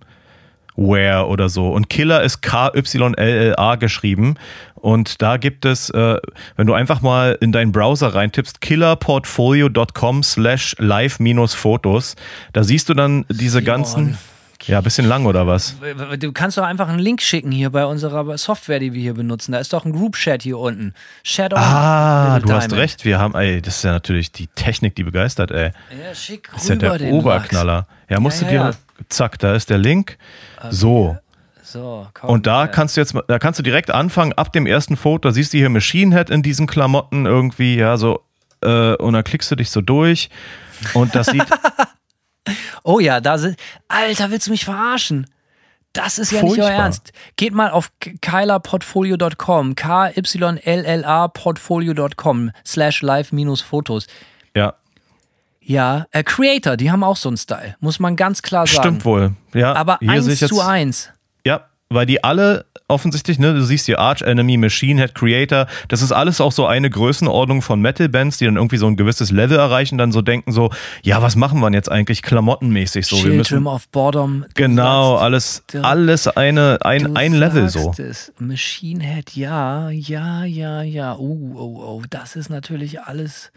Wear oder so. Und Killer ist K Y L L A geschrieben. Und da gibt es, äh, wenn du einfach mal in deinen Browser reintippst, killerportfolio.com slash live minus Fotos, da siehst du dann diese Simon. ganzen. Ja, ein bisschen lang oder was? Du kannst doch einfach einen Link schicken hier bei unserer Software, die wir hier benutzen. Da ist doch ein Group-Chat hier unten. Chat on. Ah, Little du hast Diamond. recht. Wir haben, ey, das ist ja natürlich die Technik, die begeistert, ey. Ja, schick Das ist ja rüber der den Oberknaller. Ja, musst Ja, du dir, ja, ja. zack, da ist der Link. So. Lachs. So, komm. Und da äh, kannst du jetzt, da kannst du direkt anfangen, ab dem ersten Foto, da siehst du hier Machine Head in diesen Klamotten irgendwie, ja, so, äh, und dann klickst du dich so durch und das sieht Oh ja, da sind. Alter, willst du mich verarschen? Das ist ja nicht Furchtbar. euer Ernst. Geht mal auf kylerportfolio Punkt com, K Y L L A portfolio Punkt com slash live minus Fotos. ja, Ja, äh, Creator, die haben auch so einen Style, muss man ganz klar sagen. stimmt wohl. Ja, Aber hier sehe eins ich jetzt, zu eins. ja, weil die alle offensichtlich, ne, du siehst hier Arch Enemy, Machine Head, Creator, das ist alles auch so eine Größenordnung von Metal-Bands, die dann irgendwie so ein gewisses Level erreichen, dann so denken so, ja, was machen wir denn jetzt eigentlich klamottenmäßig so? Wir Children müssen, of Bottom. du genau, sagst- alles, du- alles eine, ein, du ein Level sagst so. Es. Machine Head, ja, ja, ja, ja. Oh, oh, oh, das ist natürlich alles.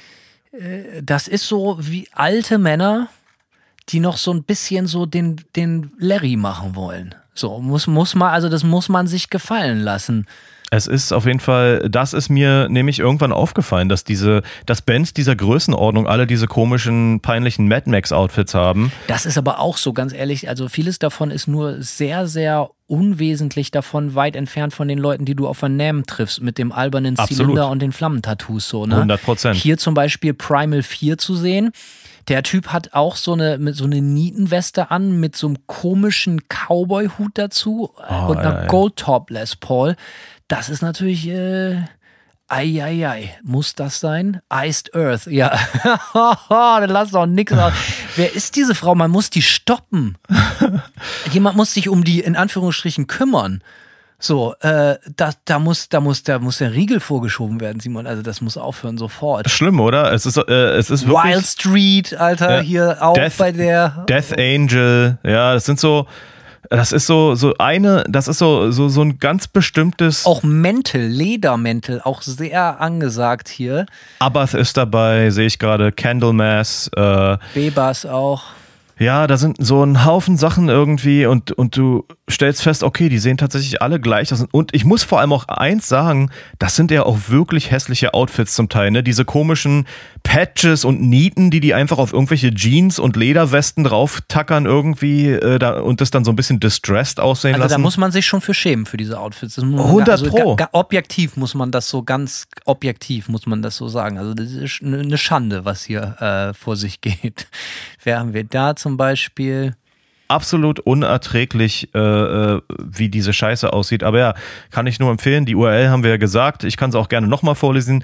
Äh, das ist so wie alte Männer, die noch so ein bisschen so den, den Larry machen wollen. So, muss, muss man, also das muss man sich gefallen lassen. Es ist auf jeden Fall, das ist mir nämlich irgendwann aufgefallen, dass diese, dass Bands dieser Größenordnung alle diese komischen, peinlichen Mad Max Outfits haben. Das ist aber auch so, ganz ehrlich, also vieles davon ist nur sehr, sehr unwesentlich davon weit entfernt von den Leuten, die du auf der NAMM triffst, mit dem albernen Absolut. Zylinder und den Flammentattoos. So, ne? hundert Prozent. Hier zum Beispiel Primal vier zu sehen. Der Typ hat auch so eine, mit so eine Nietenweste an, mit so einem komischen Cowboy-Hut dazu Oh, und einer ja, ja. Gold-Top Les Paul. Das ist natürlich... Äh, Eieiei, muss das sein? Iced Earth, ja. Dann lass doch nix aus. Wer ist diese Frau? Man muss die stoppen. Jemand muss sich um die, in Anführungsstrichen, kümmern. So, äh, da, da, muss, da, muss, da muss der Riegel vorgeschoben werden, Simon. Also das muss aufhören, sofort. Schlimm, oder? Es ist, äh, es ist wirklich... Wild Street, Alter, Ja. hier auch Death, bei der... Death Angel, ja, das sind so... Das ist so, so eine, das ist so, so, so ein ganz bestimmtes. Auch Mäntel, Ledermäntel, auch sehr angesagt hier. Abath ist dabei, sehe ich gerade, Candlemass. Äh, Bebas auch. ja, da sind so ein Haufen Sachen irgendwie und, und du stellst fest, okay, die sehen tatsächlich alle gleich aus. Und ich muss vor allem auch eins sagen, das sind ja auch wirklich hässliche Outfits zum Teil, ne? Diese komischen Patches und Nieten, die die einfach auf irgendwelche Jeans und Lederwesten drauf tackern irgendwie äh, da, und das dann so ein bisschen distressed aussehen Also lassen. da muss man sich schon für schämen für diese Outfits. Das muss man- hundert also Pro. ga- ga- objektiv muss man das so ganz objektiv muss man das so sagen. Also das ist eine Schande, was hier äh, vor sich geht. Wer haben wir da zum Beispiel? Absolut unerträglich, äh, äh, wie diese Scheiße aussieht. Aber ja, kann ich nur empfehlen. Die U R L haben wir ja gesagt. Ich kann es auch gerne nochmal vorlesen.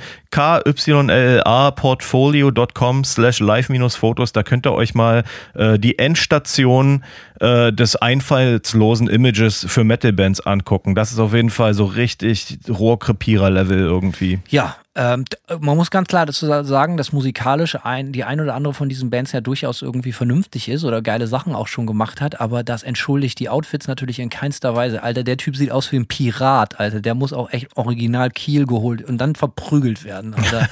kylla-portfolio.com slash live-fotos. Da könnt ihr euch mal äh, die Endstation äh, des einfallslosen Images für Metal-Bands angucken. Das ist auf jeden Fall so richtig Rohrkrepierer-Level irgendwie. Ja, ähm, d- man muss ganz klar dazu sagen, dass musikalisch ein, die ein oder andere von diesen Bands ja durchaus irgendwie vernünftig ist oder geile Sachen auch schon gemacht hat, aber das entschuldigt die Outfits natürlich in keinster Weise. Alter, der Typ sieht aus wie ein Pirat, Alter. Der muss auch echt original Kiel geholt und dann verprügelt werden, Alter.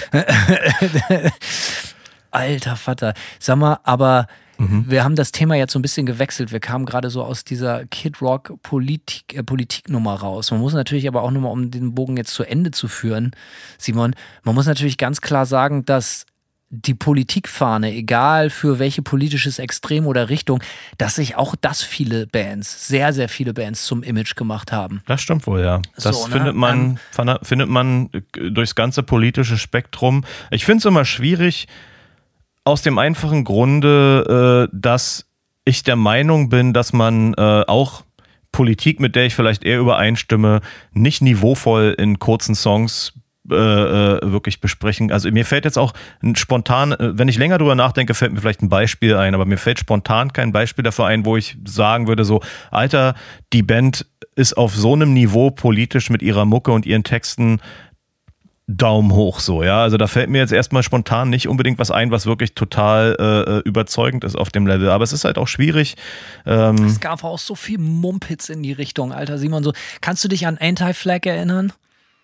Alter Vater. Sag mal, aber wir haben das Thema jetzt so ein bisschen gewechselt. Wir kamen gerade so aus dieser Kid Rock Politik, äh, Politiknummer raus. Man muss natürlich aber auch nochmal, um den Bogen jetzt zu Ende zu führen, Simon, man muss natürlich ganz klar sagen, dass die Politikfahne, egal für welche politisches Extrem oder Richtung, dass sich auch das viele Bands, sehr, sehr viele Bands zum Image gemacht haben. Das stimmt wohl, ja. Das So, ne? findet man, Ähm, findet man durchs ganze politische Spektrum. Ich finde es immer schwierig, aus dem einfachen Grunde, äh, dass ich der Meinung bin, dass man äh, auch Politik, mit der ich vielleicht eher übereinstimme, nicht niveauvoll in kurzen Songs äh, äh, wirklich besprechen. Also mir fällt jetzt auch ein spontan, äh, wenn ich länger drüber nachdenke, fällt mir vielleicht ein Beispiel ein, aber mir fällt spontan kein Beispiel dafür ein, wo ich sagen würde, so, Alter, die Band ist auf so einem Niveau politisch mit ihrer Mucke und ihren Texten Daumen hoch so, ja. Also da fällt mir jetzt erstmal spontan nicht unbedingt was ein, was wirklich total äh, überzeugend ist auf dem Level. Aber es ist halt auch schwierig. Ähm Es gab auch so viel Mumpitz in die Richtung, Alter Simon. So, kannst du dich an Anti-Flag erinnern?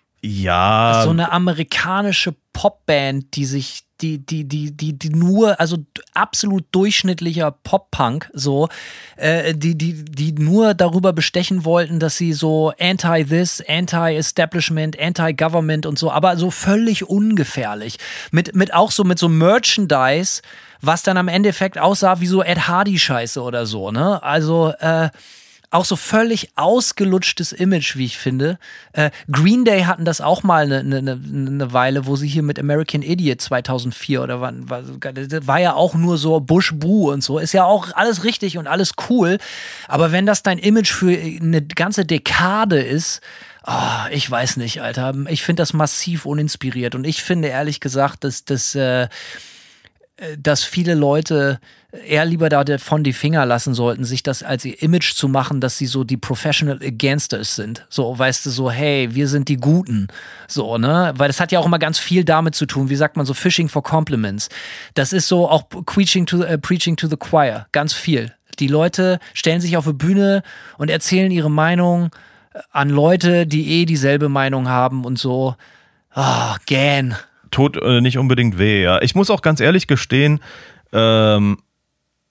ja. So eine amerikanische Popband, die sich, die, die, die, die, die nur, also absolut durchschnittlicher Pop-Punk, so, äh, die, die, die nur darüber bestechen wollten, dass sie so anti-this, anti-establishment, anti-government und so, aber so völlig ungefährlich. Mit, mit auch so, mit so Merchandise, was dann am Endeffekt aussah wie so Ed Hardy-Scheiße oder so, ne? Also, äh, auch so völlig ausgelutschtes Image, wie ich finde. Äh, Green Day hatten das auch mal eine ne, ne, ne Weile, wo sie hier mit American Idiot zweitausendvier oder wann, war, das war ja auch nur so Bush-Boo und so. Ist ja auch alles richtig und alles cool. Aber wenn das dein Image für eine ganze Dekade ist, oh, ich weiß nicht, Alter. Ich finde das massiv uninspiriert. Und ich finde ehrlich gesagt, dass das äh, dass viele Leute eher lieber davon die Finger lassen sollten, sich das als ihr Image zu machen, dass sie so die Professional Gangsters sind. So, weißt du, so, hey, wir sind die Guten. So, ne? Weil das hat ja auch immer ganz viel damit zu tun, wie sagt man so, Fishing for Compliments. Das ist so auch preaching to, uh, preaching to the choir. Ganz viel. Die Leute stellen sich auf eine Bühne und erzählen ihre Meinung an Leute, die eh dieselbe Meinung haben und so. Ah, oh, gähn. Tut äh, nicht unbedingt weh, ja. Ich muss auch ganz ehrlich gestehen, ähm,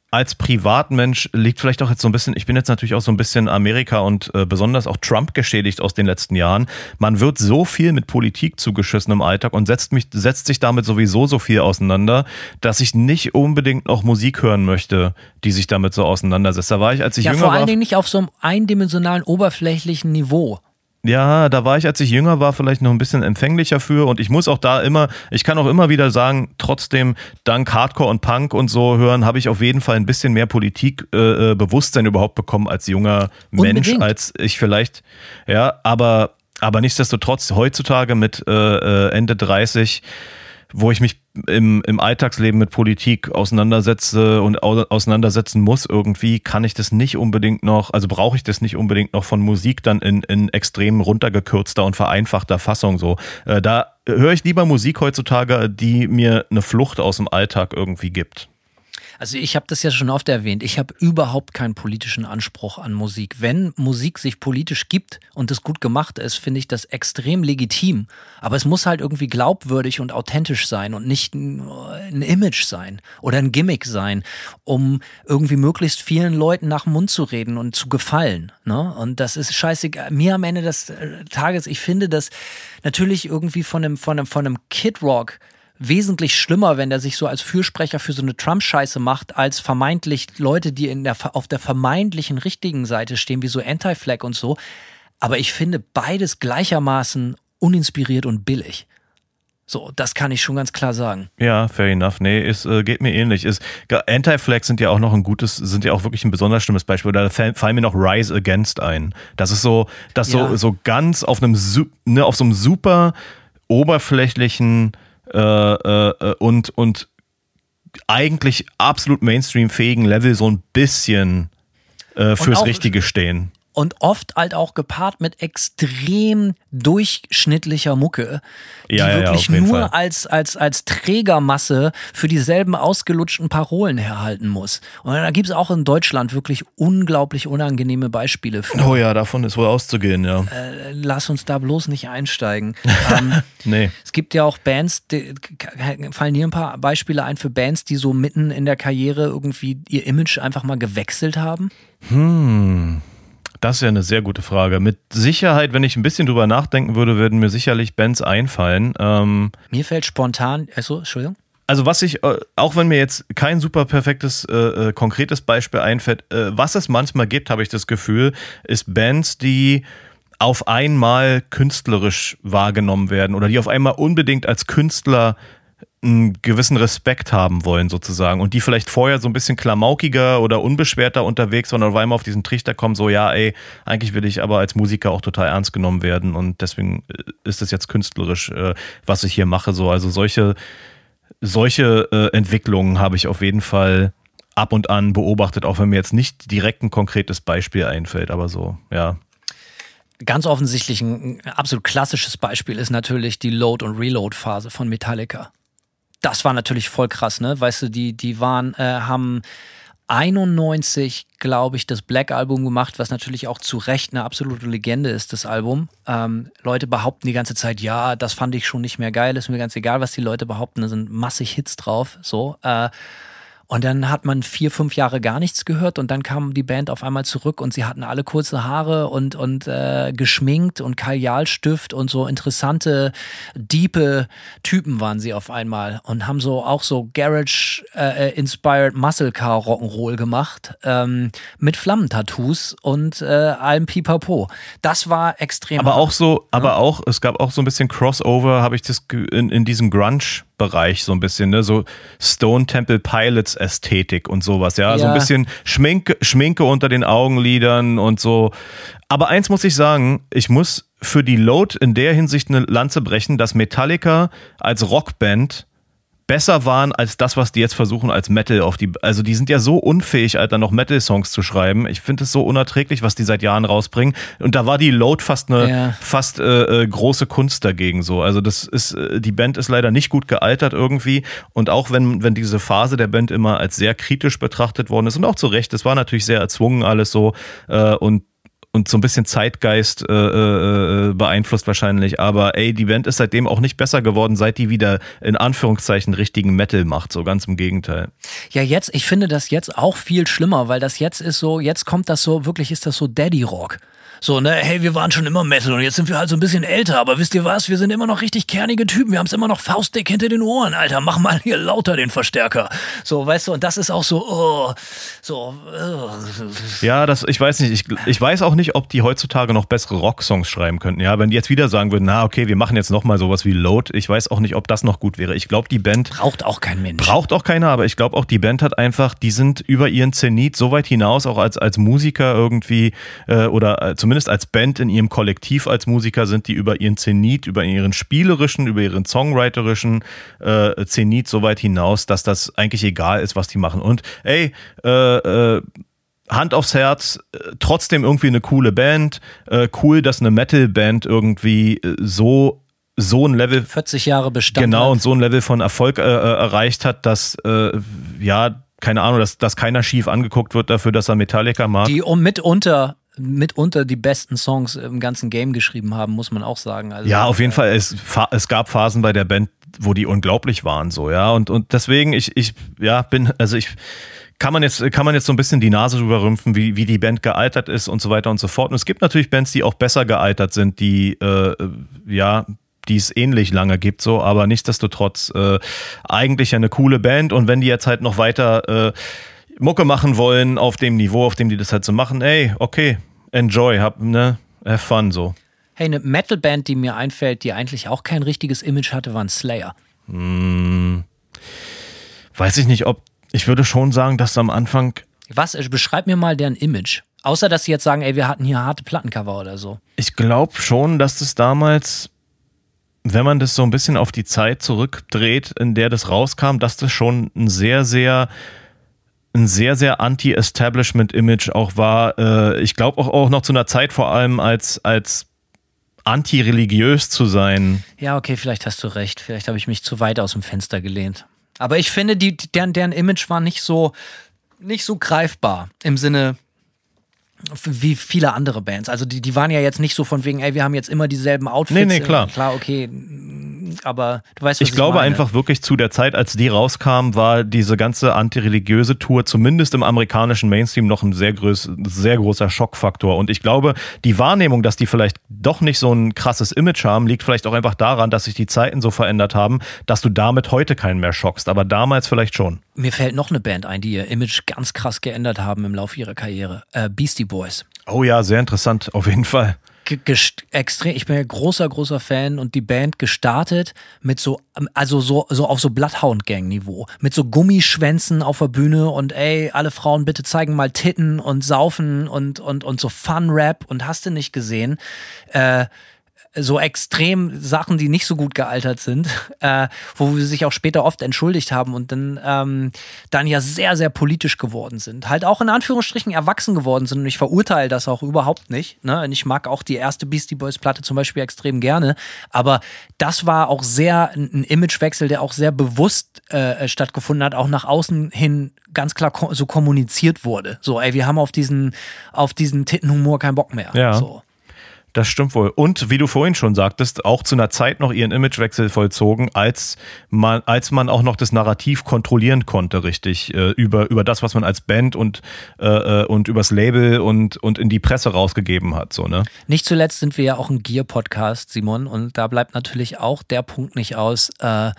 als Privatmensch liegt vielleicht auch jetzt so ein bisschen, ich bin jetzt natürlich auch so ein bisschen Amerika und äh, besonders auch Trump geschädigt aus den letzten Jahren. Man wird so viel mit Politik zugeschissen im Alltag und setzt mich, setzt sich damit sowieso so viel auseinander, dass ich nicht unbedingt noch Musik hören möchte, die sich damit so auseinandersetzt. Da war ich, als ich ja, jünger vor allen war. Dingen nicht auf so einem eindimensionalen, oberflächlichen Niveau. Ja, da war ich, als ich jünger war, vielleicht noch ein bisschen empfänglicher für und ich muss auch da immer, ich kann auch immer wieder sagen, trotzdem dank Hardcore und Punk und so hören, habe ich auf jeden Fall ein bisschen mehr Politikbewusstsein äh, überhaupt bekommen als junger Unbedingt. Mensch, als ich vielleicht, ja, aber, aber nichtsdestotrotz heutzutage mit äh, Ende dreißig, wo ich mich im, im Alltagsleben mit Politik auseinandersetze und au- auseinandersetzen muss irgendwie, kann ich das nicht unbedingt noch, also brauche ich das nicht unbedingt noch von Musik dann in, in extrem runtergekürzter und vereinfachter Fassung so. Äh, da höre ich lieber Musik heutzutage, die mir eine Flucht aus dem Alltag irgendwie gibt. Also ich habe das ja schon oft erwähnt, ich habe überhaupt keinen politischen Anspruch an Musik. Wenn Musik sich politisch gibt und es gut gemacht ist, finde ich das extrem legitim. Aber es muss halt irgendwie glaubwürdig und authentisch sein und nicht ein, ein Image sein oder ein Gimmick sein, um irgendwie möglichst vielen Leuten nach dem Mund zu reden und zu gefallen. Ne? Und das ist scheißegal. Mir am Ende des Tages, ich finde das natürlich irgendwie von einem, von einem, von einem Kid Rock wesentlich schlimmer, wenn der sich so als Fürsprecher für so eine Trump-Scheiße macht, als vermeintlich Leute, die in der, auf der vermeintlichen richtigen Seite stehen, wie so Anti-Flag und so. Aber ich finde beides gleichermaßen uninspiriert und billig. So, das kann ich schon ganz klar sagen. Ja, fair enough. Nee, es äh, geht mir ähnlich. Ist, Anti-Flag sind ja auch noch ein gutes, sind ja auch wirklich ein besonders schlimmes Beispiel. Da fallen mir noch Rise Against ein. Das ist so, das Ja. so, so ganz auf einem, ne, auf so einem super oberflächlichen Äh, äh, und, und eigentlich absolut Mainstream-fähigen Level so ein bisschen äh, fürs auch, Richtige stehen. Und oft halt auch gepaart mit extrem durchschnittlicher Mucke, die Ja, ja, ja, wirklich auf jeden nur Fall. als, als, als Trägermasse für dieselben ausgelutschten Parolen herhalten muss. Und da gibt es auch in Deutschland wirklich unglaublich unangenehme Beispiele für. Oh ja, davon ist wohl auszugehen, ja. Äh, lass uns da bloß nicht einsteigen. ähm, Nee. Es gibt ja auch Bands, die, fallen dir ein paar Beispiele ein für Bands, die so mitten in der Karriere irgendwie ihr Image einfach mal gewechselt haben? Hm. Das ist ja eine sehr gute Frage. Mit Sicherheit, wenn ich ein bisschen drüber nachdenken würde, würden mir sicherlich Bands einfallen. Ähm, Mir fällt spontan, also, Entschuldigung. also was ich, äh, auch wenn mir jetzt kein super perfektes, äh, äh, konkretes Beispiel einfällt, äh, was es manchmal gibt, habe ich das Gefühl, ist Bands, die auf einmal künstlerisch wahrgenommen werden oder die auf einmal unbedingt als Künstler einen gewissen Respekt haben wollen sozusagen und die vielleicht vorher so ein bisschen klamaukiger oder unbeschwerter unterwegs waren und auf einmal auf diesen Trichter kommen, so ja ey, eigentlich will ich aber als Musiker auch total ernst genommen werden und deswegen ist es jetzt künstlerisch, äh, was ich hier mache. So. Also solche, solche äh, Entwicklungen habe ich auf jeden Fall ab und an beobachtet, auch wenn mir jetzt nicht direkt ein konkretes Beispiel einfällt, aber so, ja. Ganz offensichtlich ein absolut klassisches Beispiel ist natürlich die Load- und Reload-Phase von Metallica. Das war natürlich voll krass, ne? Weißt du, die, die waren, äh, haben einundneunzig, glaube ich, das Black-Album gemacht, was natürlich auch zu Recht eine absolute Legende ist, das Album. Ähm, Leute behaupten die ganze Zeit, ja, das fand ich schon nicht mehr geil, ist mir ganz egal, was die Leute behaupten, da sind massig Hits drauf, so. Äh, Und dann hat man vier, fünf Jahre gar nichts gehört und dann kam die Band auf einmal zurück und sie hatten alle kurze Haare und, und äh, geschminkt und Kajalstift und so interessante, diepe Typen waren sie auf einmal und haben so auch so Garage-inspired äh, Muscle Car Rock'n'Roll gemacht ähm, mit Flammentattoos und äh, allem Pipapo. Das war extrem Aber hart. auch so, aber auch, es gab auch so ein bisschen Crossover, habe ich das ge- in, in diesem Grunge-Bereich so ein bisschen, ne, so Stone Temple Pilots Ästhetik und sowas, ja, Ja. so ein bisschen Schminke, Schminke unter den Augenlidern und so. Aber eins muss ich sagen, ich muss für die Load in der Hinsicht eine Lanze brechen, dass Metallica als Rockband besser waren als das, was die jetzt versuchen als Metal auf die, also die sind ja so unfähig, Alter, noch Metal-Songs zu schreiben. Ich finde es so unerträglich, was die seit Jahren rausbringen. Und da war die Load fast eine, Ja. fast äh, äh, große Kunst dagegen so. Also das ist, äh, die Band ist leider nicht gut gealtert irgendwie. Und auch wenn, wenn diese Phase der Band immer als sehr kritisch betrachtet worden ist und auch zu Recht, das war natürlich sehr erzwungen alles so, äh, und und so ein bisschen Zeitgeist äh, äh, beeinflusst wahrscheinlich, aber ey, die Band ist seitdem auch nicht besser geworden, seit die wieder in Anführungszeichen richtigen Metal macht, so ganz im Gegenteil. Ja, jetzt, ich finde das jetzt auch viel schlimmer, weil das jetzt ist so, jetzt kommt das so, wirklich ist das so Daddy-Rock. So, ne, hey, wir waren schon immer Metal und jetzt sind wir halt so ein bisschen älter, aber wisst ihr was, wir sind immer noch richtig kernige Typen, wir haben es immer noch faustdick hinter den Ohren, Alter, mach mal hier lauter den Verstärker. So, weißt du, und das ist auch so, oh, so, oh. Ja, das, ich weiß nicht, ich, ich weiß auch nicht, ob die heutzutage noch bessere Rocksongs schreiben könnten, ja, wenn die jetzt wieder sagen würden, na okay, wir machen jetzt nochmal sowas wie Load, ich weiß auch nicht, ob das noch gut wäre. Ich glaube, die Band... Braucht auch kein Mensch. Braucht auch keiner, aber ich glaube auch, die Band hat einfach, die sind über ihren Zenit so weit hinaus, auch als, als Musiker irgendwie, äh, oder äh, zumindest als Band in ihrem Kollektiv als Musiker sind die über ihren Zenit, über ihren spielerischen, über ihren songwriterischen äh, Zenit so weit hinaus, dass das eigentlich egal ist, was die machen. Und ey, äh, äh, Hand aufs Herz, äh, trotzdem irgendwie eine coole Band, äh, cool, dass eine Metal-Band irgendwie äh, so so ein Level, vierzig Jahre Bestand genau, hat. und so ein Level von Erfolg äh, erreicht hat, dass äh, ja, keine Ahnung, dass, dass keiner schief angeguckt wird dafür, dass er Metallica mag. Die um mitunter mitunter die besten Songs im ganzen Game geschrieben haben, muss man auch sagen. Also, ja, auf jeden äh, Fall. Es, es gab Phasen bei der Band, wo die unglaublich waren, so, ja. Und, und deswegen, ich, ich, ja, bin, also ich, kann man jetzt, kann man jetzt so ein bisschen die Nase drüber rümpfen, wie, wie die Band gealtert ist und so weiter und so fort. Und es gibt natürlich Bands, die auch besser gealtert sind, die, äh, ja, die es ähnlich lange gibt, so, aber nichtsdestotrotz, äh, eigentlich eine coole Band. Und wenn die jetzt halt noch weiter, äh, Mucke machen wollen auf dem Niveau, auf dem die das halt so machen, ey, okay, enjoy, hab, ne, have fun, so. Hey, eine Metal-Band, die mir einfällt, die eigentlich auch kein richtiges Image hatte, war ein Slayer. Hm, weiß ich nicht, ob, ich würde schon sagen, dass am Anfang... Was, beschreib mir mal deren Image. Außer, dass sie jetzt sagen, ey, wir hatten hier harte Plattencover oder so. Ich glaube schon, dass das damals, wenn man das so ein bisschen auf die Zeit zurückdreht, in der das rauskam, dass das schon ein sehr, sehr... ein sehr, sehr Anti-Establishment-Image auch war. Äh, ich glaube auch, auch noch zu einer Zeit vor allem als, als anti-religiös zu sein. Ja, okay, vielleicht hast du recht. Vielleicht habe ich mich zu weit aus dem Fenster gelehnt. Aber ich finde, die, deren, deren Image war nicht so, nicht so greifbar im Sinne wie viele andere Bands. Also die, die waren ja jetzt nicht so von wegen, ey, wir haben jetzt immer dieselben Outfits. Nee, nee, klar. Klar, okay, aber du weißt, was ich, ich glaube meine. einfach wirklich zu der Zeit, als die rauskam, war diese ganze antireligiöse Tour zumindest im amerikanischen Mainstream noch ein sehr, groß, sehr großer Schockfaktor. Und ich glaube, die Wahrnehmung, dass die vielleicht doch nicht so ein krasses Image haben, liegt vielleicht auch einfach daran, dass sich die Zeiten so verändert haben, dass du damit heute keinen mehr schockst. Aber damals vielleicht schon. Mir fällt noch eine Band ein, die ihr Image ganz krass geändert haben im Laufe ihrer Karriere. Äh, Beastie Boys. Oh ja, sehr interessant, auf jeden Fall. Gest- extrem, ich bin ja großer, großer Fan und die Band gestartet mit so, also so, so auf so Bloodhound-Gang-Niveau, mit so Gummischwänzen auf der Bühne und ey, alle Frauen bitte zeigen mal Titten und saufen und, und, und so Fun-Rap und hast du nicht gesehen, äh, so extrem Sachen, die nicht so gut gealtert sind, äh, wo sie sich auch später oft entschuldigt haben und dann, ähm, dann ja sehr, sehr politisch geworden sind. Halt auch in Anführungsstrichen erwachsen geworden sind und ich verurteile das auch überhaupt nicht. Ne? Und ich mag auch die erste Beastie Boys Platte zum Beispiel extrem gerne, aber das war auch sehr ein Imagewechsel, der auch sehr bewusst äh, stattgefunden hat, auch nach außen hin ganz klar ko- so kommuniziert wurde. So, ey, wir haben auf diesen, auf diesen Tittenhumor keinen Bock mehr. Ja. So. Das stimmt wohl. Und wie du vorhin schon sagtest, auch zu einer Zeit noch ihren Imagewechsel vollzogen, als man, als man auch noch das Narrativ kontrollieren konnte, richtig, äh, über, über das, was man als Band und, äh, und übers Label und, und in die Presse rausgegeben hat. So, ne? Nicht zuletzt sind wir ja auch ein Gear-Podcast, Simon, und da bleibt natürlich auch der Punkt nicht aus. Äh,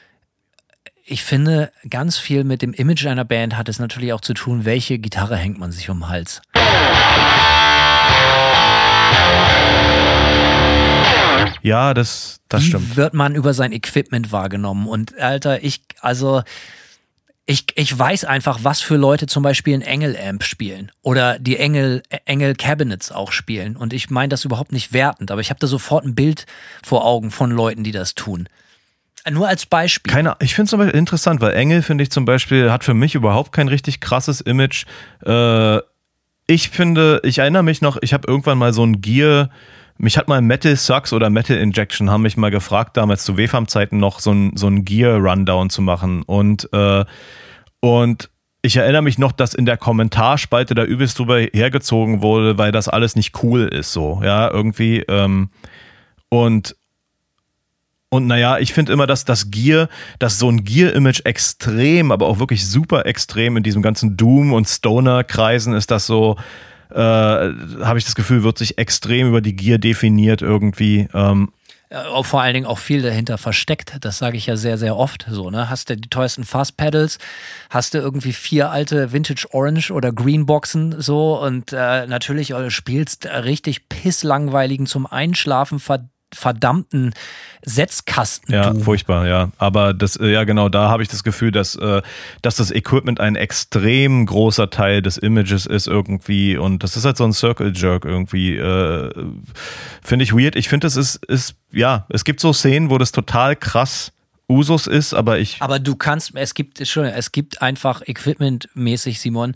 ich finde, ganz viel mit dem Image einer Band hat es natürlich auch zu tun, welche Gitarre hängt man sich um den Hals. Ja, das, das Wie stimmt. wird man über sein Equipment wahrgenommen? Und Alter, ich, also, ich, ich weiß einfach, was für Leute zum Beispiel ein Engel-Amp spielen oder die Engel, Engel-Cabinets auch spielen. Und ich meine das überhaupt nicht wertend, aber ich habe da sofort ein Bild vor Augen von Leuten, die das tun. Nur als Beispiel. Keine, ich finde es zum Beispiel interessant, weil Engel, finde ich zum Beispiel, hat für mich überhaupt kein richtig krasses Image. Äh, ich finde, ich erinnere mich noch, ich habe irgendwann mal so ein Gear, mich hat mal Metal Sucks oder Metal Injection, haben mich mal gefragt, damals zu W F A M-Zeiten noch so ein, so ein Gear-Rundown zu machen. Und, äh, und ich erinnere mich noch, dass in der Kommentarspalte da übelst drüber hergezogen wurde, weil das alles nicht cool ist, so, ja, irgendwie. Ähm, und Und naja, ich finde immer, dass das Gear, dass so ein Gear-Image extrem, aber auch wirklich super extrem in diesem ganzen Doom- und Stoner-Kreisen ist das so, äh, habe ich das Gefühl, wird sich extrem über die Gear definiert irgendwie. Ähm, Ja, vor allen Dingen auch viel dahinter versteckt. Das sage ich ja sehr, sehr oft so, ne? Hast du die teuersten Fast-Pedals, hast du irgendwie vier alte Vintage Orange oder Green Boxen so und äh, natürlich äh, spielst richtig pisslangweiligen zum Einschlafen verdammt verdammten Setzkasten. Ja, furchtbar, ja. Aber das, ja genau, da habe ich das Gefühl, dass, äh, dass das Equipment ein extrem großer Teil des Images ist irgendwie und das ist halt so ein Circle Jerk irgendwie. Äh, finde ich weird. Ich finde, es ist, ist, ja, es gibt so Szenen, wo das total krass Usus ist, aber ich... Aber du kannst, es gibt, schon, es gibt einfach equipmentmäßig, Simon,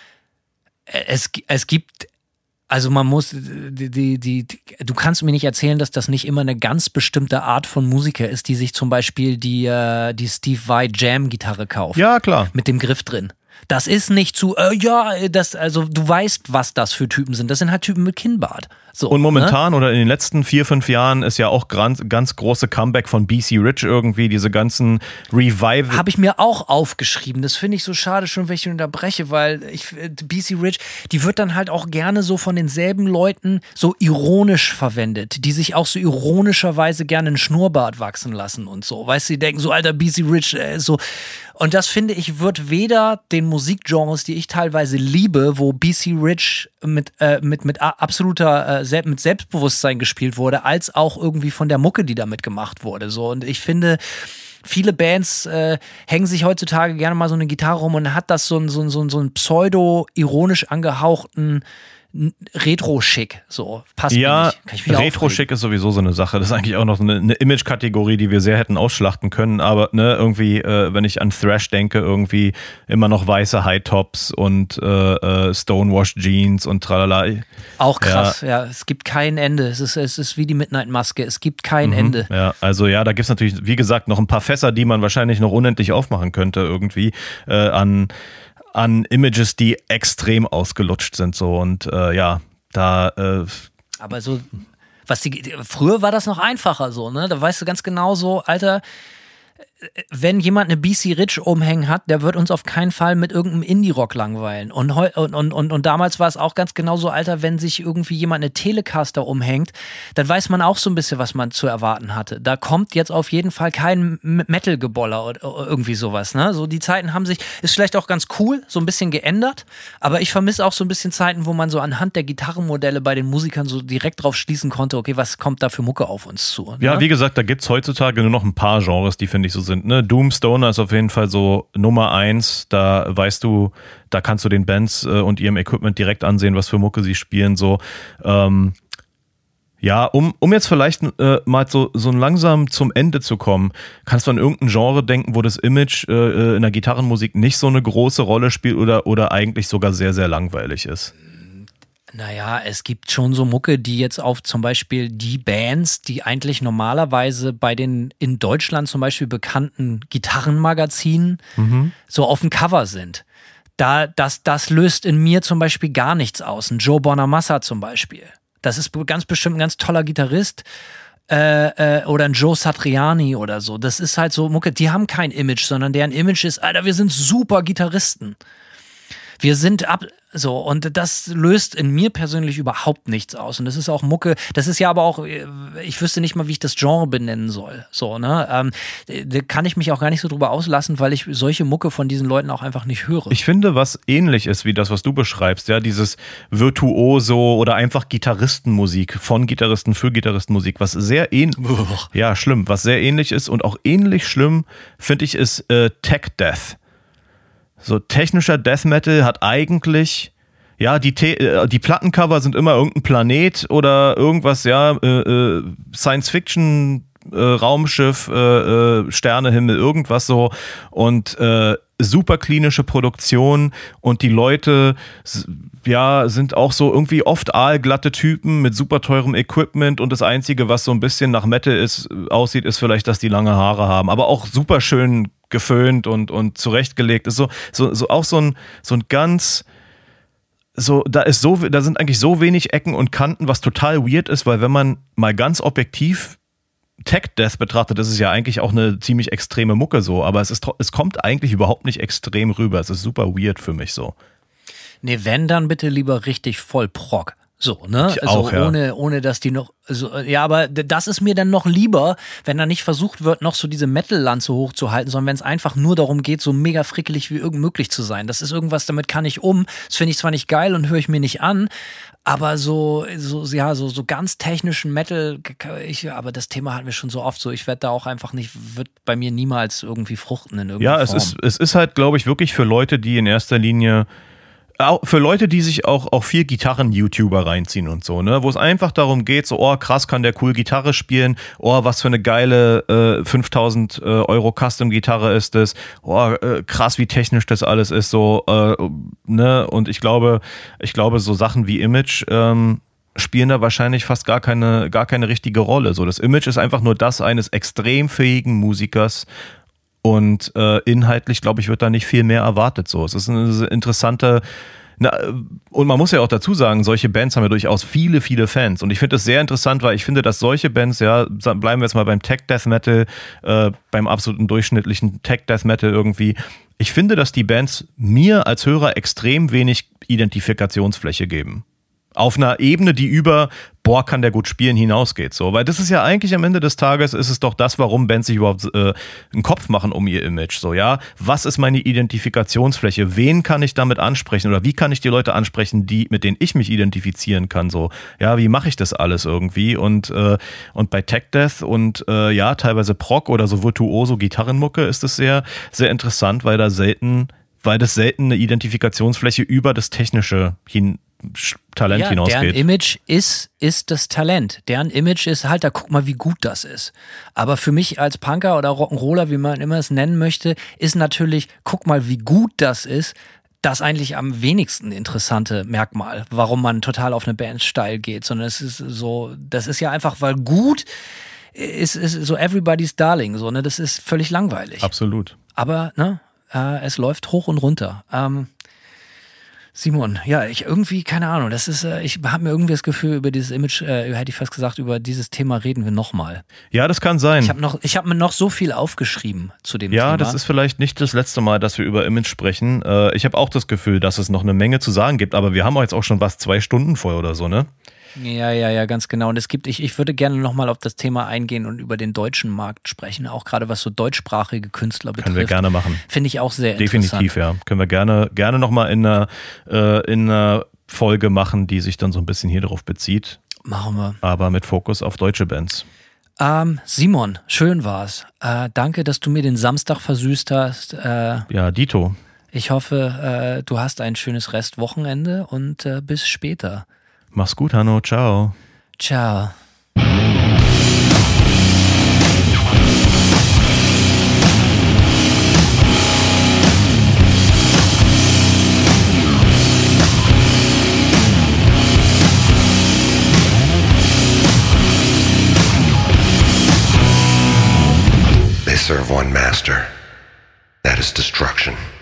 es, es gibt Also man muss, die, die, die, du kannst mir nicht erzählen, dass das nicht immer eine ganz bestimmte Art von Musiker ist, die sich zum Beispiel die, die Steve Vai Jam-Gitarre kauft. Ja, klar. Mit dem Griff drin. Das ist nicht zu, äh, ja, das, also du weißt, was das für Typen sind. Das sind halt Typen mit Kinnbart. So, und momentan ne? oder in den letzten vier, fünf Jahren ist ja auch ganz, ganz große Comeback von B C Rich irgendwie, diese ganzen Revival. Habe ich mir auch aufgeschrieben. Das finde ich so schade, schon wenn ich unterbreche, weil ich B C Rich, die wird dann halt auch gerne so von denselben Leuten so ironisch verwendet, die sich auch so ironischerweise gerne einen Schnurrbart wachsen lassen und so. Weißt du, die denken so, alter B C Rich, äh, so. Und das finde ich, wird weder den Musikgenres, die ich teilweise liebe, wo B C Rich mit, äh, mit, mit absoluter, äh, mit Selbstbewusstsein gespielt wurde, als auch irgendwie von der Mucke, die damit gemacht wurde. So. Und ich finde, viele Bands äh, hängen sich heutzutage gerne mal so eine Gitarre rum und hat das so einen so, so, so einen pseudo-ironisch angehauchten Retro-Schick, so, passt ja, mir nicht. Kann ich mich Retro-Schick ist sowieso so eine Sache. Das ist eigentlich auch noch eine, eine Image-Kategorie, die wir sehr hätten ausschlachten können. Aber ne, irgendwie, äh, wenn ich an Thrash denke, irgendwie immer noch weiße High-Tops und äh, äh, Stonewashed-Jeans und tralala. Auch krass, ja. ja. Es gibt kein Ende. Es ist, es ist wie die Midnight-Maske. Es gibt kein mhm, Ende. Ja, also ja, da gibt es natürlich, wie gesagt, noch ein paar Fässer, die man wahrscheinlich noch unendlich aufmachen könnte irgendwie äh, an an Images, die extrem ausgelutscht sind, so und äh, ja, da äh aber so, was die, früher war das noch einfacher so, ne, da weißt du ganz genau so, Alter, wenn jemand eine B C Rich umhängen hat, der wird uns auf keinen Fall mit irgendeinem Indie-Rock langweilen. Und, und, und, und, und damals war es auch ganz genauso, Alter, wenn sich irgendwie jemand eine Telecaster umhängt, dann weiß man auch so ein bisschen, was man zu erwarten hatte. Da kommt jetzt auf jeden Fall kein Metal-Geboller oder irgendwie sowas. Ne? So die Zeiten haben sich, ist vielleicht auch ganz cool, so ein bisschen geändert, aber ich vermisse auch so ein bisschen Zeiten, wo man so anhand der Gitarrenmodelle bei den Musikern so direkt drauf schließen konnte, okay, was kommt da für Mucke auf uns zu? Ne? Ja, wie gesagt, da gibt es heutzutage nur noch ein paar Genres, die finde ich so sind. Ne? Doom Stoner ist auf jeden Fall so Nummer eins. Da weißt du, da kannst du den Bands äh, und ihrem Equipment direkt ansehen, was für Mucke sie spielen. So, ähm, ja, um, um jetzt vielleicht äh, mal so, so langsam zum Ende zu kommen, kannst du an irgendein Genre denken, wo das Image äh, in der Gitarrenmusik nicht so eine große Rolle spielt oder, oder eigentlich sogar sehr, sehr langweilig ist? Naja, es gibt schon so Mucke, die jetzt auf zum Beispiel die Bands, die eigentlich normalerweise bei den in Deutschland zum Beispiel bekannten Gitarrenmagazinen mhm. so auf dem Cover sind. Da, das, das löst in mir zum Beispiel gar nichts aus. Ein Joe Bonamassa zum Beispiel. Das ist ganz bestimmt ein ganz toller Gitarrist. Äh, äh, oder ein Joe Satriani oder so. Das ist halt so Mucke, die haben kein Image, sondern deren Image ist, Alter, wir sind super Gitarristen. Wir sind ab, so, und das löst in mir persönlich überhaupt nichts aus. Und das ist auch Mucke, das ist ja aber auch, ich wüsste nicht mal, wie ich das Genre benennen soll. So, ne? Ähm, da kann ich mich auch gar nicht so drüber auslassen, weil ich solche Mucke von diesen Leuten auch einfach nicht höre. Ich finde, was ähnlich ist wie das, was du beschreibst, ja, dieses Virtuoso oder einfach Gitarristenmusik, von Gitarristen für Gitarristenmusik, was sehr ähnlich, ja, schlimm, was sehr ähnlich ist und auch ähnlich schlimm, finde ich, ist äh, Tech Death. So technischer Death Metal hat eigentlich, ja, die, The- die Plattencover sind immer irgendein Planet oder irgendwas, ja, äh, äh, Science-Fiction, äh, Raumschiff, äh, äh, Sternehimmel, irgendwas so und äh, super klinische Produktion und die Leute, ja, sind auch so irgendwie oft aalglatte Typen mit super teurem Equipment und das Einzige, was so ein bisschen nach Metal ist, aussieht, ist vielleicht, dass die lange Haare haben, aber auch super schön geföhnt und, und zurechtgelegt. Ist so, so, so auch so ein, so ein ganz, so, da ist so, da sind eigentlich so wenig Ecken und Kanten, was total weird ist, weil wenn man mal ganz objektiv Tech Death betrachtet, ist es ja eigentlich auch eine ziemlich extreme Mucke so, aber es ist, es kommt eigentlich überhaupt nicht extrem rüber. Es ist super weird für mich so. Nee, wenn, dann bitte lieber richtig voll Prog. So, ne? Ich also auch, ja. ohne, ohne dass die noch. Also, ja, aber das ist mir dann noch lieber, wenn da nicht versucht wird, noch so diese Metal-Lanze hochzuhalten, sondern wenn es einfach nur darum geht, so mega frickelig wie irgend möglich zu sein. Das ist irgendwas, damit kann ich um. Das finde ich zwar nicht geil und höre ich mir nicht an, aber so, so, ja, so, so ganz technischen Metal, ich, aber das Thema hatten wir schon so oft so. Ich werde da auch einfach nicht, wird bei mir niemals irgendwie fruchten in irgendeiner Ja, Form. es ist, es ist halt, glaube ich, wirklich für Leute, die in erster Linie für Leute, die sich auch, auch viel Gitarren-YouTuber reinziehen und so, ne, wo es einfach darum geht, so, oh, krass, kann der cool Gitarre spielen, oh, was für eine geile äh, fünftausend äh, Euro Custom-Gitarre ist das, oh, äh, krass, wie technisch das alles ist, so, äh, ne, und ich glaube, ich glaube, so Sachen wie Image, ähm, spielen da wahrscheinlich fast gar keine, gar keine richtige Rolle, so, das Image ist einfach nur das eines extrem fähigen Musikers. Und äh, inhaltlich, glaube ich, wird da nicht viel mehr erwartet. So, es ist eine interessante, na, und man muss ja auch dazu sagen, solche Bands haben ja durchaus viele, viele Fans. Und ich finde das sehr interessant, weil ich finde, dass solche Bands, ja, bleiben wir jetzt mal beim Tech Death Metal, äh, beim absoluten durchschnittlichen Tech Death Metal irgendwie. Ich finde, dass die Bands mir als Hörer extrem wenig Identifikationsfläche geben. Auf einer Ebene, die über, boah, kann der gut spielen, hinausgeht. So, weil das ist ja eigentlich am Ende des Tages, ist es doch das, warum Bands sich überhaupt äh, einen Kopf machen um ihr Image. So, ja, was ist meine Identifikationsfläche? Wen kann ich damit ansprechen? Oder wie kann ich die Leute ansprechen, die, mit denen ich mich identifizieren kann? So, ja, wie mache ich das alles irgendwie? Und, äh, und bei Tech Death und äh, ja, teilweise Prog oder so virtuoso Gitarrenmucke ist es sehr, sehr interessant, weil da selten, weil das selten eine Identifikationsfläche über das Technische hin Talent ja, hinausgeht. Deren Image ist, ist das Talent. Deren Image ist halt, da guck mal, wie gut das ist. Aber für mich als Punker oder Rock'n'Roller, wie man immer es nennen möchte, ist natürlich, guck mal, wie gut das ist, das eigentlich am wenigsten interessante Merkmal, warum man total auf eine Band steil geht. Sondern es ist so, das ist ja einfach, weil gut ist, ist so everybody's darling. So, ne? Das ist völlig langweilig. Absolut. Aber ne, äh, es läuft hoch und runter. Ähm, Simon, ja, ich irgendwie, keine Ahnung, das ist, äh, ich habe mir irgendwie das Gefühl, über dieses Image, äh, hätte ich fast gesagt, über dieses Thema reden wir nochmal. Ja, das kann sein. Ich habe noch, ich habe mir noch so viel aufgeschrieben zu dem ja, Thema. Ja, das ist vielleicht nicht das letzte Mal, dass wir über Image sprechen. Äh, ich habe auch das Gefühl, dass es noch eine Menge zu sagen gibt, aber wir haben jetzt auch schon was, zwei Stunden voll oder so, ne? Ja, ja, ja, ganz genau. Und es gibt, ich, ich würde gerne nochmal auf das Thema eingehen und über den deutschen Markt sprechen, auch gerade was so deutschsprachige Künstler betrifft. Können wir gerne machen. Finde ich auch sehr Definitiv, interessant. Definitiv, ja. Können wir gerne, gerne nochmal in einer, äh, in einer Folge machen, die sich dann so ein bisschen hier darauf bezieht. Machen wir. Aber mit Fokus auf deutsche Bands. Ähm, Simon, schön war's. Äh, danke, dass du mir den Samstag versüßt hast. Äh, ja, Dito. Ich hoffe, äh, du hast ein schönes Restwochenende und äh, bis später. Mach's gut, Hanno. Ciao. Ciao. They serve one master. That is destruction.